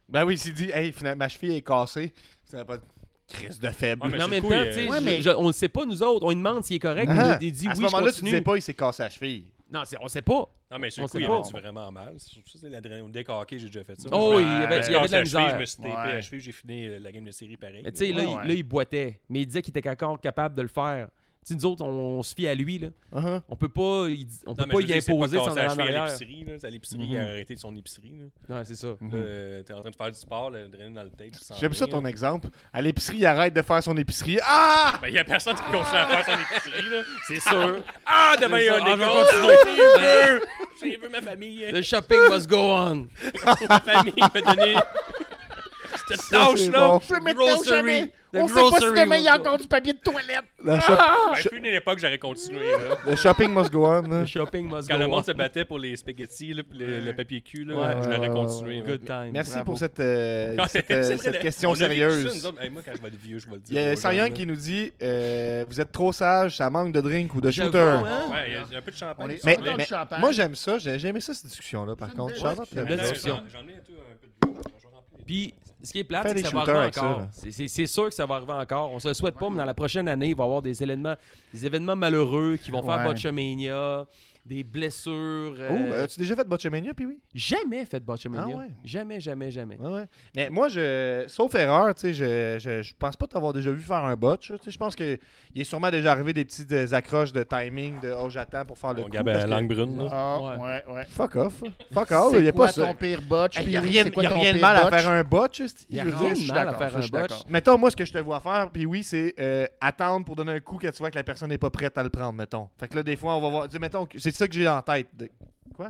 Ben oui, s'il dit, hey, finalement, ma cheville est cassée, ça n'a pas de crise de faible. Ouais, mais Mais en c'est même le temps, coup, tu sais, ouais, je- mais- je- on ne sait pas, nous autres. On lui demande s'il est correct. Ah, Il, il dit à oui, ce je moment-là, tu continue. disais pas, il s'est cassé la cheville. Non, c'est- on sait pas. Non, mais sur On le coup, sait il pas. avait dû vraiment mal. Ça, c'est l'adrénaline décaqué, j'ai déjà fait ça. Oh, Je il y me- avait- je me il y avait de la casse cheville, misère. Je me suis tapé Ouais. la cheville, j'ai fini euh, la game de série pareil. Mais tu sais, là, Ouais, il- ouais. là, il boitait. Mais il disait qu'il était encore capable de le faire. Tu sais, nous autres, on, on se fie à lui. Là. Uh-huh. On peut pas, il- on peut Non, mais pas je veux y dire, c'est imposer pas son cassé la allant en cheville à arrière. l'épicerie, là. C'est à l'épicerie Mhm. qui a arrêté de son épicerie. Là. Ouais, c'est ça. Euh, T'es en train de faire du sport, l'adrénaline dans le tape. tu sens J'aime ça rien. ton exemple. À l'épicerie, il arrête de faire son épicerie. Ah! Ben, il y a personne qui continue à faire son épicerie, là. C'est sûr. Ah, demain, il y a ça. un Ah, je vais école. continuer. J'ai vu ma famille. The shopping must go on. Ma famille m'a donné cette Ça, c'est tâche-là. bon. Je maintenant ou jamais. The On sait pas si grocery demain il y a will go. encore du papier de toilette. Le, shop- Ben, je suis une époque, j'aurais continué. Là. le shopping must go on. là. The shopping must Quand go le on. monde se battait pour les spaghettis, là, puis le, le papier cul, là, Ouais, je ouais, l'aurais ouais, continué. ouais, là. Good time. Merci Bravo. pour cette, euh, Ouais, cette, c'est euh, vrai, cette là. question On a vécu sérieuse. ça, nous autres. Hey, moi, quand je vais être vieux, je vais le dire. Il y a aux Sayan gens, qui là. nous dit euh, vous êtes trop sage, ça manque de drink ou de J'avoue, shooter. hein? Ouais, il y a- il y a un peu de champagne. On est- Mais, on adore mais du champagne. moi j'aime ça, j'ai j'ai aimé ça cette discussion-là par C'est contre. une Charlotte, belle- la belle belle discussion. discussion. J'en ai un peu un peu de vieux. Je vais remplir. Puis, ce qui est plate, Fais c'est que des ça va shooters arriver avec ça, encore. là. C'est- C'est c'est sûr que ça va arriver encore. On se le souhaite pas, mais dans la prochaine année, il va y avoir des événements, des événements malheureux qui vont faire Ouais. Botchamania, des blessures. euh, Oh, as-tu déjà fait de Botchamania, puis oui? Jamais fait de Botchamania. Ah ouais? Jamais, jamais, jamais. Ouais, ouais. Mais moi, je, sauf erreur, tu sais, je, je, je pense pas t'avoir déjà vu faire un botch. Tu sais, je pense qu'il est sûrement déjà arrivé des petites euh, accroches de timing, de oh, j'attends pour faire le Mon coup. gars, parce ben, que- langue brune, là. Ah, Ouais. ouais, ouais. Fuck off. Fuck off, il C'est y a quoi pas ça. ton pire botch? Il puis n'y a oui, rien, c'est quoi y a ton rien de pire mal à botch? faire un botch. esti. Il y a Je veux rien dire, de je suis mal à d'accord, faire ça, un je suis botch. d'accord. mettons, moi, ce que je te vois faire, puis oui, c'est euh, attendre pour donner un coup quand tu vois que la personne n'est pas prête à le prendre, mettons. Fait que là, des fois, on va voir. dis, mettons, c'est ça que j'ai en tête. De- Quoi?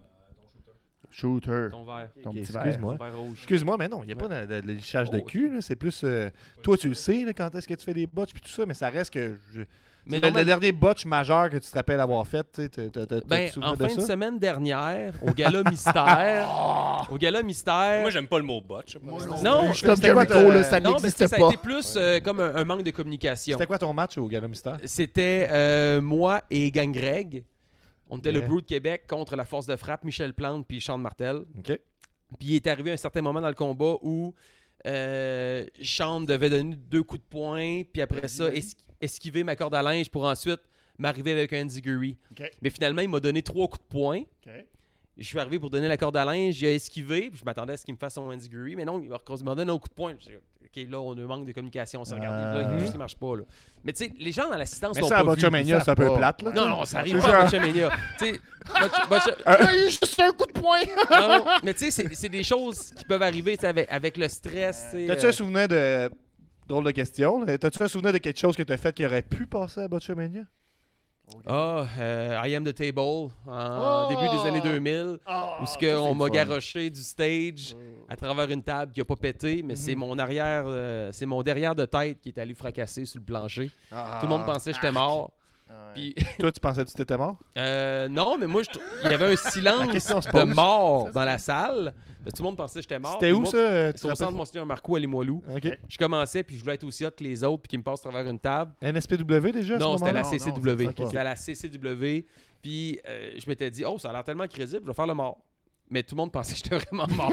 Shooter. Ton verre. Ton Ok, petit verre. excuse-moi. Ton verre rouge. Excuse-moi, mais non, il n'y a pas de, de- de lichage de Oh, cul. là. C'est plus. euh, toi, tu le sais, là, quand est-ce que tu fais des botches puis tout ça, mais ça reste que. je- Mais le, le normal- dernier botch majeur que tu te rappelles avoir fait, tu sais, t'as- t'as- t'as- Ben, t'as-tu souvenir en de fin de ça? semaine dernière, au gala mystère, au gala mystère. Moi, j'aime pas le mot botch. Non, Je suis comme c'était quoi Jericho, ta- là, ça non, mais n'existe ça a pas. été plus euh, comme un, un manque de communication. C'était quoi ton match au Gala Mystère? C'était euh, moi et Gang Greg. On était le Yeah. Brew de Québec contre la force de frappe, Michel Plante puis Sean Martel. OK. Puis il est arrivé un certain moment dans le combat où euh, Sean devait donner deux coups de poing, puis après ça, es- esquiver ma corde à linge pour ensuite m'arriver avec un enziguri. OK. Mais finalement, il m'a donné trois coups de poing. OK. Je suis arrivé pour donner la corde à linge, il a esquivé, puis je m'attendais à ce qu'il me fasse son enziguri, mais non, il m'a il m'a donné un coup de poing. Je dis, OK, là, on a un manque de communication, on s'est regardé, Euh. là, ça marche pas. Là. Mais tu sais, les gens dans l'assistance Mais l'ont ça, à pas vu. Botchamania, ils c'est un peu savent pas. plate. Là. Non, non, ça arrive C'est pas à ça. Botchamania. Tu sais, Botch- Botch- Il y a eu juste un coup de poing. non, non, mais tu sais, c'est- c'est des choses qui peuvent arriver tu sais, avec, avec le stress. tu sais, T'as-tu euh, un souvenir de. Drôle de question. là. T'as-tu un souvenir de quelque chose que t'as fait qui aurait pu passer à Botchamania? Ah, euh, I Am the Table, en Oh! début des années deux mille, Ah, où ce ça, que c'est on le m'a fun. garoché du stage à travers une table qui n'a pas pété, mais c'est mon arrière, euh, c'est mon derrière de tête qui est allé fracasser sur le plancher. Ah. Tout le monde pensait que j'étais mort. Ouais. Puis, Toi, tu pensais que tu étais mort? euh, non, mais moi, je trou- il y avait un La silence question se de pose. mort dans la salle. Tout le monde pensait que j'étais mort. C'était Puis où moi, ça? euh, tu C'est te au rappelles? centre Monseigneur Marcoux à Limoilou. OK. Je commençais, puis je voulais être aussi hot que les autres, puis qu'ils me passent à travers une table. N S P W déjà? à ce Non, c'était la moment-là? Non, C C W. non, c'est pas. C'était à la C C W. Puis euh, je m'étais dit, oh, ça a l'air tellement crédible, je vais faire le mort. Mais tout le monde pensait que j'étais vraiment mort.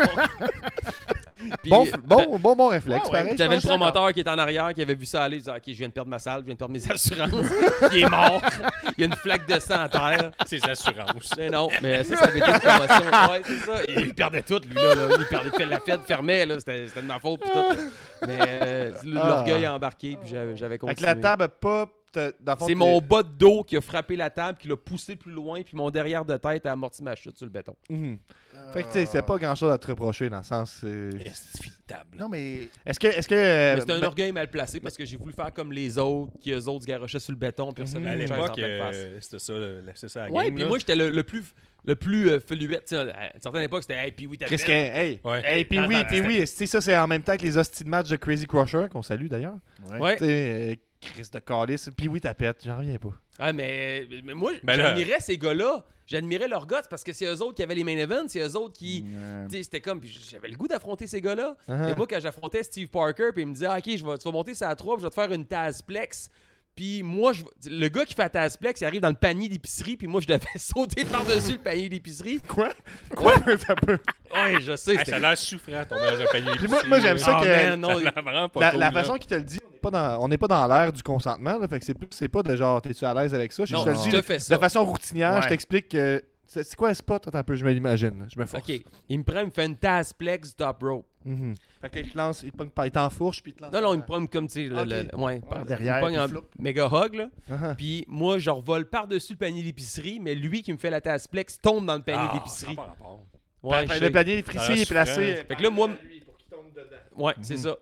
Puis, Bon, euh, bon, bon, bon réflexe, Ah ouais, pareil. J'avais le je pense, promoteur qui était en arrière, qui avait vu ça aller. Il disait, OK, je viens de perdre ma salle, je viens de perdre mes assurances. Il est mort. Il y a une flaque de sang à terre. Ses assurances. Mais non, mais ça, ça avait été une promotion. Ouais, c'est ça. Il perdait tout, lui, là. là. Il perdait, la fête fermait, là. C'était c'était de ma faute, puis tout. Mais euh, l'orgueil a embarqué, puis j'avais j'avais Avec continué. la table pas. t'as- dans le fond, C'est t'es- mon bas de dos qui a frappé la table, qui l'a poussé plus loin, puis mon derrière de tête a amorti ma chute sur le béton. Mhm. Fait que tu sais, c'est pas grand chose à te reprocher dans le sens. euh, Non, mais Est-ce que. Est-ce que euh, Mais c'était un ben- orgueil mal placé parce que j'ai voulu faire comme les autres, qui eux autres se garochaient sur le béton, puis recevaient À une chaise en l'époque, pleine face. euh, c'était ça, le- c'est ça la Ouais, game. puis là. moi, j'étais le, le plus, le plus euh, feluette. Tu sais, à une certaine époque, c'était Hey, puis oui, t'as Qu'est-ce que. Hey! Ouais. Hey, puis oui, puis oui, tu sais, ça, c'est en même temps que les hosties de match de Crazy Crusher, qu'on salue d'ailleurs. Ouais. Tu sais, euh, Chris de Calice. Puis oui, tapette, j'en reviens pas. Ah, mais, mais moi, Ben là- j'admirais ces gars-là. J'admirais leurs guts parce que c'est eux autres qui avaient les main events, c'est eux autres qui. Euh, Tu sais, c'était comme. puis J'avais le goût d'affronter ces gars-là. Uh-huh. Et moi, quand j'affrontais Steve Parker, puis il me disait, ah, OK, je vais, tu vas monter ça à trois, puis je vais te faire une Tazplex. Puis moi, je, le gars qui fait la Tazplex, il arrive dans le panier d'épicerie, puis moi, je devais sauter par-dessus le panier d'épicerie. Quoi? Quoi? Ça peut- Ouais, je sais. Hey, c'était- ça a l'air souffrant, ton mélange de panier Puis moi, moi, j'aime ça Ah, que man, non, Ça a l'air vraiment pas la, cool, la là. façon qu'il te le dit, on n'est pas dans, on n'est pas dans l'ère du consentement. Là, fait que c'est plus, c'est pas de genre, t'es-tu à l'aise avec ça? Je Non, te le je dis te là, fais ça. de façon routinière, Ouais. je t'explique que. C'est c'est quoi un spot? Attends un peu, je m'imagine. Je me force. OK. Il me prend, il me fait une Tazplex top rope. Mhm. Fait qu'il te lance, il te pogne par- il t'enfourche, puis il te lance. Non, non, il me prend comme, tu sais, le- Ok. le- ouais, par derrière, il me pogne puis en flop. méga hug, là. Uh-huh. Puis moi, je revole par-dessus le panier d'épicerie, mais lui qui me fait la Tazplex tombe dans le panier Ah, ça d'épicerie. a pas rapport. Ouais, Fait je que le sais. panier Ça a frissé l'air est placé. souffrant. Fait que là, moi- lui, pour qu'il tombe dedans. Ouais, c'est ça.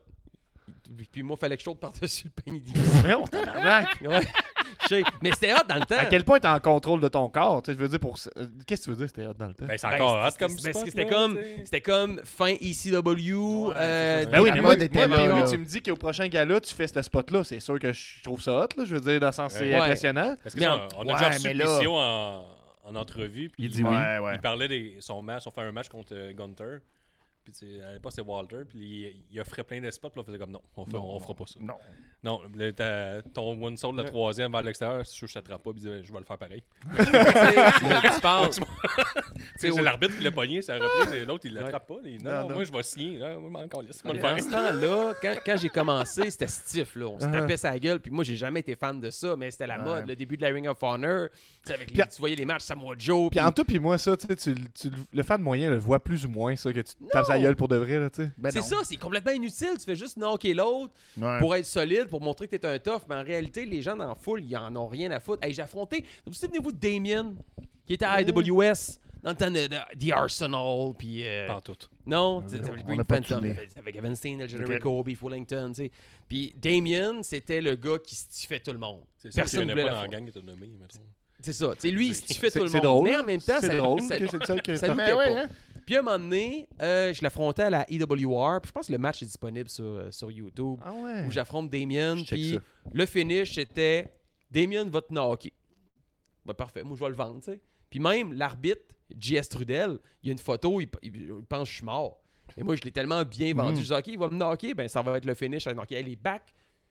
Puis moi, il fallait que je tombe par-dessus le panier d'épicerie. Voyons, tabarnak. Ouais. Je sais. Mais c'était hot dans le temps. À quel point t'es en contrôle de ton corps? Tu sais, je veux dire, pour. euh, Qu'est-ce que tu veux dire, c'était hot dans le temps? Ben, c'est Ben, encore hot c'est- comme c'est- spot, C'était là, comme, tu sais. c'était comme fin E C W. euh, Ben oui, La mais mode moi, était moi, là, puis là. tu me dis qu'au prochain gala, tu fais ce spot-là. C'est sûr que je trouve ça hot, là. Je veux dire, dans le sens, c'est Ouais. impressionnant. Parce que Mais ça, en- on a ouais, déjà reçu mais là- Pissio en, en entrevue. Puis Il dit oui. Ouais, ouais. Il parlait de son match, on fait un match contre euh, Gunter. Puis tu sais, à l'époque, c'était Walter. Puis il, il offrait plein de spots. Puis on faisait comme non, on, fait, on fera pas ça. Non. Non, le- ta- ton one soul, le troisième vers l'extérieur, c'est sûr que je t'attrape pas. Puis il disait, je vais le faire pareil. Tu sais, là, tu penses. C'est au- l'arbitre qui l'a pogné, ça a repris. et L'autre, il l'attrape pas. Il dit, non, Non, non, non. moi, je vais signer. Non, moi, encore, laisse-moi le Dans faire. ce temps-là, quand, quand j'ai commencé, c'était stiff. Là. On se Uh-huh. tapait sa gueule. Puis moi, j'ai jamais été fan de ça, mais c'était la Ouais. mode. Le début de la Ring of Honor. Tu sais, avec les- Puis- tu voyais les matchs Samoa Joe. Puis puis- en tout, puis moi, ça, tu sais, tu- tu- le fan moyen le voit plus ou moins, ça, que tu te tapes sa gueule pour de vrai, là, tu sais. Ben c'est non. ça, c'est complètement inutile. Tu fais juste knocker l'autre Ouais. pour être solide, pour montrer que t'es un tough. Mais en réalité, les gens dans la foule, ils en ont rien à foutre. Hey, j'ai affronté. Vous vous souvenez-vous de Damien, qui était à I W S, dans le temps de, de- The Arsenal, puis... euh, Pas en tout. Non, Non, c'était on le n'a Green pas de Phantom, souvenir. avec Evan Steen, le Jerry Ok. Kobe, Fullington, tu sais. Puis Damien, c'était le gars qui stiffait tout le monde. C'est ça, Personne qu'il ne y en voulait a la pas dans la fois. gang qui t'a nommé, mettons. C'est ça. Tu sais, lui, il stiffait C'est tout le c'est monde. drôle. Mais en même temps, c'est ça, drôle ça, que c'est le seul que ça ça- lui Ben fait ouais, pas. hein? Puis à un moment donné, euh, je l'affrontais à la E W R. Puis je pense que le match est disponible sur, euh, sur YouTube. Ah ouais. Où j'affronte Damien. Je check Puis ça. le finish, c'était Damien va te knocker. Ben, parfait, moi je vais le vendre, tu sais. Puis même l'arbitre, J S Trudel, il y a une photo, il, il- il pense que je suis mort. Et moi, je l'ai tellement bien vendu. Mm. Je dis, OK, il va me knocker, ben ça va être le finish. Donc, les backs,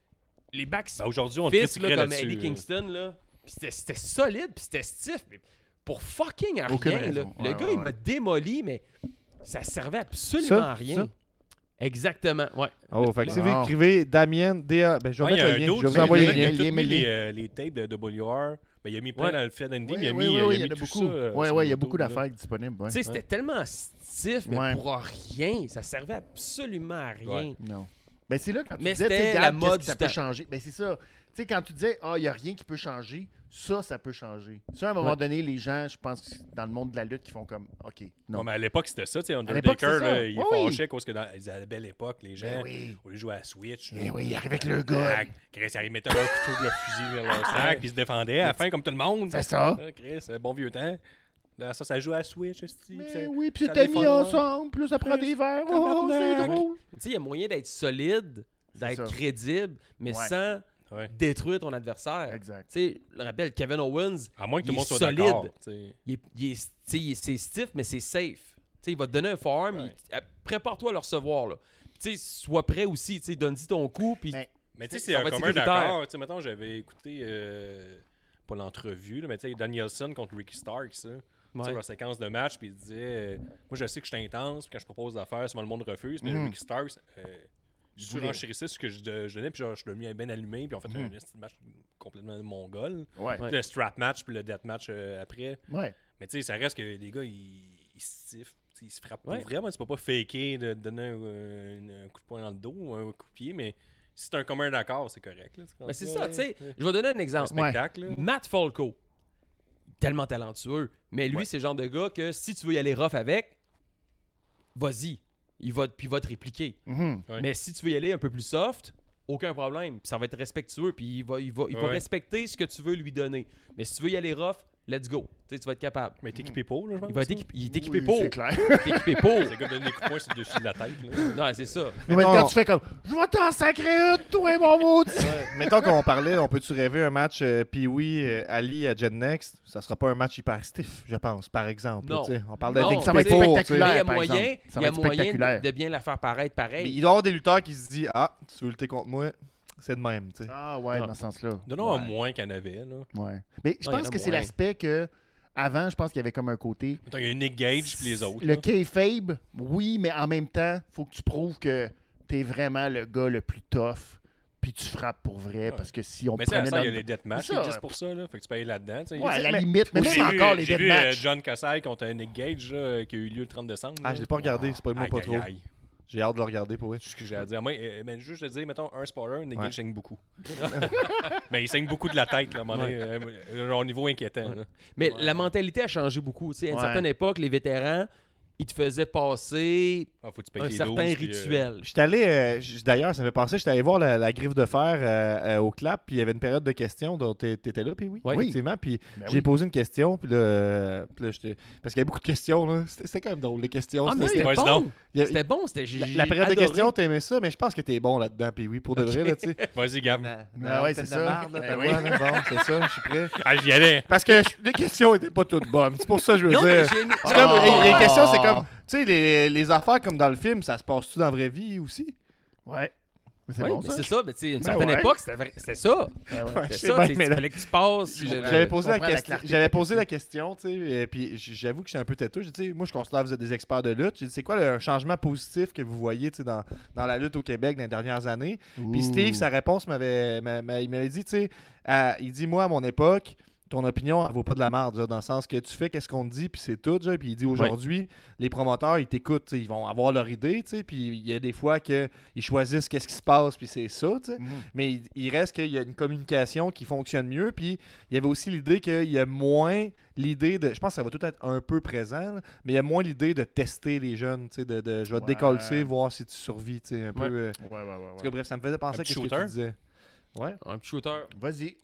les backs Ben, aujourd'hui, on te fils, critiquerait là, comme là-dessus. Eddie Kingston, là. Puis c'était- c'était solide, puis c'était stiff. Mais pour fucking à Aucune rien, là. raison. Le Ouais, gars, ouais, il ouais. m'a démoli, mais ça servait absolument Ça, à rien. ça. Exactement, ouais. Oh, fait que si vous Bon. écrivez Damien, D A, ben je vais Ouais, il y mettre a le un lien. d'autre, Je vais vous il envoyer a- le il a lien. tout lien, mis mais les, lien. euh, les tapes de W R. Ben, il a mis plein Ouais. dans le Fed Ending. Oui, il a oui, mis, oui, il a oui, il y mis en a tout beaucoup. ça, euh, Ouais, sur ouais, il y a YouTube, beaucoup là. d'affaires disponibles. ouais. Tu sais, c'était tellement stiff, mais Ouais. pour rien. Ça servait absolument à rien. Ouais. Non. Ben c'est là quand tu Mais disais, tu sais, c'était Gab, la qu'est-ce mode que ça du peut temps. changer. Ben c'est ça. Tu sais, quand tu disais, ah, il n'y a rien qui peut changer, ça, ça peut changer. Ça, à un moment Ouais. donné, les gens, je pense, dans le monde de la lutte, qui font comme, OK, non. Non, mais à l'époque, c'était ça. Tu sais, l'époque, Undertaker, c'est ça. là, il Oui, oui. fâchait parce que dans à la belle époque, les gens, Ben oui. au lieu de jouer à Switch, Ben oui, il arrive avec le le gun. Chris, il mettait leur couteau de leur fusil vers leur sac, puis il se défendait à la fin comme tout le monde. C'est ça. Ah, Chris, euh, bon vieux temps. Là, ça, ça joue à Switch, esti, Mais ça- oui, puis ça c'était mis défend, ensemble, plus ça prend des verres. Oh, c'est tabarnak. drôle. Tu sais, il y a moyen d'être solide, d'être ça. crédible, mais Ouais. sans Ouais. détruire ton adversaire. Exact. Tu sais, je me rappelle, Kevin Owens, À moins que il tout le monde est soit solide. d'accord. tu sais. il est, il est- tu sais, il est- c'est stiff, mais c'est safe. Tu sais, il va te donner un forearm, Ouais. il- euh, prépare-toi à le recevoir. Là. Tu sais, sois prêt aussi, tu sais, donne-y ton coup, puis Mais- Mais tu sais, Ça c'est va un être commun sécuritaire. d'accord. Tu sais, mettons, j'avais écouté, euh, pas l'entrevue, là, mais tu sais, Danielson contre Ricky Stark, ça. Tu sais, Ouais. leur séquence de match, puis il disait euh, moi, je sais que je suis intense, puis quand je propose d'affaires, souvent le monde refuse, mais Mhm. Ricky Stark, euh, je voulait. surenchérissais ce que je, je donnais, puis genre, je suis devenu bien allumé, puis on fait Mhm. un petit match complètement mongol. Ouais. Puis le strap match, puis le death match euh, après. Ouais. Mais tu sais, ça reste que les gars, ils, ils se siffent, tu sais, ils se frappent Ouais. pour vraiment. Tu peux pas faker de donner un, un- un coup de poing dans le dos ou un coup de pied, mais si c'est un commun d'accord, c'est correct. Là, Ben, c'est ça, tu sais. Je vais donner un Un exemple. spectacle. là. Matt Falco, tellement talentueux, mais lui, Ouais. c'est le genre de gars que si tu veux y aller rough avec, vas-y. Il va, puis il va te répliquer. Mhm. Ouais. Mais si tu veux y aller un peu plus soft, aucun problème. Puis ça va être respectueux, puis il va, il va, il va Ouais. respecter ce que tu veux lui donner. Mais si tu veux y aller rough, let's go. Tu sais, tu vas être capable. Mais t'es équipé pour, là, je pense. Il, va être équipé, il est équipé Oui, pour. c'est clair. Il est équipé pour. Le gars donne des coups de poing sur le dessus de la tête. Là. Non, c'est ça. Mais Mettons- quand tu fais comme, je vais t'en sacrer une, toi, mon maudit. Mettons qu'on parlait, on peut-tu rêver un match euh, Pee-Wee euh, Ali à Gen Next? Ça sera pas un match hyper stiff, je pense, par exemple. là, Non. tu sais. On parle Non, d'être ça va être équipé pour, spectaculaire. tu sais. Mais il y a par moyen, exemple. Ça il y va a être moyen spectaculaire. de, de bien la faire paraître Mais pareil. il doit y avoir des lutteurs qui se disent ah, tu veux lutter contre moi, c'est de même. tu sais. Ah ouais, Non. dans ce sens-là. Donnons un Ouais. moins qu'il y en avait. Là. Ouais. Mais je Ouais, il y en pense a que c'est moins. l'aspect que Avant, je pense qu'il y avait comme un côté. Attends, il y a Nick Gage puis les autres. Le là. kayfabe, oui, mais en même temps, faut que tu prouves que t'es vraiment le gars le plus tough. Puis tu frappes pour vrai. Ouais. Parce que si on Mais te ça, prenait ça, dans il y a le- les deathmatchs C'est qui ça. existent pour ça. Là. Fait que tu payes là-dedans. tu sais. Ouais, à la Mais- limite, mais J'ai même vu, encore euh, les J'ai vu euh, deathmatchs. John Kassai contre Nick Gage là, qui a eu lieu le trente décembre. Ah, là. je l'ai pas regardé, c'est pas moi Aïe, pas aïe, trop. aïe. J'ai hâte de le regarder pour eux. C'est ce que j'ai à dire. Moi, euh, mais juste te dire, mettons, un spoiler, Nick Ouais. Gage saigne beaucoup. Mais il saigne beaucoup de la tête, là, à un moment donné, euh, au niveau inquiétant. là. Mais Ouais. la mentalité a changé beaucoup. Tu sais, à une Ouais. certaine époque, les vétérans, ils te faisaient passer Ah, faut que tu payes un tes certain douze, puis, euh, rituel. J'étais allé, euh, j- d'ailleurs, ça me fait penser, j'étais allé voir la, la griffe de fer euh, euh, au clap, puis il y avait une période de questions dont tu étais là, puis oui, Ouais. effectivement. Puis Ben j'ai oui. posé une question, puis là, euh, puis là, j'étais- parce qu'il y avait beaucoup de questions, là. C'était c'était quand même drôle, les questions. Ah, mais C'était- c'était Vas-y bon! donc. il y a- C'était bon, c'était j'ai- la, j'ai la période de adoré. questions, t'aimais ça, mais je pense que t'es bon là-dedans, puis oui, pour de vrai, là, tu sais. Vas-y, Gab. Ah ouais, c'est ça. Là, Ben ta oui. voix, là, bon, c'est ça, je suis prêt. Ah, j'y allais. Parce que je- les questions étaient pas toutes bonnes. C'est pour ça que je veux Non, mais dire. j'ai aimé- C'est comme, Oh. les, les questions, c'est comme, tu sais, les, les affaires comme dans le film, ça se passe-tu dans la vraie vie aussi? Ouais. Mais c'est Ouais, bon, mais ça. c'est ça, mais tu sais, à une Ben certaine ouais. époque, c'était vrai- c'était ça. Ouais, ouais. Ouais, C'était je sais ça, bien, tu sais, mais il là- fallait que tu passes. je- J'avais posé, la comprends la question- clarté. j'avais posé la question, tu sais, et puis j- j'avoue que j'étais un peu têteux. J'ai dit, moi, je considère que vous êtes des experts de lutte. J'ai dit, c'est quoi le changement positif que vous voyez, tu sais, dans, dans la lutte au Québec dans les dernières années? Puis Steve, sa réponse m'avait, m'a- m'a- il m'avait dit, tu sais, à- il dit, moi, à mon époque, ton opinion, elle vaut pas de la merde, là, dans le sens que tu fais qu'est-ce qu'on te dit, puis c'est tout. Genre, puis il dit, aujourd'hui, les promoteurs, ils t'écoutent, tu sais, ils vont avoir leur idée, tu sais, puis il y a des fois qu'ils choisissent qu'est-ce qui se passe, puis c'est ça, tu sais. Mhm. Mais il, il reste qu'il y a une communication qui fonctionne mieux. Puis il y avait aussi l'idée qu'il y a moins l'idée de. Je pense que ça va tout être un peu présent, là, mais il y a moins l'idée de tester les jeunes, tu sais, de, de je vais te Ouais. décoller, voir si tu survis, tu sais, un Ouais. peu. euh, Ouais, ouais, ouais. en tout cas, ouais. bref, ça me faisait penser Un à ce petit que tu shooter? disais. Ouais. Un petit shooter. Vas-y.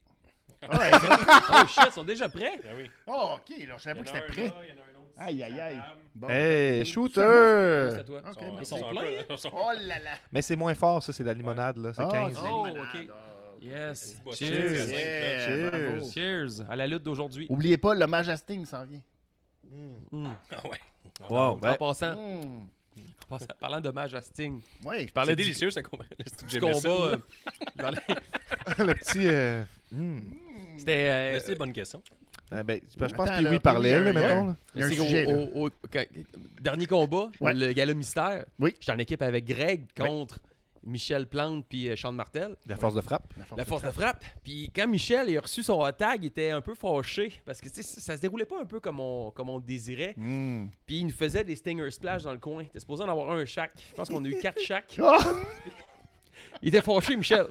Oh shit, ils sont déjà prêts? Ah oui. Oh, OK. Là, je savais pas que c'était prêt. Aïe, aïe, aïe. Bon. Hey, C'est shooter! à toi. OK, Ils merci. sont un peu- ils sont- Oh là là. Mais c'est moins fort, ça, c'est la limonade, là. C'est Ah, quinze. c'est Oh, malade. ok. Yes. Cheers. Cheers. Yeah, Cheers. bravo. Cheers à la lutte d'aujourd'hui. Oubliez pas, l'hommage à Sting s'en vient. Mm. Ah ouais. Wow, En ben, passant, Mm. en passant- parlant d'hommage à Sting, Ouais, C'est parlais délicieux, ce combat. du combat, euh, dans les- le petit. euh, hmm. c'était euh, C'est une bonne question. Ah, ben, je pense Attends, qu'il là, lui parlait, puis là, il y a un- mettons. là. Il y a un c'est au- sujet, là. au, au- quand- dernier combat, Ouais. le gala mystère. Oui. J'étais en équipe avec Greg contre Michel Plante puis euh, Sean Martel. La force de frappe. La force de frappe. Puis quand Michel il a reçu son hot tag, il était un peu fâché parce que tu sais, ça, ça se déroulait pas un peu comme on, comme on le désirait. Mm. Puis il nous faisait des Stinger Splash dans le coin. T'es supposé en avoir un chaque. Je pense qu'on a eu quatre chaque. Ah! Il était fâché, Michel.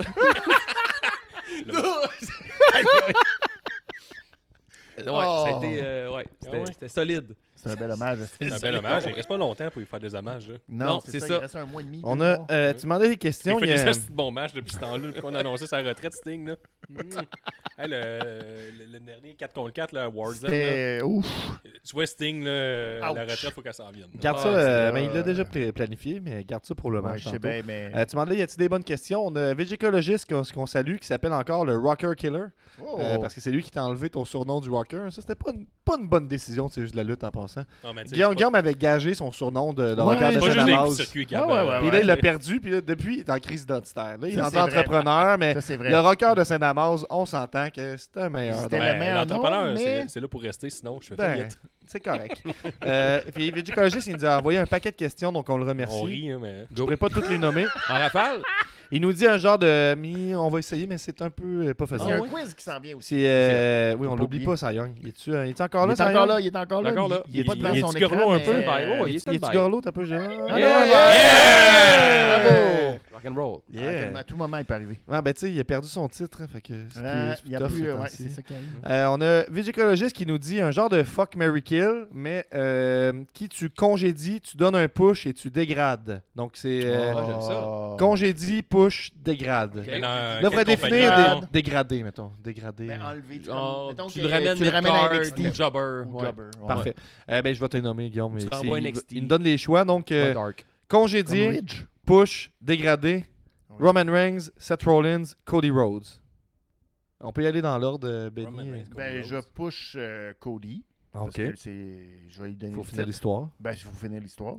Ouais, Oh. ça a été, euh, ouais, c'était, Ah ouais? c'était solide. C'est un bel hommage à Sting. C'est un bel hommage. Il reste pas longtemps pour lui faire des hommages. là. Non, Non, c'est c'est ça. ça. Il reste un mois et demi. On deux a. mois. euh, tu demandais des Il questions. fait il y des a- petits bons matchs depuis ce temps-là, depuis qu'on a annoncé sa retraite, Sting. Là. Mm. Hey, le, le, le dernier quatre contre quatre, là, Warzone, là, C'était ouf. tu vois Sting, là, la Ouch. retraite, faut qu'elle s'en vienne. Garde Ah, ça, euh, c'est, mais il l'a euh, déjà pla- planifié, mais garde ça pour le Ouais, match. je sais tantôt. bien, mais. Euh, tu demandais, y a-t-il des bonnes questions? On a Végicologiste qu'on qu'on salue, qui s'appelle encore le Rocker Killer, Oh. euh, parce que c'est lui qui t'a enlevé ton surnom du Rocker. Ça, c'était pas une, pas une bonne décision, c'est juste de la lutte en passant. Non, mais tu sais, Guillaume, c'est pas- Guillaume avait gagé son surnom de, de Ouais, Rocker c'est de pas juste des coups de Saint-Amase. circuit, Ah, Gab, ouais, euh, ouais, Puis là, il l'a perdu, puis là, depuis, il est en crise identitaire. Là, il est Ça, rendu c'est vrai. entrepreneur, mais Ça, c'est vrai. le Rocker de Saint-Damas, on s'entend que c'était un meilleur. C'était Donc, le Ben, meilleur l'entrepreneur, nom, c'est mais- c'est là pour rester, sinon je fais Ben, faillite. c'est correct. euh, puis Végicologiste, il nous a envoyé un paquet de questions, donc on le remercie. On rit, hein, mais. Je ne pourrais pas toutes les nommer. En rafale? Il nous dit un genre de mi, on va essayer, mais c'est un peu euh, pas Il y a facile. un quiz qui s'en vient aussi. C'est, euh, oui, on Faut pas l'oublie oublier. pas, Cy Young. Il est-tu euh, il est encore Il là, est Cy encore Young? là, il est encore là. Encore là. Il est pas Il- devant il son est-tu écran. gorlot un mais- peu? Ben, oh, il est Il est-tu stand-by. gorlot, t'as peu genre? Ah, Yeah! yeah! Bravo! Rock and roll. Yeah. À tout moment, il peut arriver. Ouais, ben tu sais, il a perdu son titre, hein, fait que c'est Euh, plus, Il y a tough, plus. ce euh, Ouais, temps-ci. c'est ça qui arrive. Euh, on a Végicologiste qui nous dit un genre de fuck, marry, kill, mais euh, qui tu congédies, tu donnes un push et tu dégrades. Donc c'est euh, Ah, j'aime ça. Oh. congédie, push, dégrade. Mais dans Là, on quelle faudrait définir compagnie? dé- dégradé, mettons. Dégradé. Mais euh, enlever. Genre, mettons tu que le ramènes tu le ramènes à mid-card, N X T. ou jobber. Ou ouais. jobber, ouais. Parfait. Euh, ben, je vais te nommer, Guillaume. mais Tu c'est- renvoies il, N X T. il me donne les choix. Donc, euh, Pas dark. Comme congédié, Ridge. push, dégradé, Roman Reigns, Seth Rollins, Cody Rhodes. On peut y aller dans l'ordre, euh, Benny. Roman Reigns. Ben, je push euh, Cody. Parce OK. que c'est- je vais lui donner Il faut le finir titre. l'histoire. Ben, il faut finir l'histoire.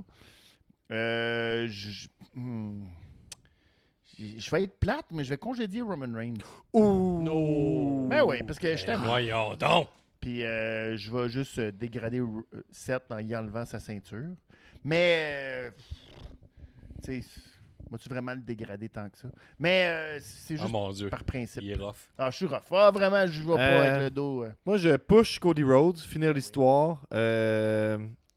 Euh, je, hmm. je vais être plate, mais je vais congédier Roman Reigns. Ouh! No. Ben oui, parce que je t'aime. Voyons donc! Puis euh, je vais juste euh, dégrader euh, Seth en y enlevant sa ceinture. Mais, euh, tu sais, vas-tu vraiment le dégrader tant que ça? Mais euh, c'est Oh juste mon Dieu. par principe. Il est rough. Ah, je suis rough. Ah, vraiment, je vais pas Euh, avec le dos. euh. Moi, je push Cody Rhodes, finir l'histoire. Euh,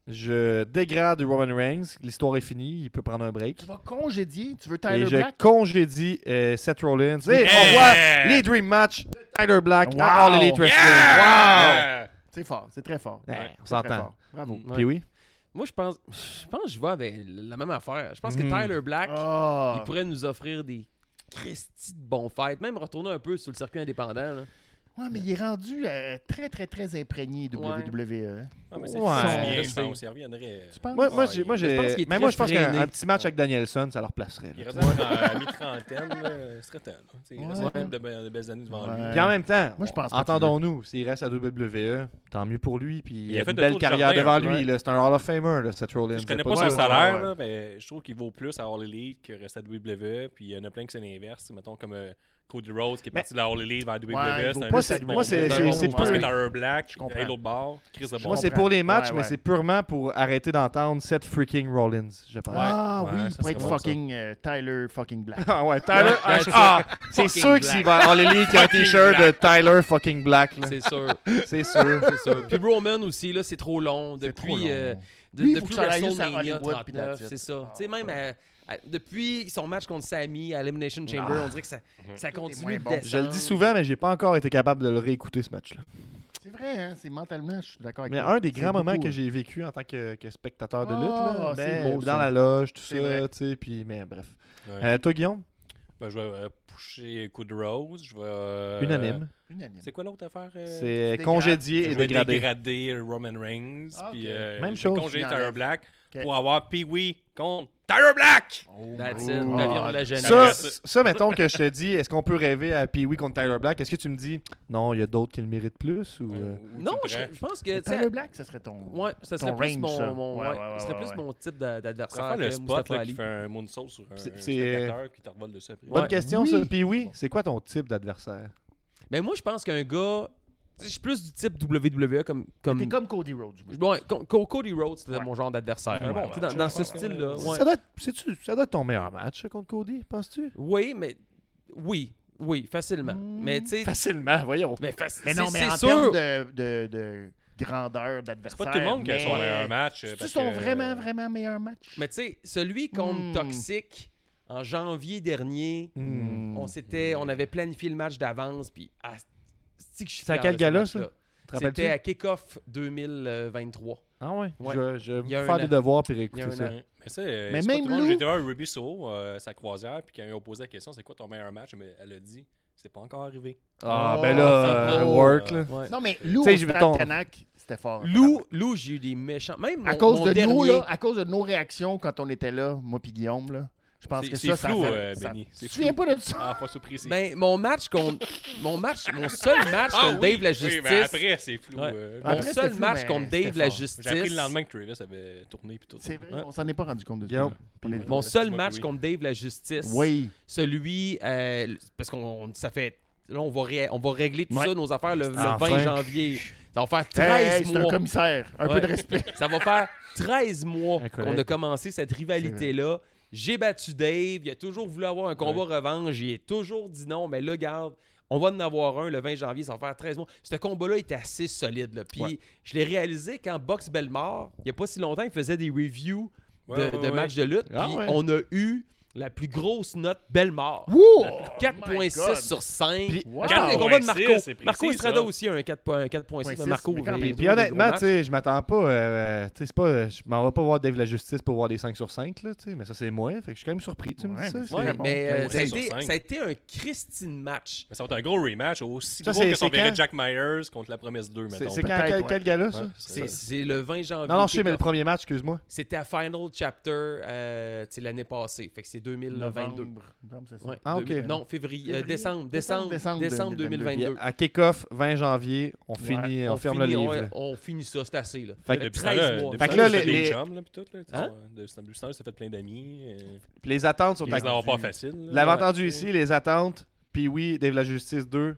je dégrade Roman Reigns. L'histoire est finie. Il peut prendre un break. Tu vas congédier? Tu veux Et Tyler je Black? congédie euh, Seth Rollins. Et Yeah! on voit les Dream Match de Tyler Black Wow! à All Elite Wrestling. Yeah! C'est fort, c'est très fort. Ouais, Ouais, on c'est s'entend. très fort. Bravo. Ouais. Puis oui. Moi, je pense, je pense que je vais avec la même affaire. Je pense que Mm. Tyler Black, Ah. il pourrait nous offrir des Christy de bons fights, même retourner un peu sur le circuit indépendant. Là. Ouais, mais il est rendu euh, très, très, très imprégné W W E. hein. Ah, mais c'est Ouais. ouais. Je je pense. Il reviendrait. Tu penses? Moi, moi, Ah, j'ai, il- moi, je pense j'ai, qu'il est mais très moi, je pense qu'un freiné. un petit match avec Danielson, ça leur placerait. là. Il reste à mi-trentaine, là, ce serait temps. là. Tu sais, Il reste Ouais. quand même de, be- de belles années devant Ouais. lui. Puis en même temps, Moi, je pense pas entendons-nous, s'il reste à W W E, tant mieux pour lui. Puis il a a fait une le belle tour du carrière jardin, devant ouais. lui. là. C'est un Hall of Famer, là, Seth Rollins. Je connais C'est pas son ouais, salaire, ouais, ouais. là, mais je trouve qu'il vaut plus à All Elite que reste à W W E. Puis il y en a plein que c'est l'inverse. Mettons comme euh, Cody Rhodes qui est parti de la All Elite vers W W E. Ouais, il vaut c'est un pas peu cette- plus moi, bon. c'est- Je c'est- c'est pense que peu- Tyler Black, Je comprends. et l'autre bord, Chris de Je bon. Moi, c'est comprends. pour les matchs, Ouais, mais ouais. c'est purement pour arrêter d'entendre Seth freaking Rollins, je pense. Ah Ouais, oui, ça il pourrait serait être bon, ça. fucking euh, Tyler fucking Black. Ah ouais, Tyler. Ouais, c'est ah, c'est Fucking sûr que s'il va en l'élite, il y a un t-shirt de Tyler fucking Black. là. C'est sûr. C'est sûr. C'est sûr. Puis Roman aussi, là, c'est trop long. C'est Depuis, trop long. euh, de- Lui, il faut depuis que ça aille juste à WrestleMania Hollywood, puis trente-neuf, that's it. c'est ça. Ah, tu sais, même à- à- depuis son match contre Sami à Elimination Chamber, on dirait que ça, ça continue moins de bon. descendre. Je le dis souvent, mais j'ai pas encore été capable de le réécouter ce match-là. C'est vrai, hein? C'est mentalement, je suis d'accord avec Mais toi. un des C'est grands moments beaucoup. que j'ai vécu en tant que, que spectateur de lutte, Ah, là, c'est ben, beau, dans ça. la loge, tout C'est ça, vrai. tu sais, puis mais bref. Ouais. Euh, toi, Guillaume, Ben, je vais euh, pusher Cody Rhodes. Je vais. euh, unanime. Unanime. C'est quoi l'autre affaire? euh? C'est dégrade. congédié Je et vais dégradé. dégrader Roman Reigns. Ah, Puis, ok. euh, Même je chose. vais congédier Il Tyler enlève. Black Ok. pour avoir Pee-Wee contre Tyler Black. That's it, Oh. l'avion de la jeunesse. Ça, c- ça, mettons que je te dis, est-ce qu'on peut rêver à Pee-Wee contre Tyler Black? Est-ce que tu me dis, non, il y a d'autres qui le méritent plus? Ou, euh, Ou non, tu je, pourrais- je pense que. tu sais, Tyler Black, ça serait ton. Ouais, ça serait ton plus range, mon, ça. mon, Ouais, ouais, ouais, ouais, ça serait ouais, plus ouais. mon type Tu d'a- pourrais d'adversaire. faire le que spot Mustafa là, Ali. qui fait un moonsault sur un, C'est- un c'est- spectateur qui te revole dessus après. Bonne Ouais. question, Oui. ça. Pee-Wee, c'est quoi ton type d'adversaire? Mais moi, je pense qu'un gars. tu sais, Je suis plus du type W W E comme. comme... T'es comme Cody Rhodes. moi. Ouais, Co- Co- Cody Rhodes, c'était Ouais. mon genre d'adversaire. Ouais, Bon, ouais, tu sais, dans, ouais. dans ce style-là. ouais. Ça, doit être, sais-tu- ça doit être ton meilleur match ça, contre Cody, penses-tu? Oui, mais. Oui, oui, facilement. Mm. Mais tu sais. Facilement, voyons. Mais, faci- Mais non, c'est- mais en c'est termes sûr. de, de, de grandeur C'est d'adversaire. pas tout le monde qui a son mais- meilleur match. euh, C'est-tu parce son que- vraiment, vraiment meilleur match? Mais tu sais, celui contre Mm. Toxic en janvier dernier, Hmm. on s'était, on avait planifié le match d'avance, puis ah, c'est que je suis C'est à fier quel de ce gala, match-là. ça? Te rappelles-tu? C'était à Kickoff deux mille vingt-trois. Ah ouais? Ouais. Je, je vais Il y a faire un des an. devoirs puis Il y a réécouter un ça. an. Ouais. Mais ça, euh, Mais c'est pas même tout le monde. Lou- J'étais voir Ruby So, euh, sa croisière, puis quand ils ont posé la question, c'est quoi ton meilleur match? Mais elle a dit, c'est pas encore arrivé. Ah, Oh, ben là, c'est euh, beau. work, là. Ouais. Non, mais Lou, Tu sais, au je vais Stade ton- Canac, c'était fort. Lou, Lou, j'ai eu des méchants. Même mon, à cause mon de dernier, nous, là, à cause de nos réactions quand on était là, moi puis Guillaume, là, je pense C'est- que c'est ça, ça flou, fait- euh, ça- Benny, Tu c'est te souviens flou. pas de ça? Ah, pas surpris. c'est- ben, mon match contre, mon match, mon seul match Ah contre oui, Dave la oui, Justice. mais après, c'est flou. Ouais. euh, Mon Après, c'était seul flou, match mais contre c'était Dave la fort. Justice. J'ai appris le lendemain que Travis avait tourné puis tout. C'est vrai, Ouais. on s'en est pas rendu compte de ça. Guillaume. On est- Mon seul Moi, match oui. contre Dave la Justice. Oui. Celui, euh, parce qu'on ça fait. Là, on va, ré- on va régler tout Ouais. ça, nos affaires, le, le Enfin. vingt janvier. Ça va faire Hey, treize hey, c'est un mois. commissaire. Un Ouais. peu de respect. Ça va faire treize mois Un qu'on collègue. a commencé cette rivalité-là. J'ai battu Dave. Il a toujours voulu avoir un combat revanche. J'ai toujours dit non. Mais là, garde, on va en avoir un le vingt janvier. Ça va faire treize mois. Ce combat-là était assez solide. Là. Puis Ouais. je l'ai réalisé quand Box Belmore, il n'y a pas si longtemps, il faisait des reviews de, Ouais, ouais, de ouais. matchs de lutte. Ah Puis ouais. on a eu la plus grosse note Belmore. Wouh! quatre Oh my virgule God. six sur cinq. Puis- Wow. Regarde les combats de Marco. quatre virgule six, c'est précis, Marco Estrada ça. aussi a un quatre virgule six. six, Marco, mais quand il- même. il- Puis il- honnêtement, gros tu sais, je m'attends pas, euh, tu sais, c'est pas, je m'en vais pas voir Dave la Justice pour voir des cinq sur cinq, là, tu sais, mais ça c'est moi, fait que je suis quand même surpris, tu me Ouais, dis ça. mais c'est- Ouais, très bon. mais euh, Ouais, ça, a cinq été, sur cinq. ça a été un Christine match. Mais ça va être un gros rematch, aussi Ça, gros c'est- que son c'est verrait quand? Jack Myers contre la promesse deux, C'est mettons. c'est quand, Peut-être, quel, ouais. quel gars-là, ça? Ouais, C'est c'est le vingt janvier. Non, non, je sais, mais le kick-off. premier match, excuse-moi. C'était à Final Chapter euh, tu sais, l'année passée. Fait que c'est deux mille vingt-deux. Novembre. Novembre, c'est ça. Ouais, Ah, deux mille ok. Non, février. euh, Février? décembre. Décembre, Décembre. décembre Décembre deux mille Puis vingt-deux. à kick-off, vingt janvier, on finit, on, ferme finit, le livre. On, là. on finit ça, c'est assez. Là. Fait que Fait Depuis ce treize temps-là, mois. depuis Fait que ce là, temps-là, les- t'as des les- chums, là, puis tout, là. tu Hein? sais, Depuis ce temps-là, ça fait plein d'amis. euh, Puis les attentes sont Ils vont avoir pas actives. facile. Vous l'avez entendu ici, les attentes, puis oui, Dave la Justice deux,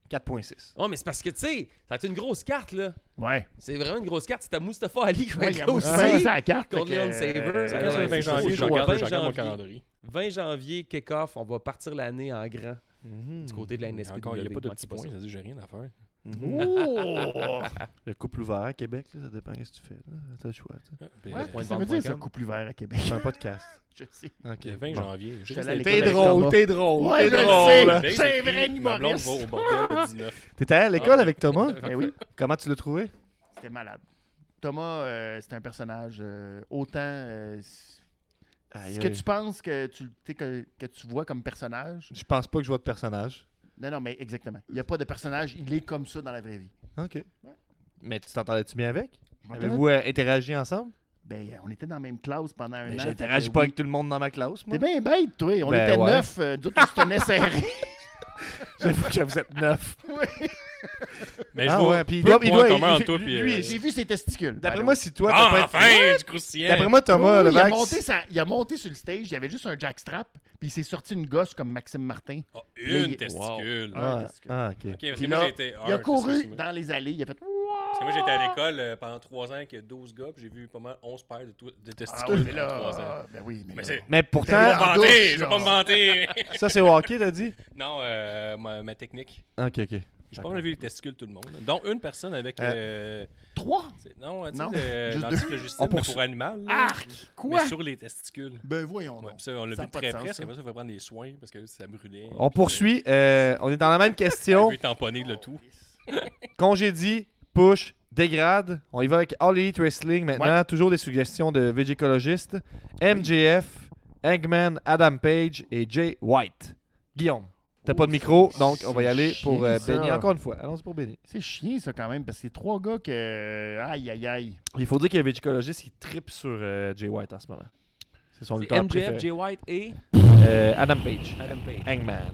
quatre virgule six. Oh, mais c'est parce que, tu sais, ça a été une grosse carte, là. Ouais. C'est vraiment une grosse carte. C'était Mustafa Ali qui va Ouais, être il y a là Mustafa aussi. Ali à la carte, Contre fait que, Leon Saver. euh, C'est Ouais, quand le ouais, vingt c'est janvier, chaud, je chaud. regarde vingt je regarde mon janvier. calendrier. vingt janvier, kick-off. On va partir l'année en grand du côté de la N S P W. Encore, il n'y a pas de Manquez petits points, ça. ça dit j'ai rien à faire. Oh! Le couple ouvert à Québec, là, ça dépend de ce que tu fais. là. T'as le choix. tu sais. Puis, Ouais, euh, point de ça veut vente dire point ça, com. couple ouvert à Québec. C'est un podcast. Je sais. Ok. le vingt Bon. janvier. Je Je suis allé à sais l'école T'es avec drôle, Thomas. t'es drôle. Ouais, t'es je le drôle. sais. là. C'est un vrai Ma blonde humoriste. va au bordel de dix-neuf. T'étais à l'école avec Thomas? Ben oui, Comment tu l'as trouvé? c'était malade. Thomas, euh, c'est un personnage euh, autant. euh, Aïe, ce que aïe. tu penses que tu, tu sais, que, que tu vois comme personnage. Je pense pas que je vois de personnage. Non, non, mais exactement. Il n'y a pas de personnage. Il est comme ça dans la vraie vie. OK. Mais tu t'entendais-tu bien avec? Je Avez-vous euh, interagi ensemble? Ben, on était dans la même classe pendant un Ben, an. J'interagis fait que pas oui. avec tout le monde dans ma classe, moi. T'es bien bête, toi. On Ben, était ouais. neuf. Euh, d'autres, on se tenait serré. J'avoue que vous êtes neuf. Mais Ah je vois ouais, puis il peu doit- de il points doit- communs il- entre toi lui, et... lui, J'ai vu ses testicules. D'après Ben, moi, si toi, t'as Ah, pas été- enfin, du croustillant! D'après moi, Thomas, oui, il, a Levac, monté sa- il a monté sur le stage, il y avait juste un jackstrap, puis il s'est sorti une gosse comme Maxime Martin. Oh, Là, une il- testicule. Ah, Ah, testicule. ah, OK. Ok, parce Puis que moi, là, j'étais... Il a ah, c'est ça, couru c'est- dans les allées, il a fait. Parce que moi, j'étais à l'école euh, pendant trois ans avec douze gars, puis j'ai vu pas mal onze paires de, tou- de Ah testicules oui, mais pendant trois ans. là. Ben oui, mais. Mais là- c'est... Mais Je pourtant, vais en pas me douche, vanter, je vais là. pas me vanter. ça, c'est au hockey, t'as dit? Non, euh, ma, ma technique. OK, OK. J'ai pas mal vu les testicules tout le monde. Dont une personne avec... Euh, Trois? c'est- non, tu Non, sais, juste le- deux. l'antiflogistine, On mais poursuit. pour animal. là. Arc! Mais Quoi? sur les testicules. Ben voyons. Ouais, donc. puis ça, on l'a Ça vu a pas très de près, sens, parce ça. qu'après ça, il faut prendre des soins, parce que ça brûlait. On poursuit. euh, on est dans la même On question. veut tamponner le tout. Congédie, push, dégrade. On y va avec All Elite Wrestling maintenant. Toujours des suggestions de végécologistes. M J F, Eggman, Adam Page et Jay White. Guillaume, t'as pas de micro, donc on va y aller C'est pour euh, chiant, Benny. ça. Encore une fois, allons-y pour Benny. C'est chiant, ça, quand même, parce que c'est trois gars que. Aïe, aïe, aïe. Il faut dire qu'il y a un végécologiste qui tripe sur euh, Jay White en ce moment. C'est son C'est lutteur M J F, préféré. Jay White et Euh, Adam Page. Adam Page. Hangman.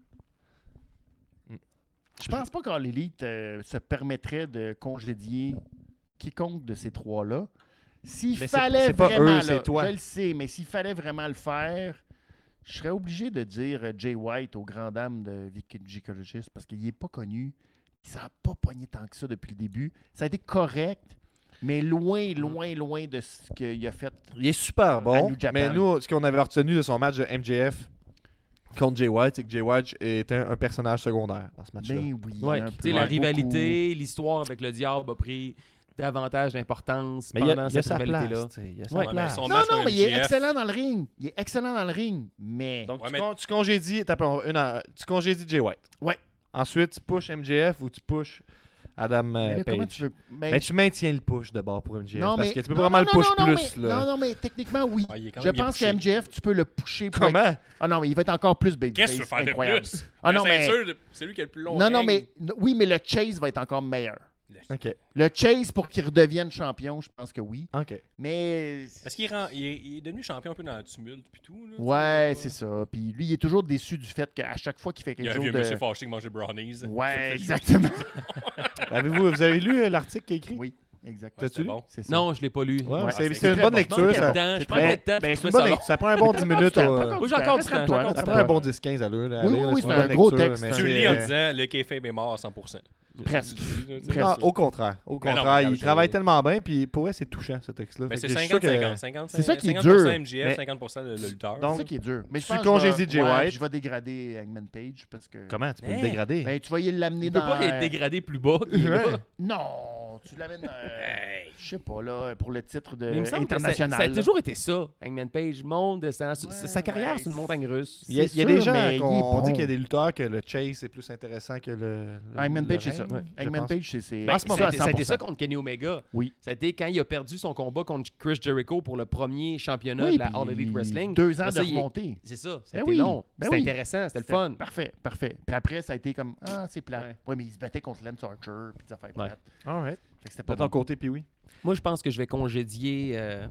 Je pense pas qu'All Elite euh, se permettrait de congédier quiconque de ces trois-là. S'il Mais c'est- fallait c'est pas vraiment. eux, là, c'est toi. Je le sais, mais s'il fallait vraiment le faire, je serais obligé de dire euh, Jay White aux grandes dames de Vicologist parce qu'il n'est pas connu. Ça n'a pas pogné tant que ça depuis le début. Ça a été correct, mais loin, loin, loin de ce qu'il a fait. Il est super À bon, New Japan. mais nous, ce qu'on avait retenu de son match de M J F contre Jay White, c'est que Jay White était un personnage secondaire dans ce match-là. Ben oui. Ouais, un tu peu, sais, la ouais, rivalité, l'histoire avec le diable a pris davantage d'importance Mais il y a, pendant il y a cette sa rivalité-là. place. tu sais, Il y a sa Ouais, mais place. son beaucoup. match Non, non, contre mais il est M J F. excellent dans le ring. Il est excellent dans le ring, mais. Donc, Ouais, tu, mais- con- tu congédies, t'as pas une, euh, tu congédies Jay White. Ouais. Ensuite, tu pushes M J F ou tu pushes Adam Mais euh, là, comment Page. tu veux. mais- Mais tu maintiens le push d'abord pour M J F. Non, parce mais- que tu peux non, vraiment non, le push non, non, plus. mais- là. Non, non, mais techniquement, oui. Ah, il est quand Je même bien pense que poussé. M J F, tu peux le pusher. pour être- Comment? Ah non, mais il va être encore plus babyface. Qu'est-ce que tu veux faire de incroyable. plus? Ah non, La mais. ceinture de- C'est lui qui a le plus long Non, non, règne. mais. Oui, mais le chase va être encore meilleur. OK. Le chase pour qu'il redevienne champion, je pense que oui. OK. Mais. Parce qu'il rend- il est, il est devenu champion un peu dans le tumulte puis tout. Là, tu Ouais, sais, c'est ça. Puis lui, il est toujours déçu du fait qu'à chaque fois qu'il fait Il y quelque a un chose vieux monsieur de. fâché qui mange des brownies. Ouais, exactement. Avez-vous, vous avez lu euh, l'article qu'il a écrit? Oui, exactement. Ouais, T'as-tu c'est lu? bon. C'est ça. Non, je l'ai pas lu. Ouais, Ouais, c'est c'est c'est une très bonne bon. lecture, Je ça. dedans, je prends Ben, pas de temps, ben, je c'est une fais bonne ça lecture. Ça prend un bon dix minutes. Pas euh, encore Moi, du j'ai temps. encore du Reste temps, comme toi, j'ai reste Ça encore comme prend un toi. bon dix quinze à l'heure. là, Oui, allez, oui, là, oui, une c'est bonne un gros lecture, texte, mais c'est Tu c'est, le lis en euh, disant le kayfabe est mort à cent pour cent. Presque. Mais Non, au contraire. Au Mais non, contraire, mais il je- travaille tellement bien, puis pour elle, c'est touchant, ce texte-là. Mais Fait c'est que je suis sûr cinquante que- cinquante. cinquante C'est ça qui est cinquante pour cent dur. M J F, Mais- cinquante pour cent le, le lutteur. C'est Donc, ça qui est dur. Mais je tu pense que congédies je vais- Jay ouais, White. Je vais dégrader Hangman Page parce que. Comment tu peux Hein? le dégrader? Ben, tu vas y l'amener Il peut dans. pas être dégradé plus bas. qu'il est là. Ouais. Non, tu l'amènes dans. Hey. Je sais pas, là, pour le titre de Mais il me semble que ça, international. ça a là. toujours été ça. Hangman Page monte, descend. Ouais, sa carrière, ben, c'est une montagne russe. Il y a, C'est il y a sûr, des gens mais il est qu'on on dit bon. qu'il y a des lutteurs que le chase est plus intéressant que le. le- Hangman le Page, c'est règne, ça. je Hangman pense. Page, c'est. c'est- Ben, c'est ça, ça, a été- ça a été ça cent pour cent. contre Kenny Omega. Oui. Ça a été quand il a perdu son combat contre Chris Jericho pour le premier championnat Oui, de la All puis Elite Wrestling. Deux ans Ben, de ça, il est- remontée. C'est ça. Ben C'était oui, long. ben C'était oui. intéressant. C'était le C'était fun. Parfait, parfait. Puis après, ça a été comme Ah, c'est plat. Ouais. Oui, mais il se battait contre Lance Archer, puis des affaires Ouais. plates. All right. Fait que c'était De pas ton bon. côté, puis oui. Moi, je pense que je vais congédier. euh,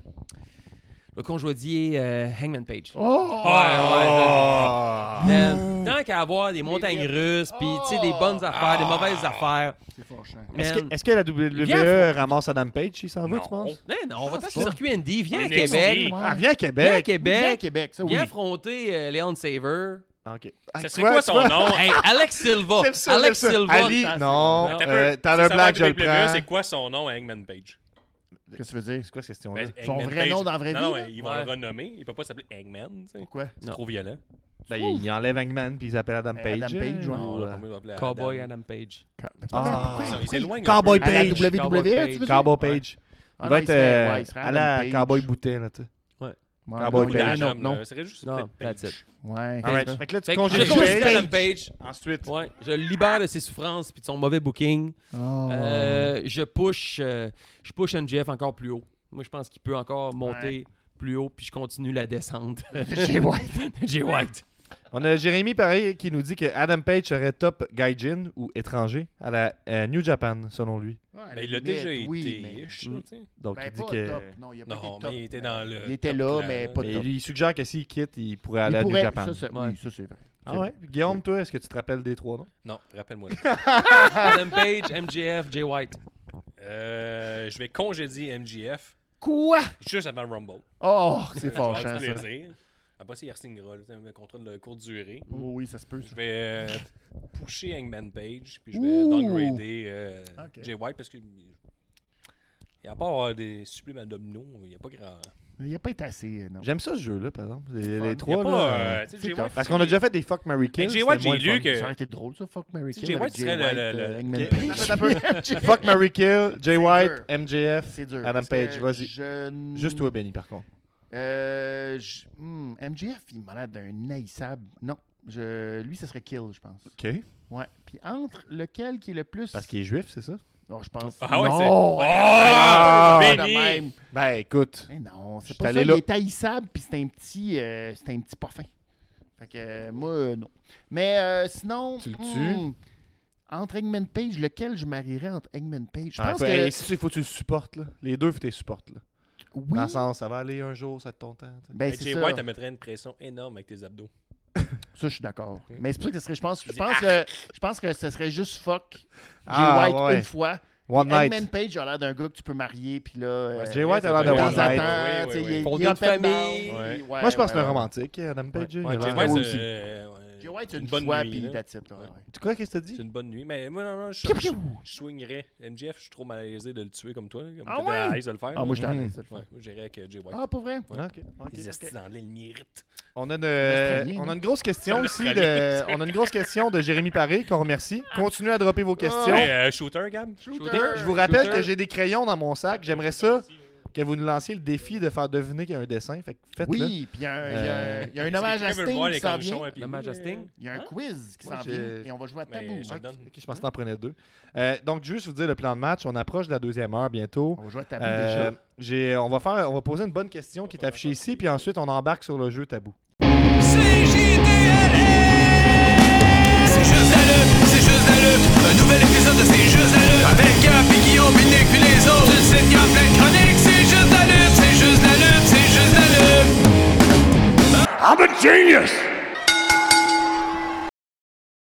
Je vais congédier euh, Hangman Page. Oh! Ah! Man, tant qu'à avoir des montagnes russes, puis tu sais, des bonnes affaires, des mauvaises affaires. C'est fâchant. Est-ce Man. que, est-ce que la W W Viens, E ramasse Adam Page s'il s'en va, tu penses? Non, non, on va pense sur le pas. circuit Indy. Viens à N X T. Québec. Ah, viens à Viens à Québec! Québec. Viens à Québec, ça, oui. Viens affronter euh, Leon Saver. Ah, ok. Ah, Ça tu serait vois, quoi tu son vois? nom? Hey, Alex Silva. J'aime ça, Alex j'aime ça. Silva. Ali, ça, non. Attends un Euh, peu. Tyler Si ça va Black, à je le W W E, prends. c'est quoi son nom à Hangman Page? Qu'est-ce que tu veux dire? C'est quoi cette question-là? Ben, Son Hangman vrai Page- nom dans la vraie non, vie, Non, là? il va Ouais. le renommer. Il peut pas s'appeler Hangman. tu sais. Pourquoi? C'est Non. trop violent. Ben, il, il enlève Hangman puis il s'appelle Adam Ben, Page. Adam Page, euh, ouais. Non, ou, on euh, va pas l'appeler Cowboy Adam. Adam Page. Ah. Il s'éloigne un Cowboy peu. À la Page. W W E, tu veux dire? Cowboy Page. Ah Il non, va il être serait- euh, ouais, il serait à Adam la Page. Cowboy Boutin, là, tu sais. Ouais, Cowboy non, Page. non, Adam, non. là, c'est juste Non, peut-être that's it. Ouais, Alright. c'est ça. Fait que là, tu Fait que congédies je congédie Adam Page. Page. Ensuite. Ouais, je le libère de ses souffrances puis de son mauvais booking. Oh. Euh, je push euh, je push M J F encore plus haut. Moi, je pense qu'il peut encore monter plus haut puis je continue la descente. Jay White. Jay White. On a Jérémy, pareil, qui nous dit que Adam Page serait top gaijin ou étranger à la euh, New Japan, selon lui. Ouais, Mais il a limite, déjà oui, été. mais- ish, Mm. tu sais. Donc, Ben, il dit pas que... top. Non, il a pas Non, été mais top. il était dans le. Il était top là, clan, mais là. pas Mais top. il suggère que s'il quitte, il pourrait aller Il à la New pourrait, Japan. ça, c'est Ouais. oui, ça, c'est vrai. Ah ouais? Guillaume, toi, est-ce que tu te rappelles des trois noms? Non, rappelle-moi. Adam Page, M J F, Jay White. euh, je vais congédier M J F Quoi? juste avant le Rumble. Oh, c'est Ça va fâchant, faire ça. plaisir. Après ça, il re-signera. là, c'est un contrat de courte durée. Oh, oui, ça se peut, ça. Je vais euh, pusher Hangman Page, puis je vais Ouh. downgrader euh, Ok. Jay White parce que. Il n'y a pas avoir des suppléments abdominaux, il n'y a pas grand. Il n'y a pas été assez, non. J'aime ça, ce jeu-là, par exemple. Les, fun. les Il y a trois, pas. là. euh, tu sais, c'est Jay tough. White, Parce qu'on a déjà fait des Fuck, Marry, Kill. Jay White, c'était moins j'ai lu fun. que- Ça aurait été drôle, ça, Fuck, Mary Kill. Jay avec White Jay serait le- White, le- euh, le- Hangman Ok. Page. Attends un peu. Fuck, Marry, Kill, Jay White, dur. M J F, C'est dur. Adam parce Page, que vas-y. je- Juste toi, Benny, par contre. Euh, je- hmm, M J F, il m'a l'air d'un haïssable. Non, je... lui, ce serait Kill, je pense. OK. Ouais. Puis entre lequel qui est le plus. Parce qu'il est juif, c'est ça? Non, je pense. Ah ouais, non! c'est- Ah, Ah, de Benny! même. Ben, écoute. Mais non, c'est J'étais pas ça. allé Il là. est haïssable, puis c'est un petit, euh, c'est un petit parfum. Fait que euh, moi, euh, non. Mais euh, sinon, Tu le hmm, entre Hangman Page, lequel je marierais entre Hangman Page? Je Ah, pense faut- que hey, si il faut que tu le supportes, là. Les deux, il faut que tu les supportes, là. oui. Dans le sens, ça va aller un jour, ça va être ton temps. tu sais. Ben, Hey, c'est Jay ça. White, elle mettrait une pression énorme avec tes abdos. Ça, je suis d'accord. Mais c'est pour ça que ce serait, je pense, je dis, pense que, je pense que ce serait juste fuck Jay Ah, White ouais. une fois. One night. Hangman Page a l'air d'un gars que tu peux marier, puis là. euh, Jay White a l'air de de temps en one temps, night. Ouais, tu sais, ouais, il est- ouais. il est en Fondé de famille. famille. Ouais. Ouais, Moi, je pense ouais, que c'est un ouais. romantique, Adam Page. il a Ouais, l'air- Jay moi White, aussi. euh, ouais, Jay White, c'est une une bonne fois, nuit, puis là. that's it. là, ouais. Tu crois qu'est-ce que t'as dit? C'est une bonne nuit, mais moi, non, non, je, Piou, je, piou. je swingerais. M J F, je suis trop malaisé de le tuer comme toi. là, Comme Ah t'étais ouais? à l'aise de le faire. Ah, moi, je Mhm. t'en ai, ça, le Ouais, fun. moi, j'irais avec euh, Jay White. Ah, pour vrai? Ok, ok. Les estis d'anglais, ils le méritent. On a, une, Australien, on a non? une grosse question C'est aussi. l'Australien. De, on a une grosse question de Jérémy Paré qu'on remercie. Continuez à dropper vos questions. Hey, euh, shooter, Gab? Shooter. Je vous rappelle Shooter. que j'ai des crayons dans mon sac. J'aimerais ça que vous nous lanciez le défi de faire deviner qu'il y a un dessin. Fait que faites-le. Oui, puis il y, a un- il y a un- Euh, il y a un hommage à Quelqu'un veut Sting voir qui les s'en cornichons vient. à Pee-wee, L'hommage à euh, Sting. Il y a un quiz qui Moi, s'en j'ai- vient et on va jouer à Mais tabou. je te Ok. donne. Ok, je pense que t'en prenais deux. Euh, donc, juste vous dire le plan de match. On approche de la deuxième heure bientôt. On va jouer à tabou Euh, déjà. j'ai, on, va faire, on va poser une bonne question qui est affichée ici, puis ensuite on embarque sur le jeu tabou. C'est J D L A. C'est juste la lutte, c'est juste la lutte. Un nouvel épisode de C'est juste la lutte. Avec Gap et Guillaume, puis Nick, puis les autres. Tu le sais, il y a plein de chroniques. C'est juste la lutte, c'est juste la lutte, c'est juste la lutte. I'm a genius!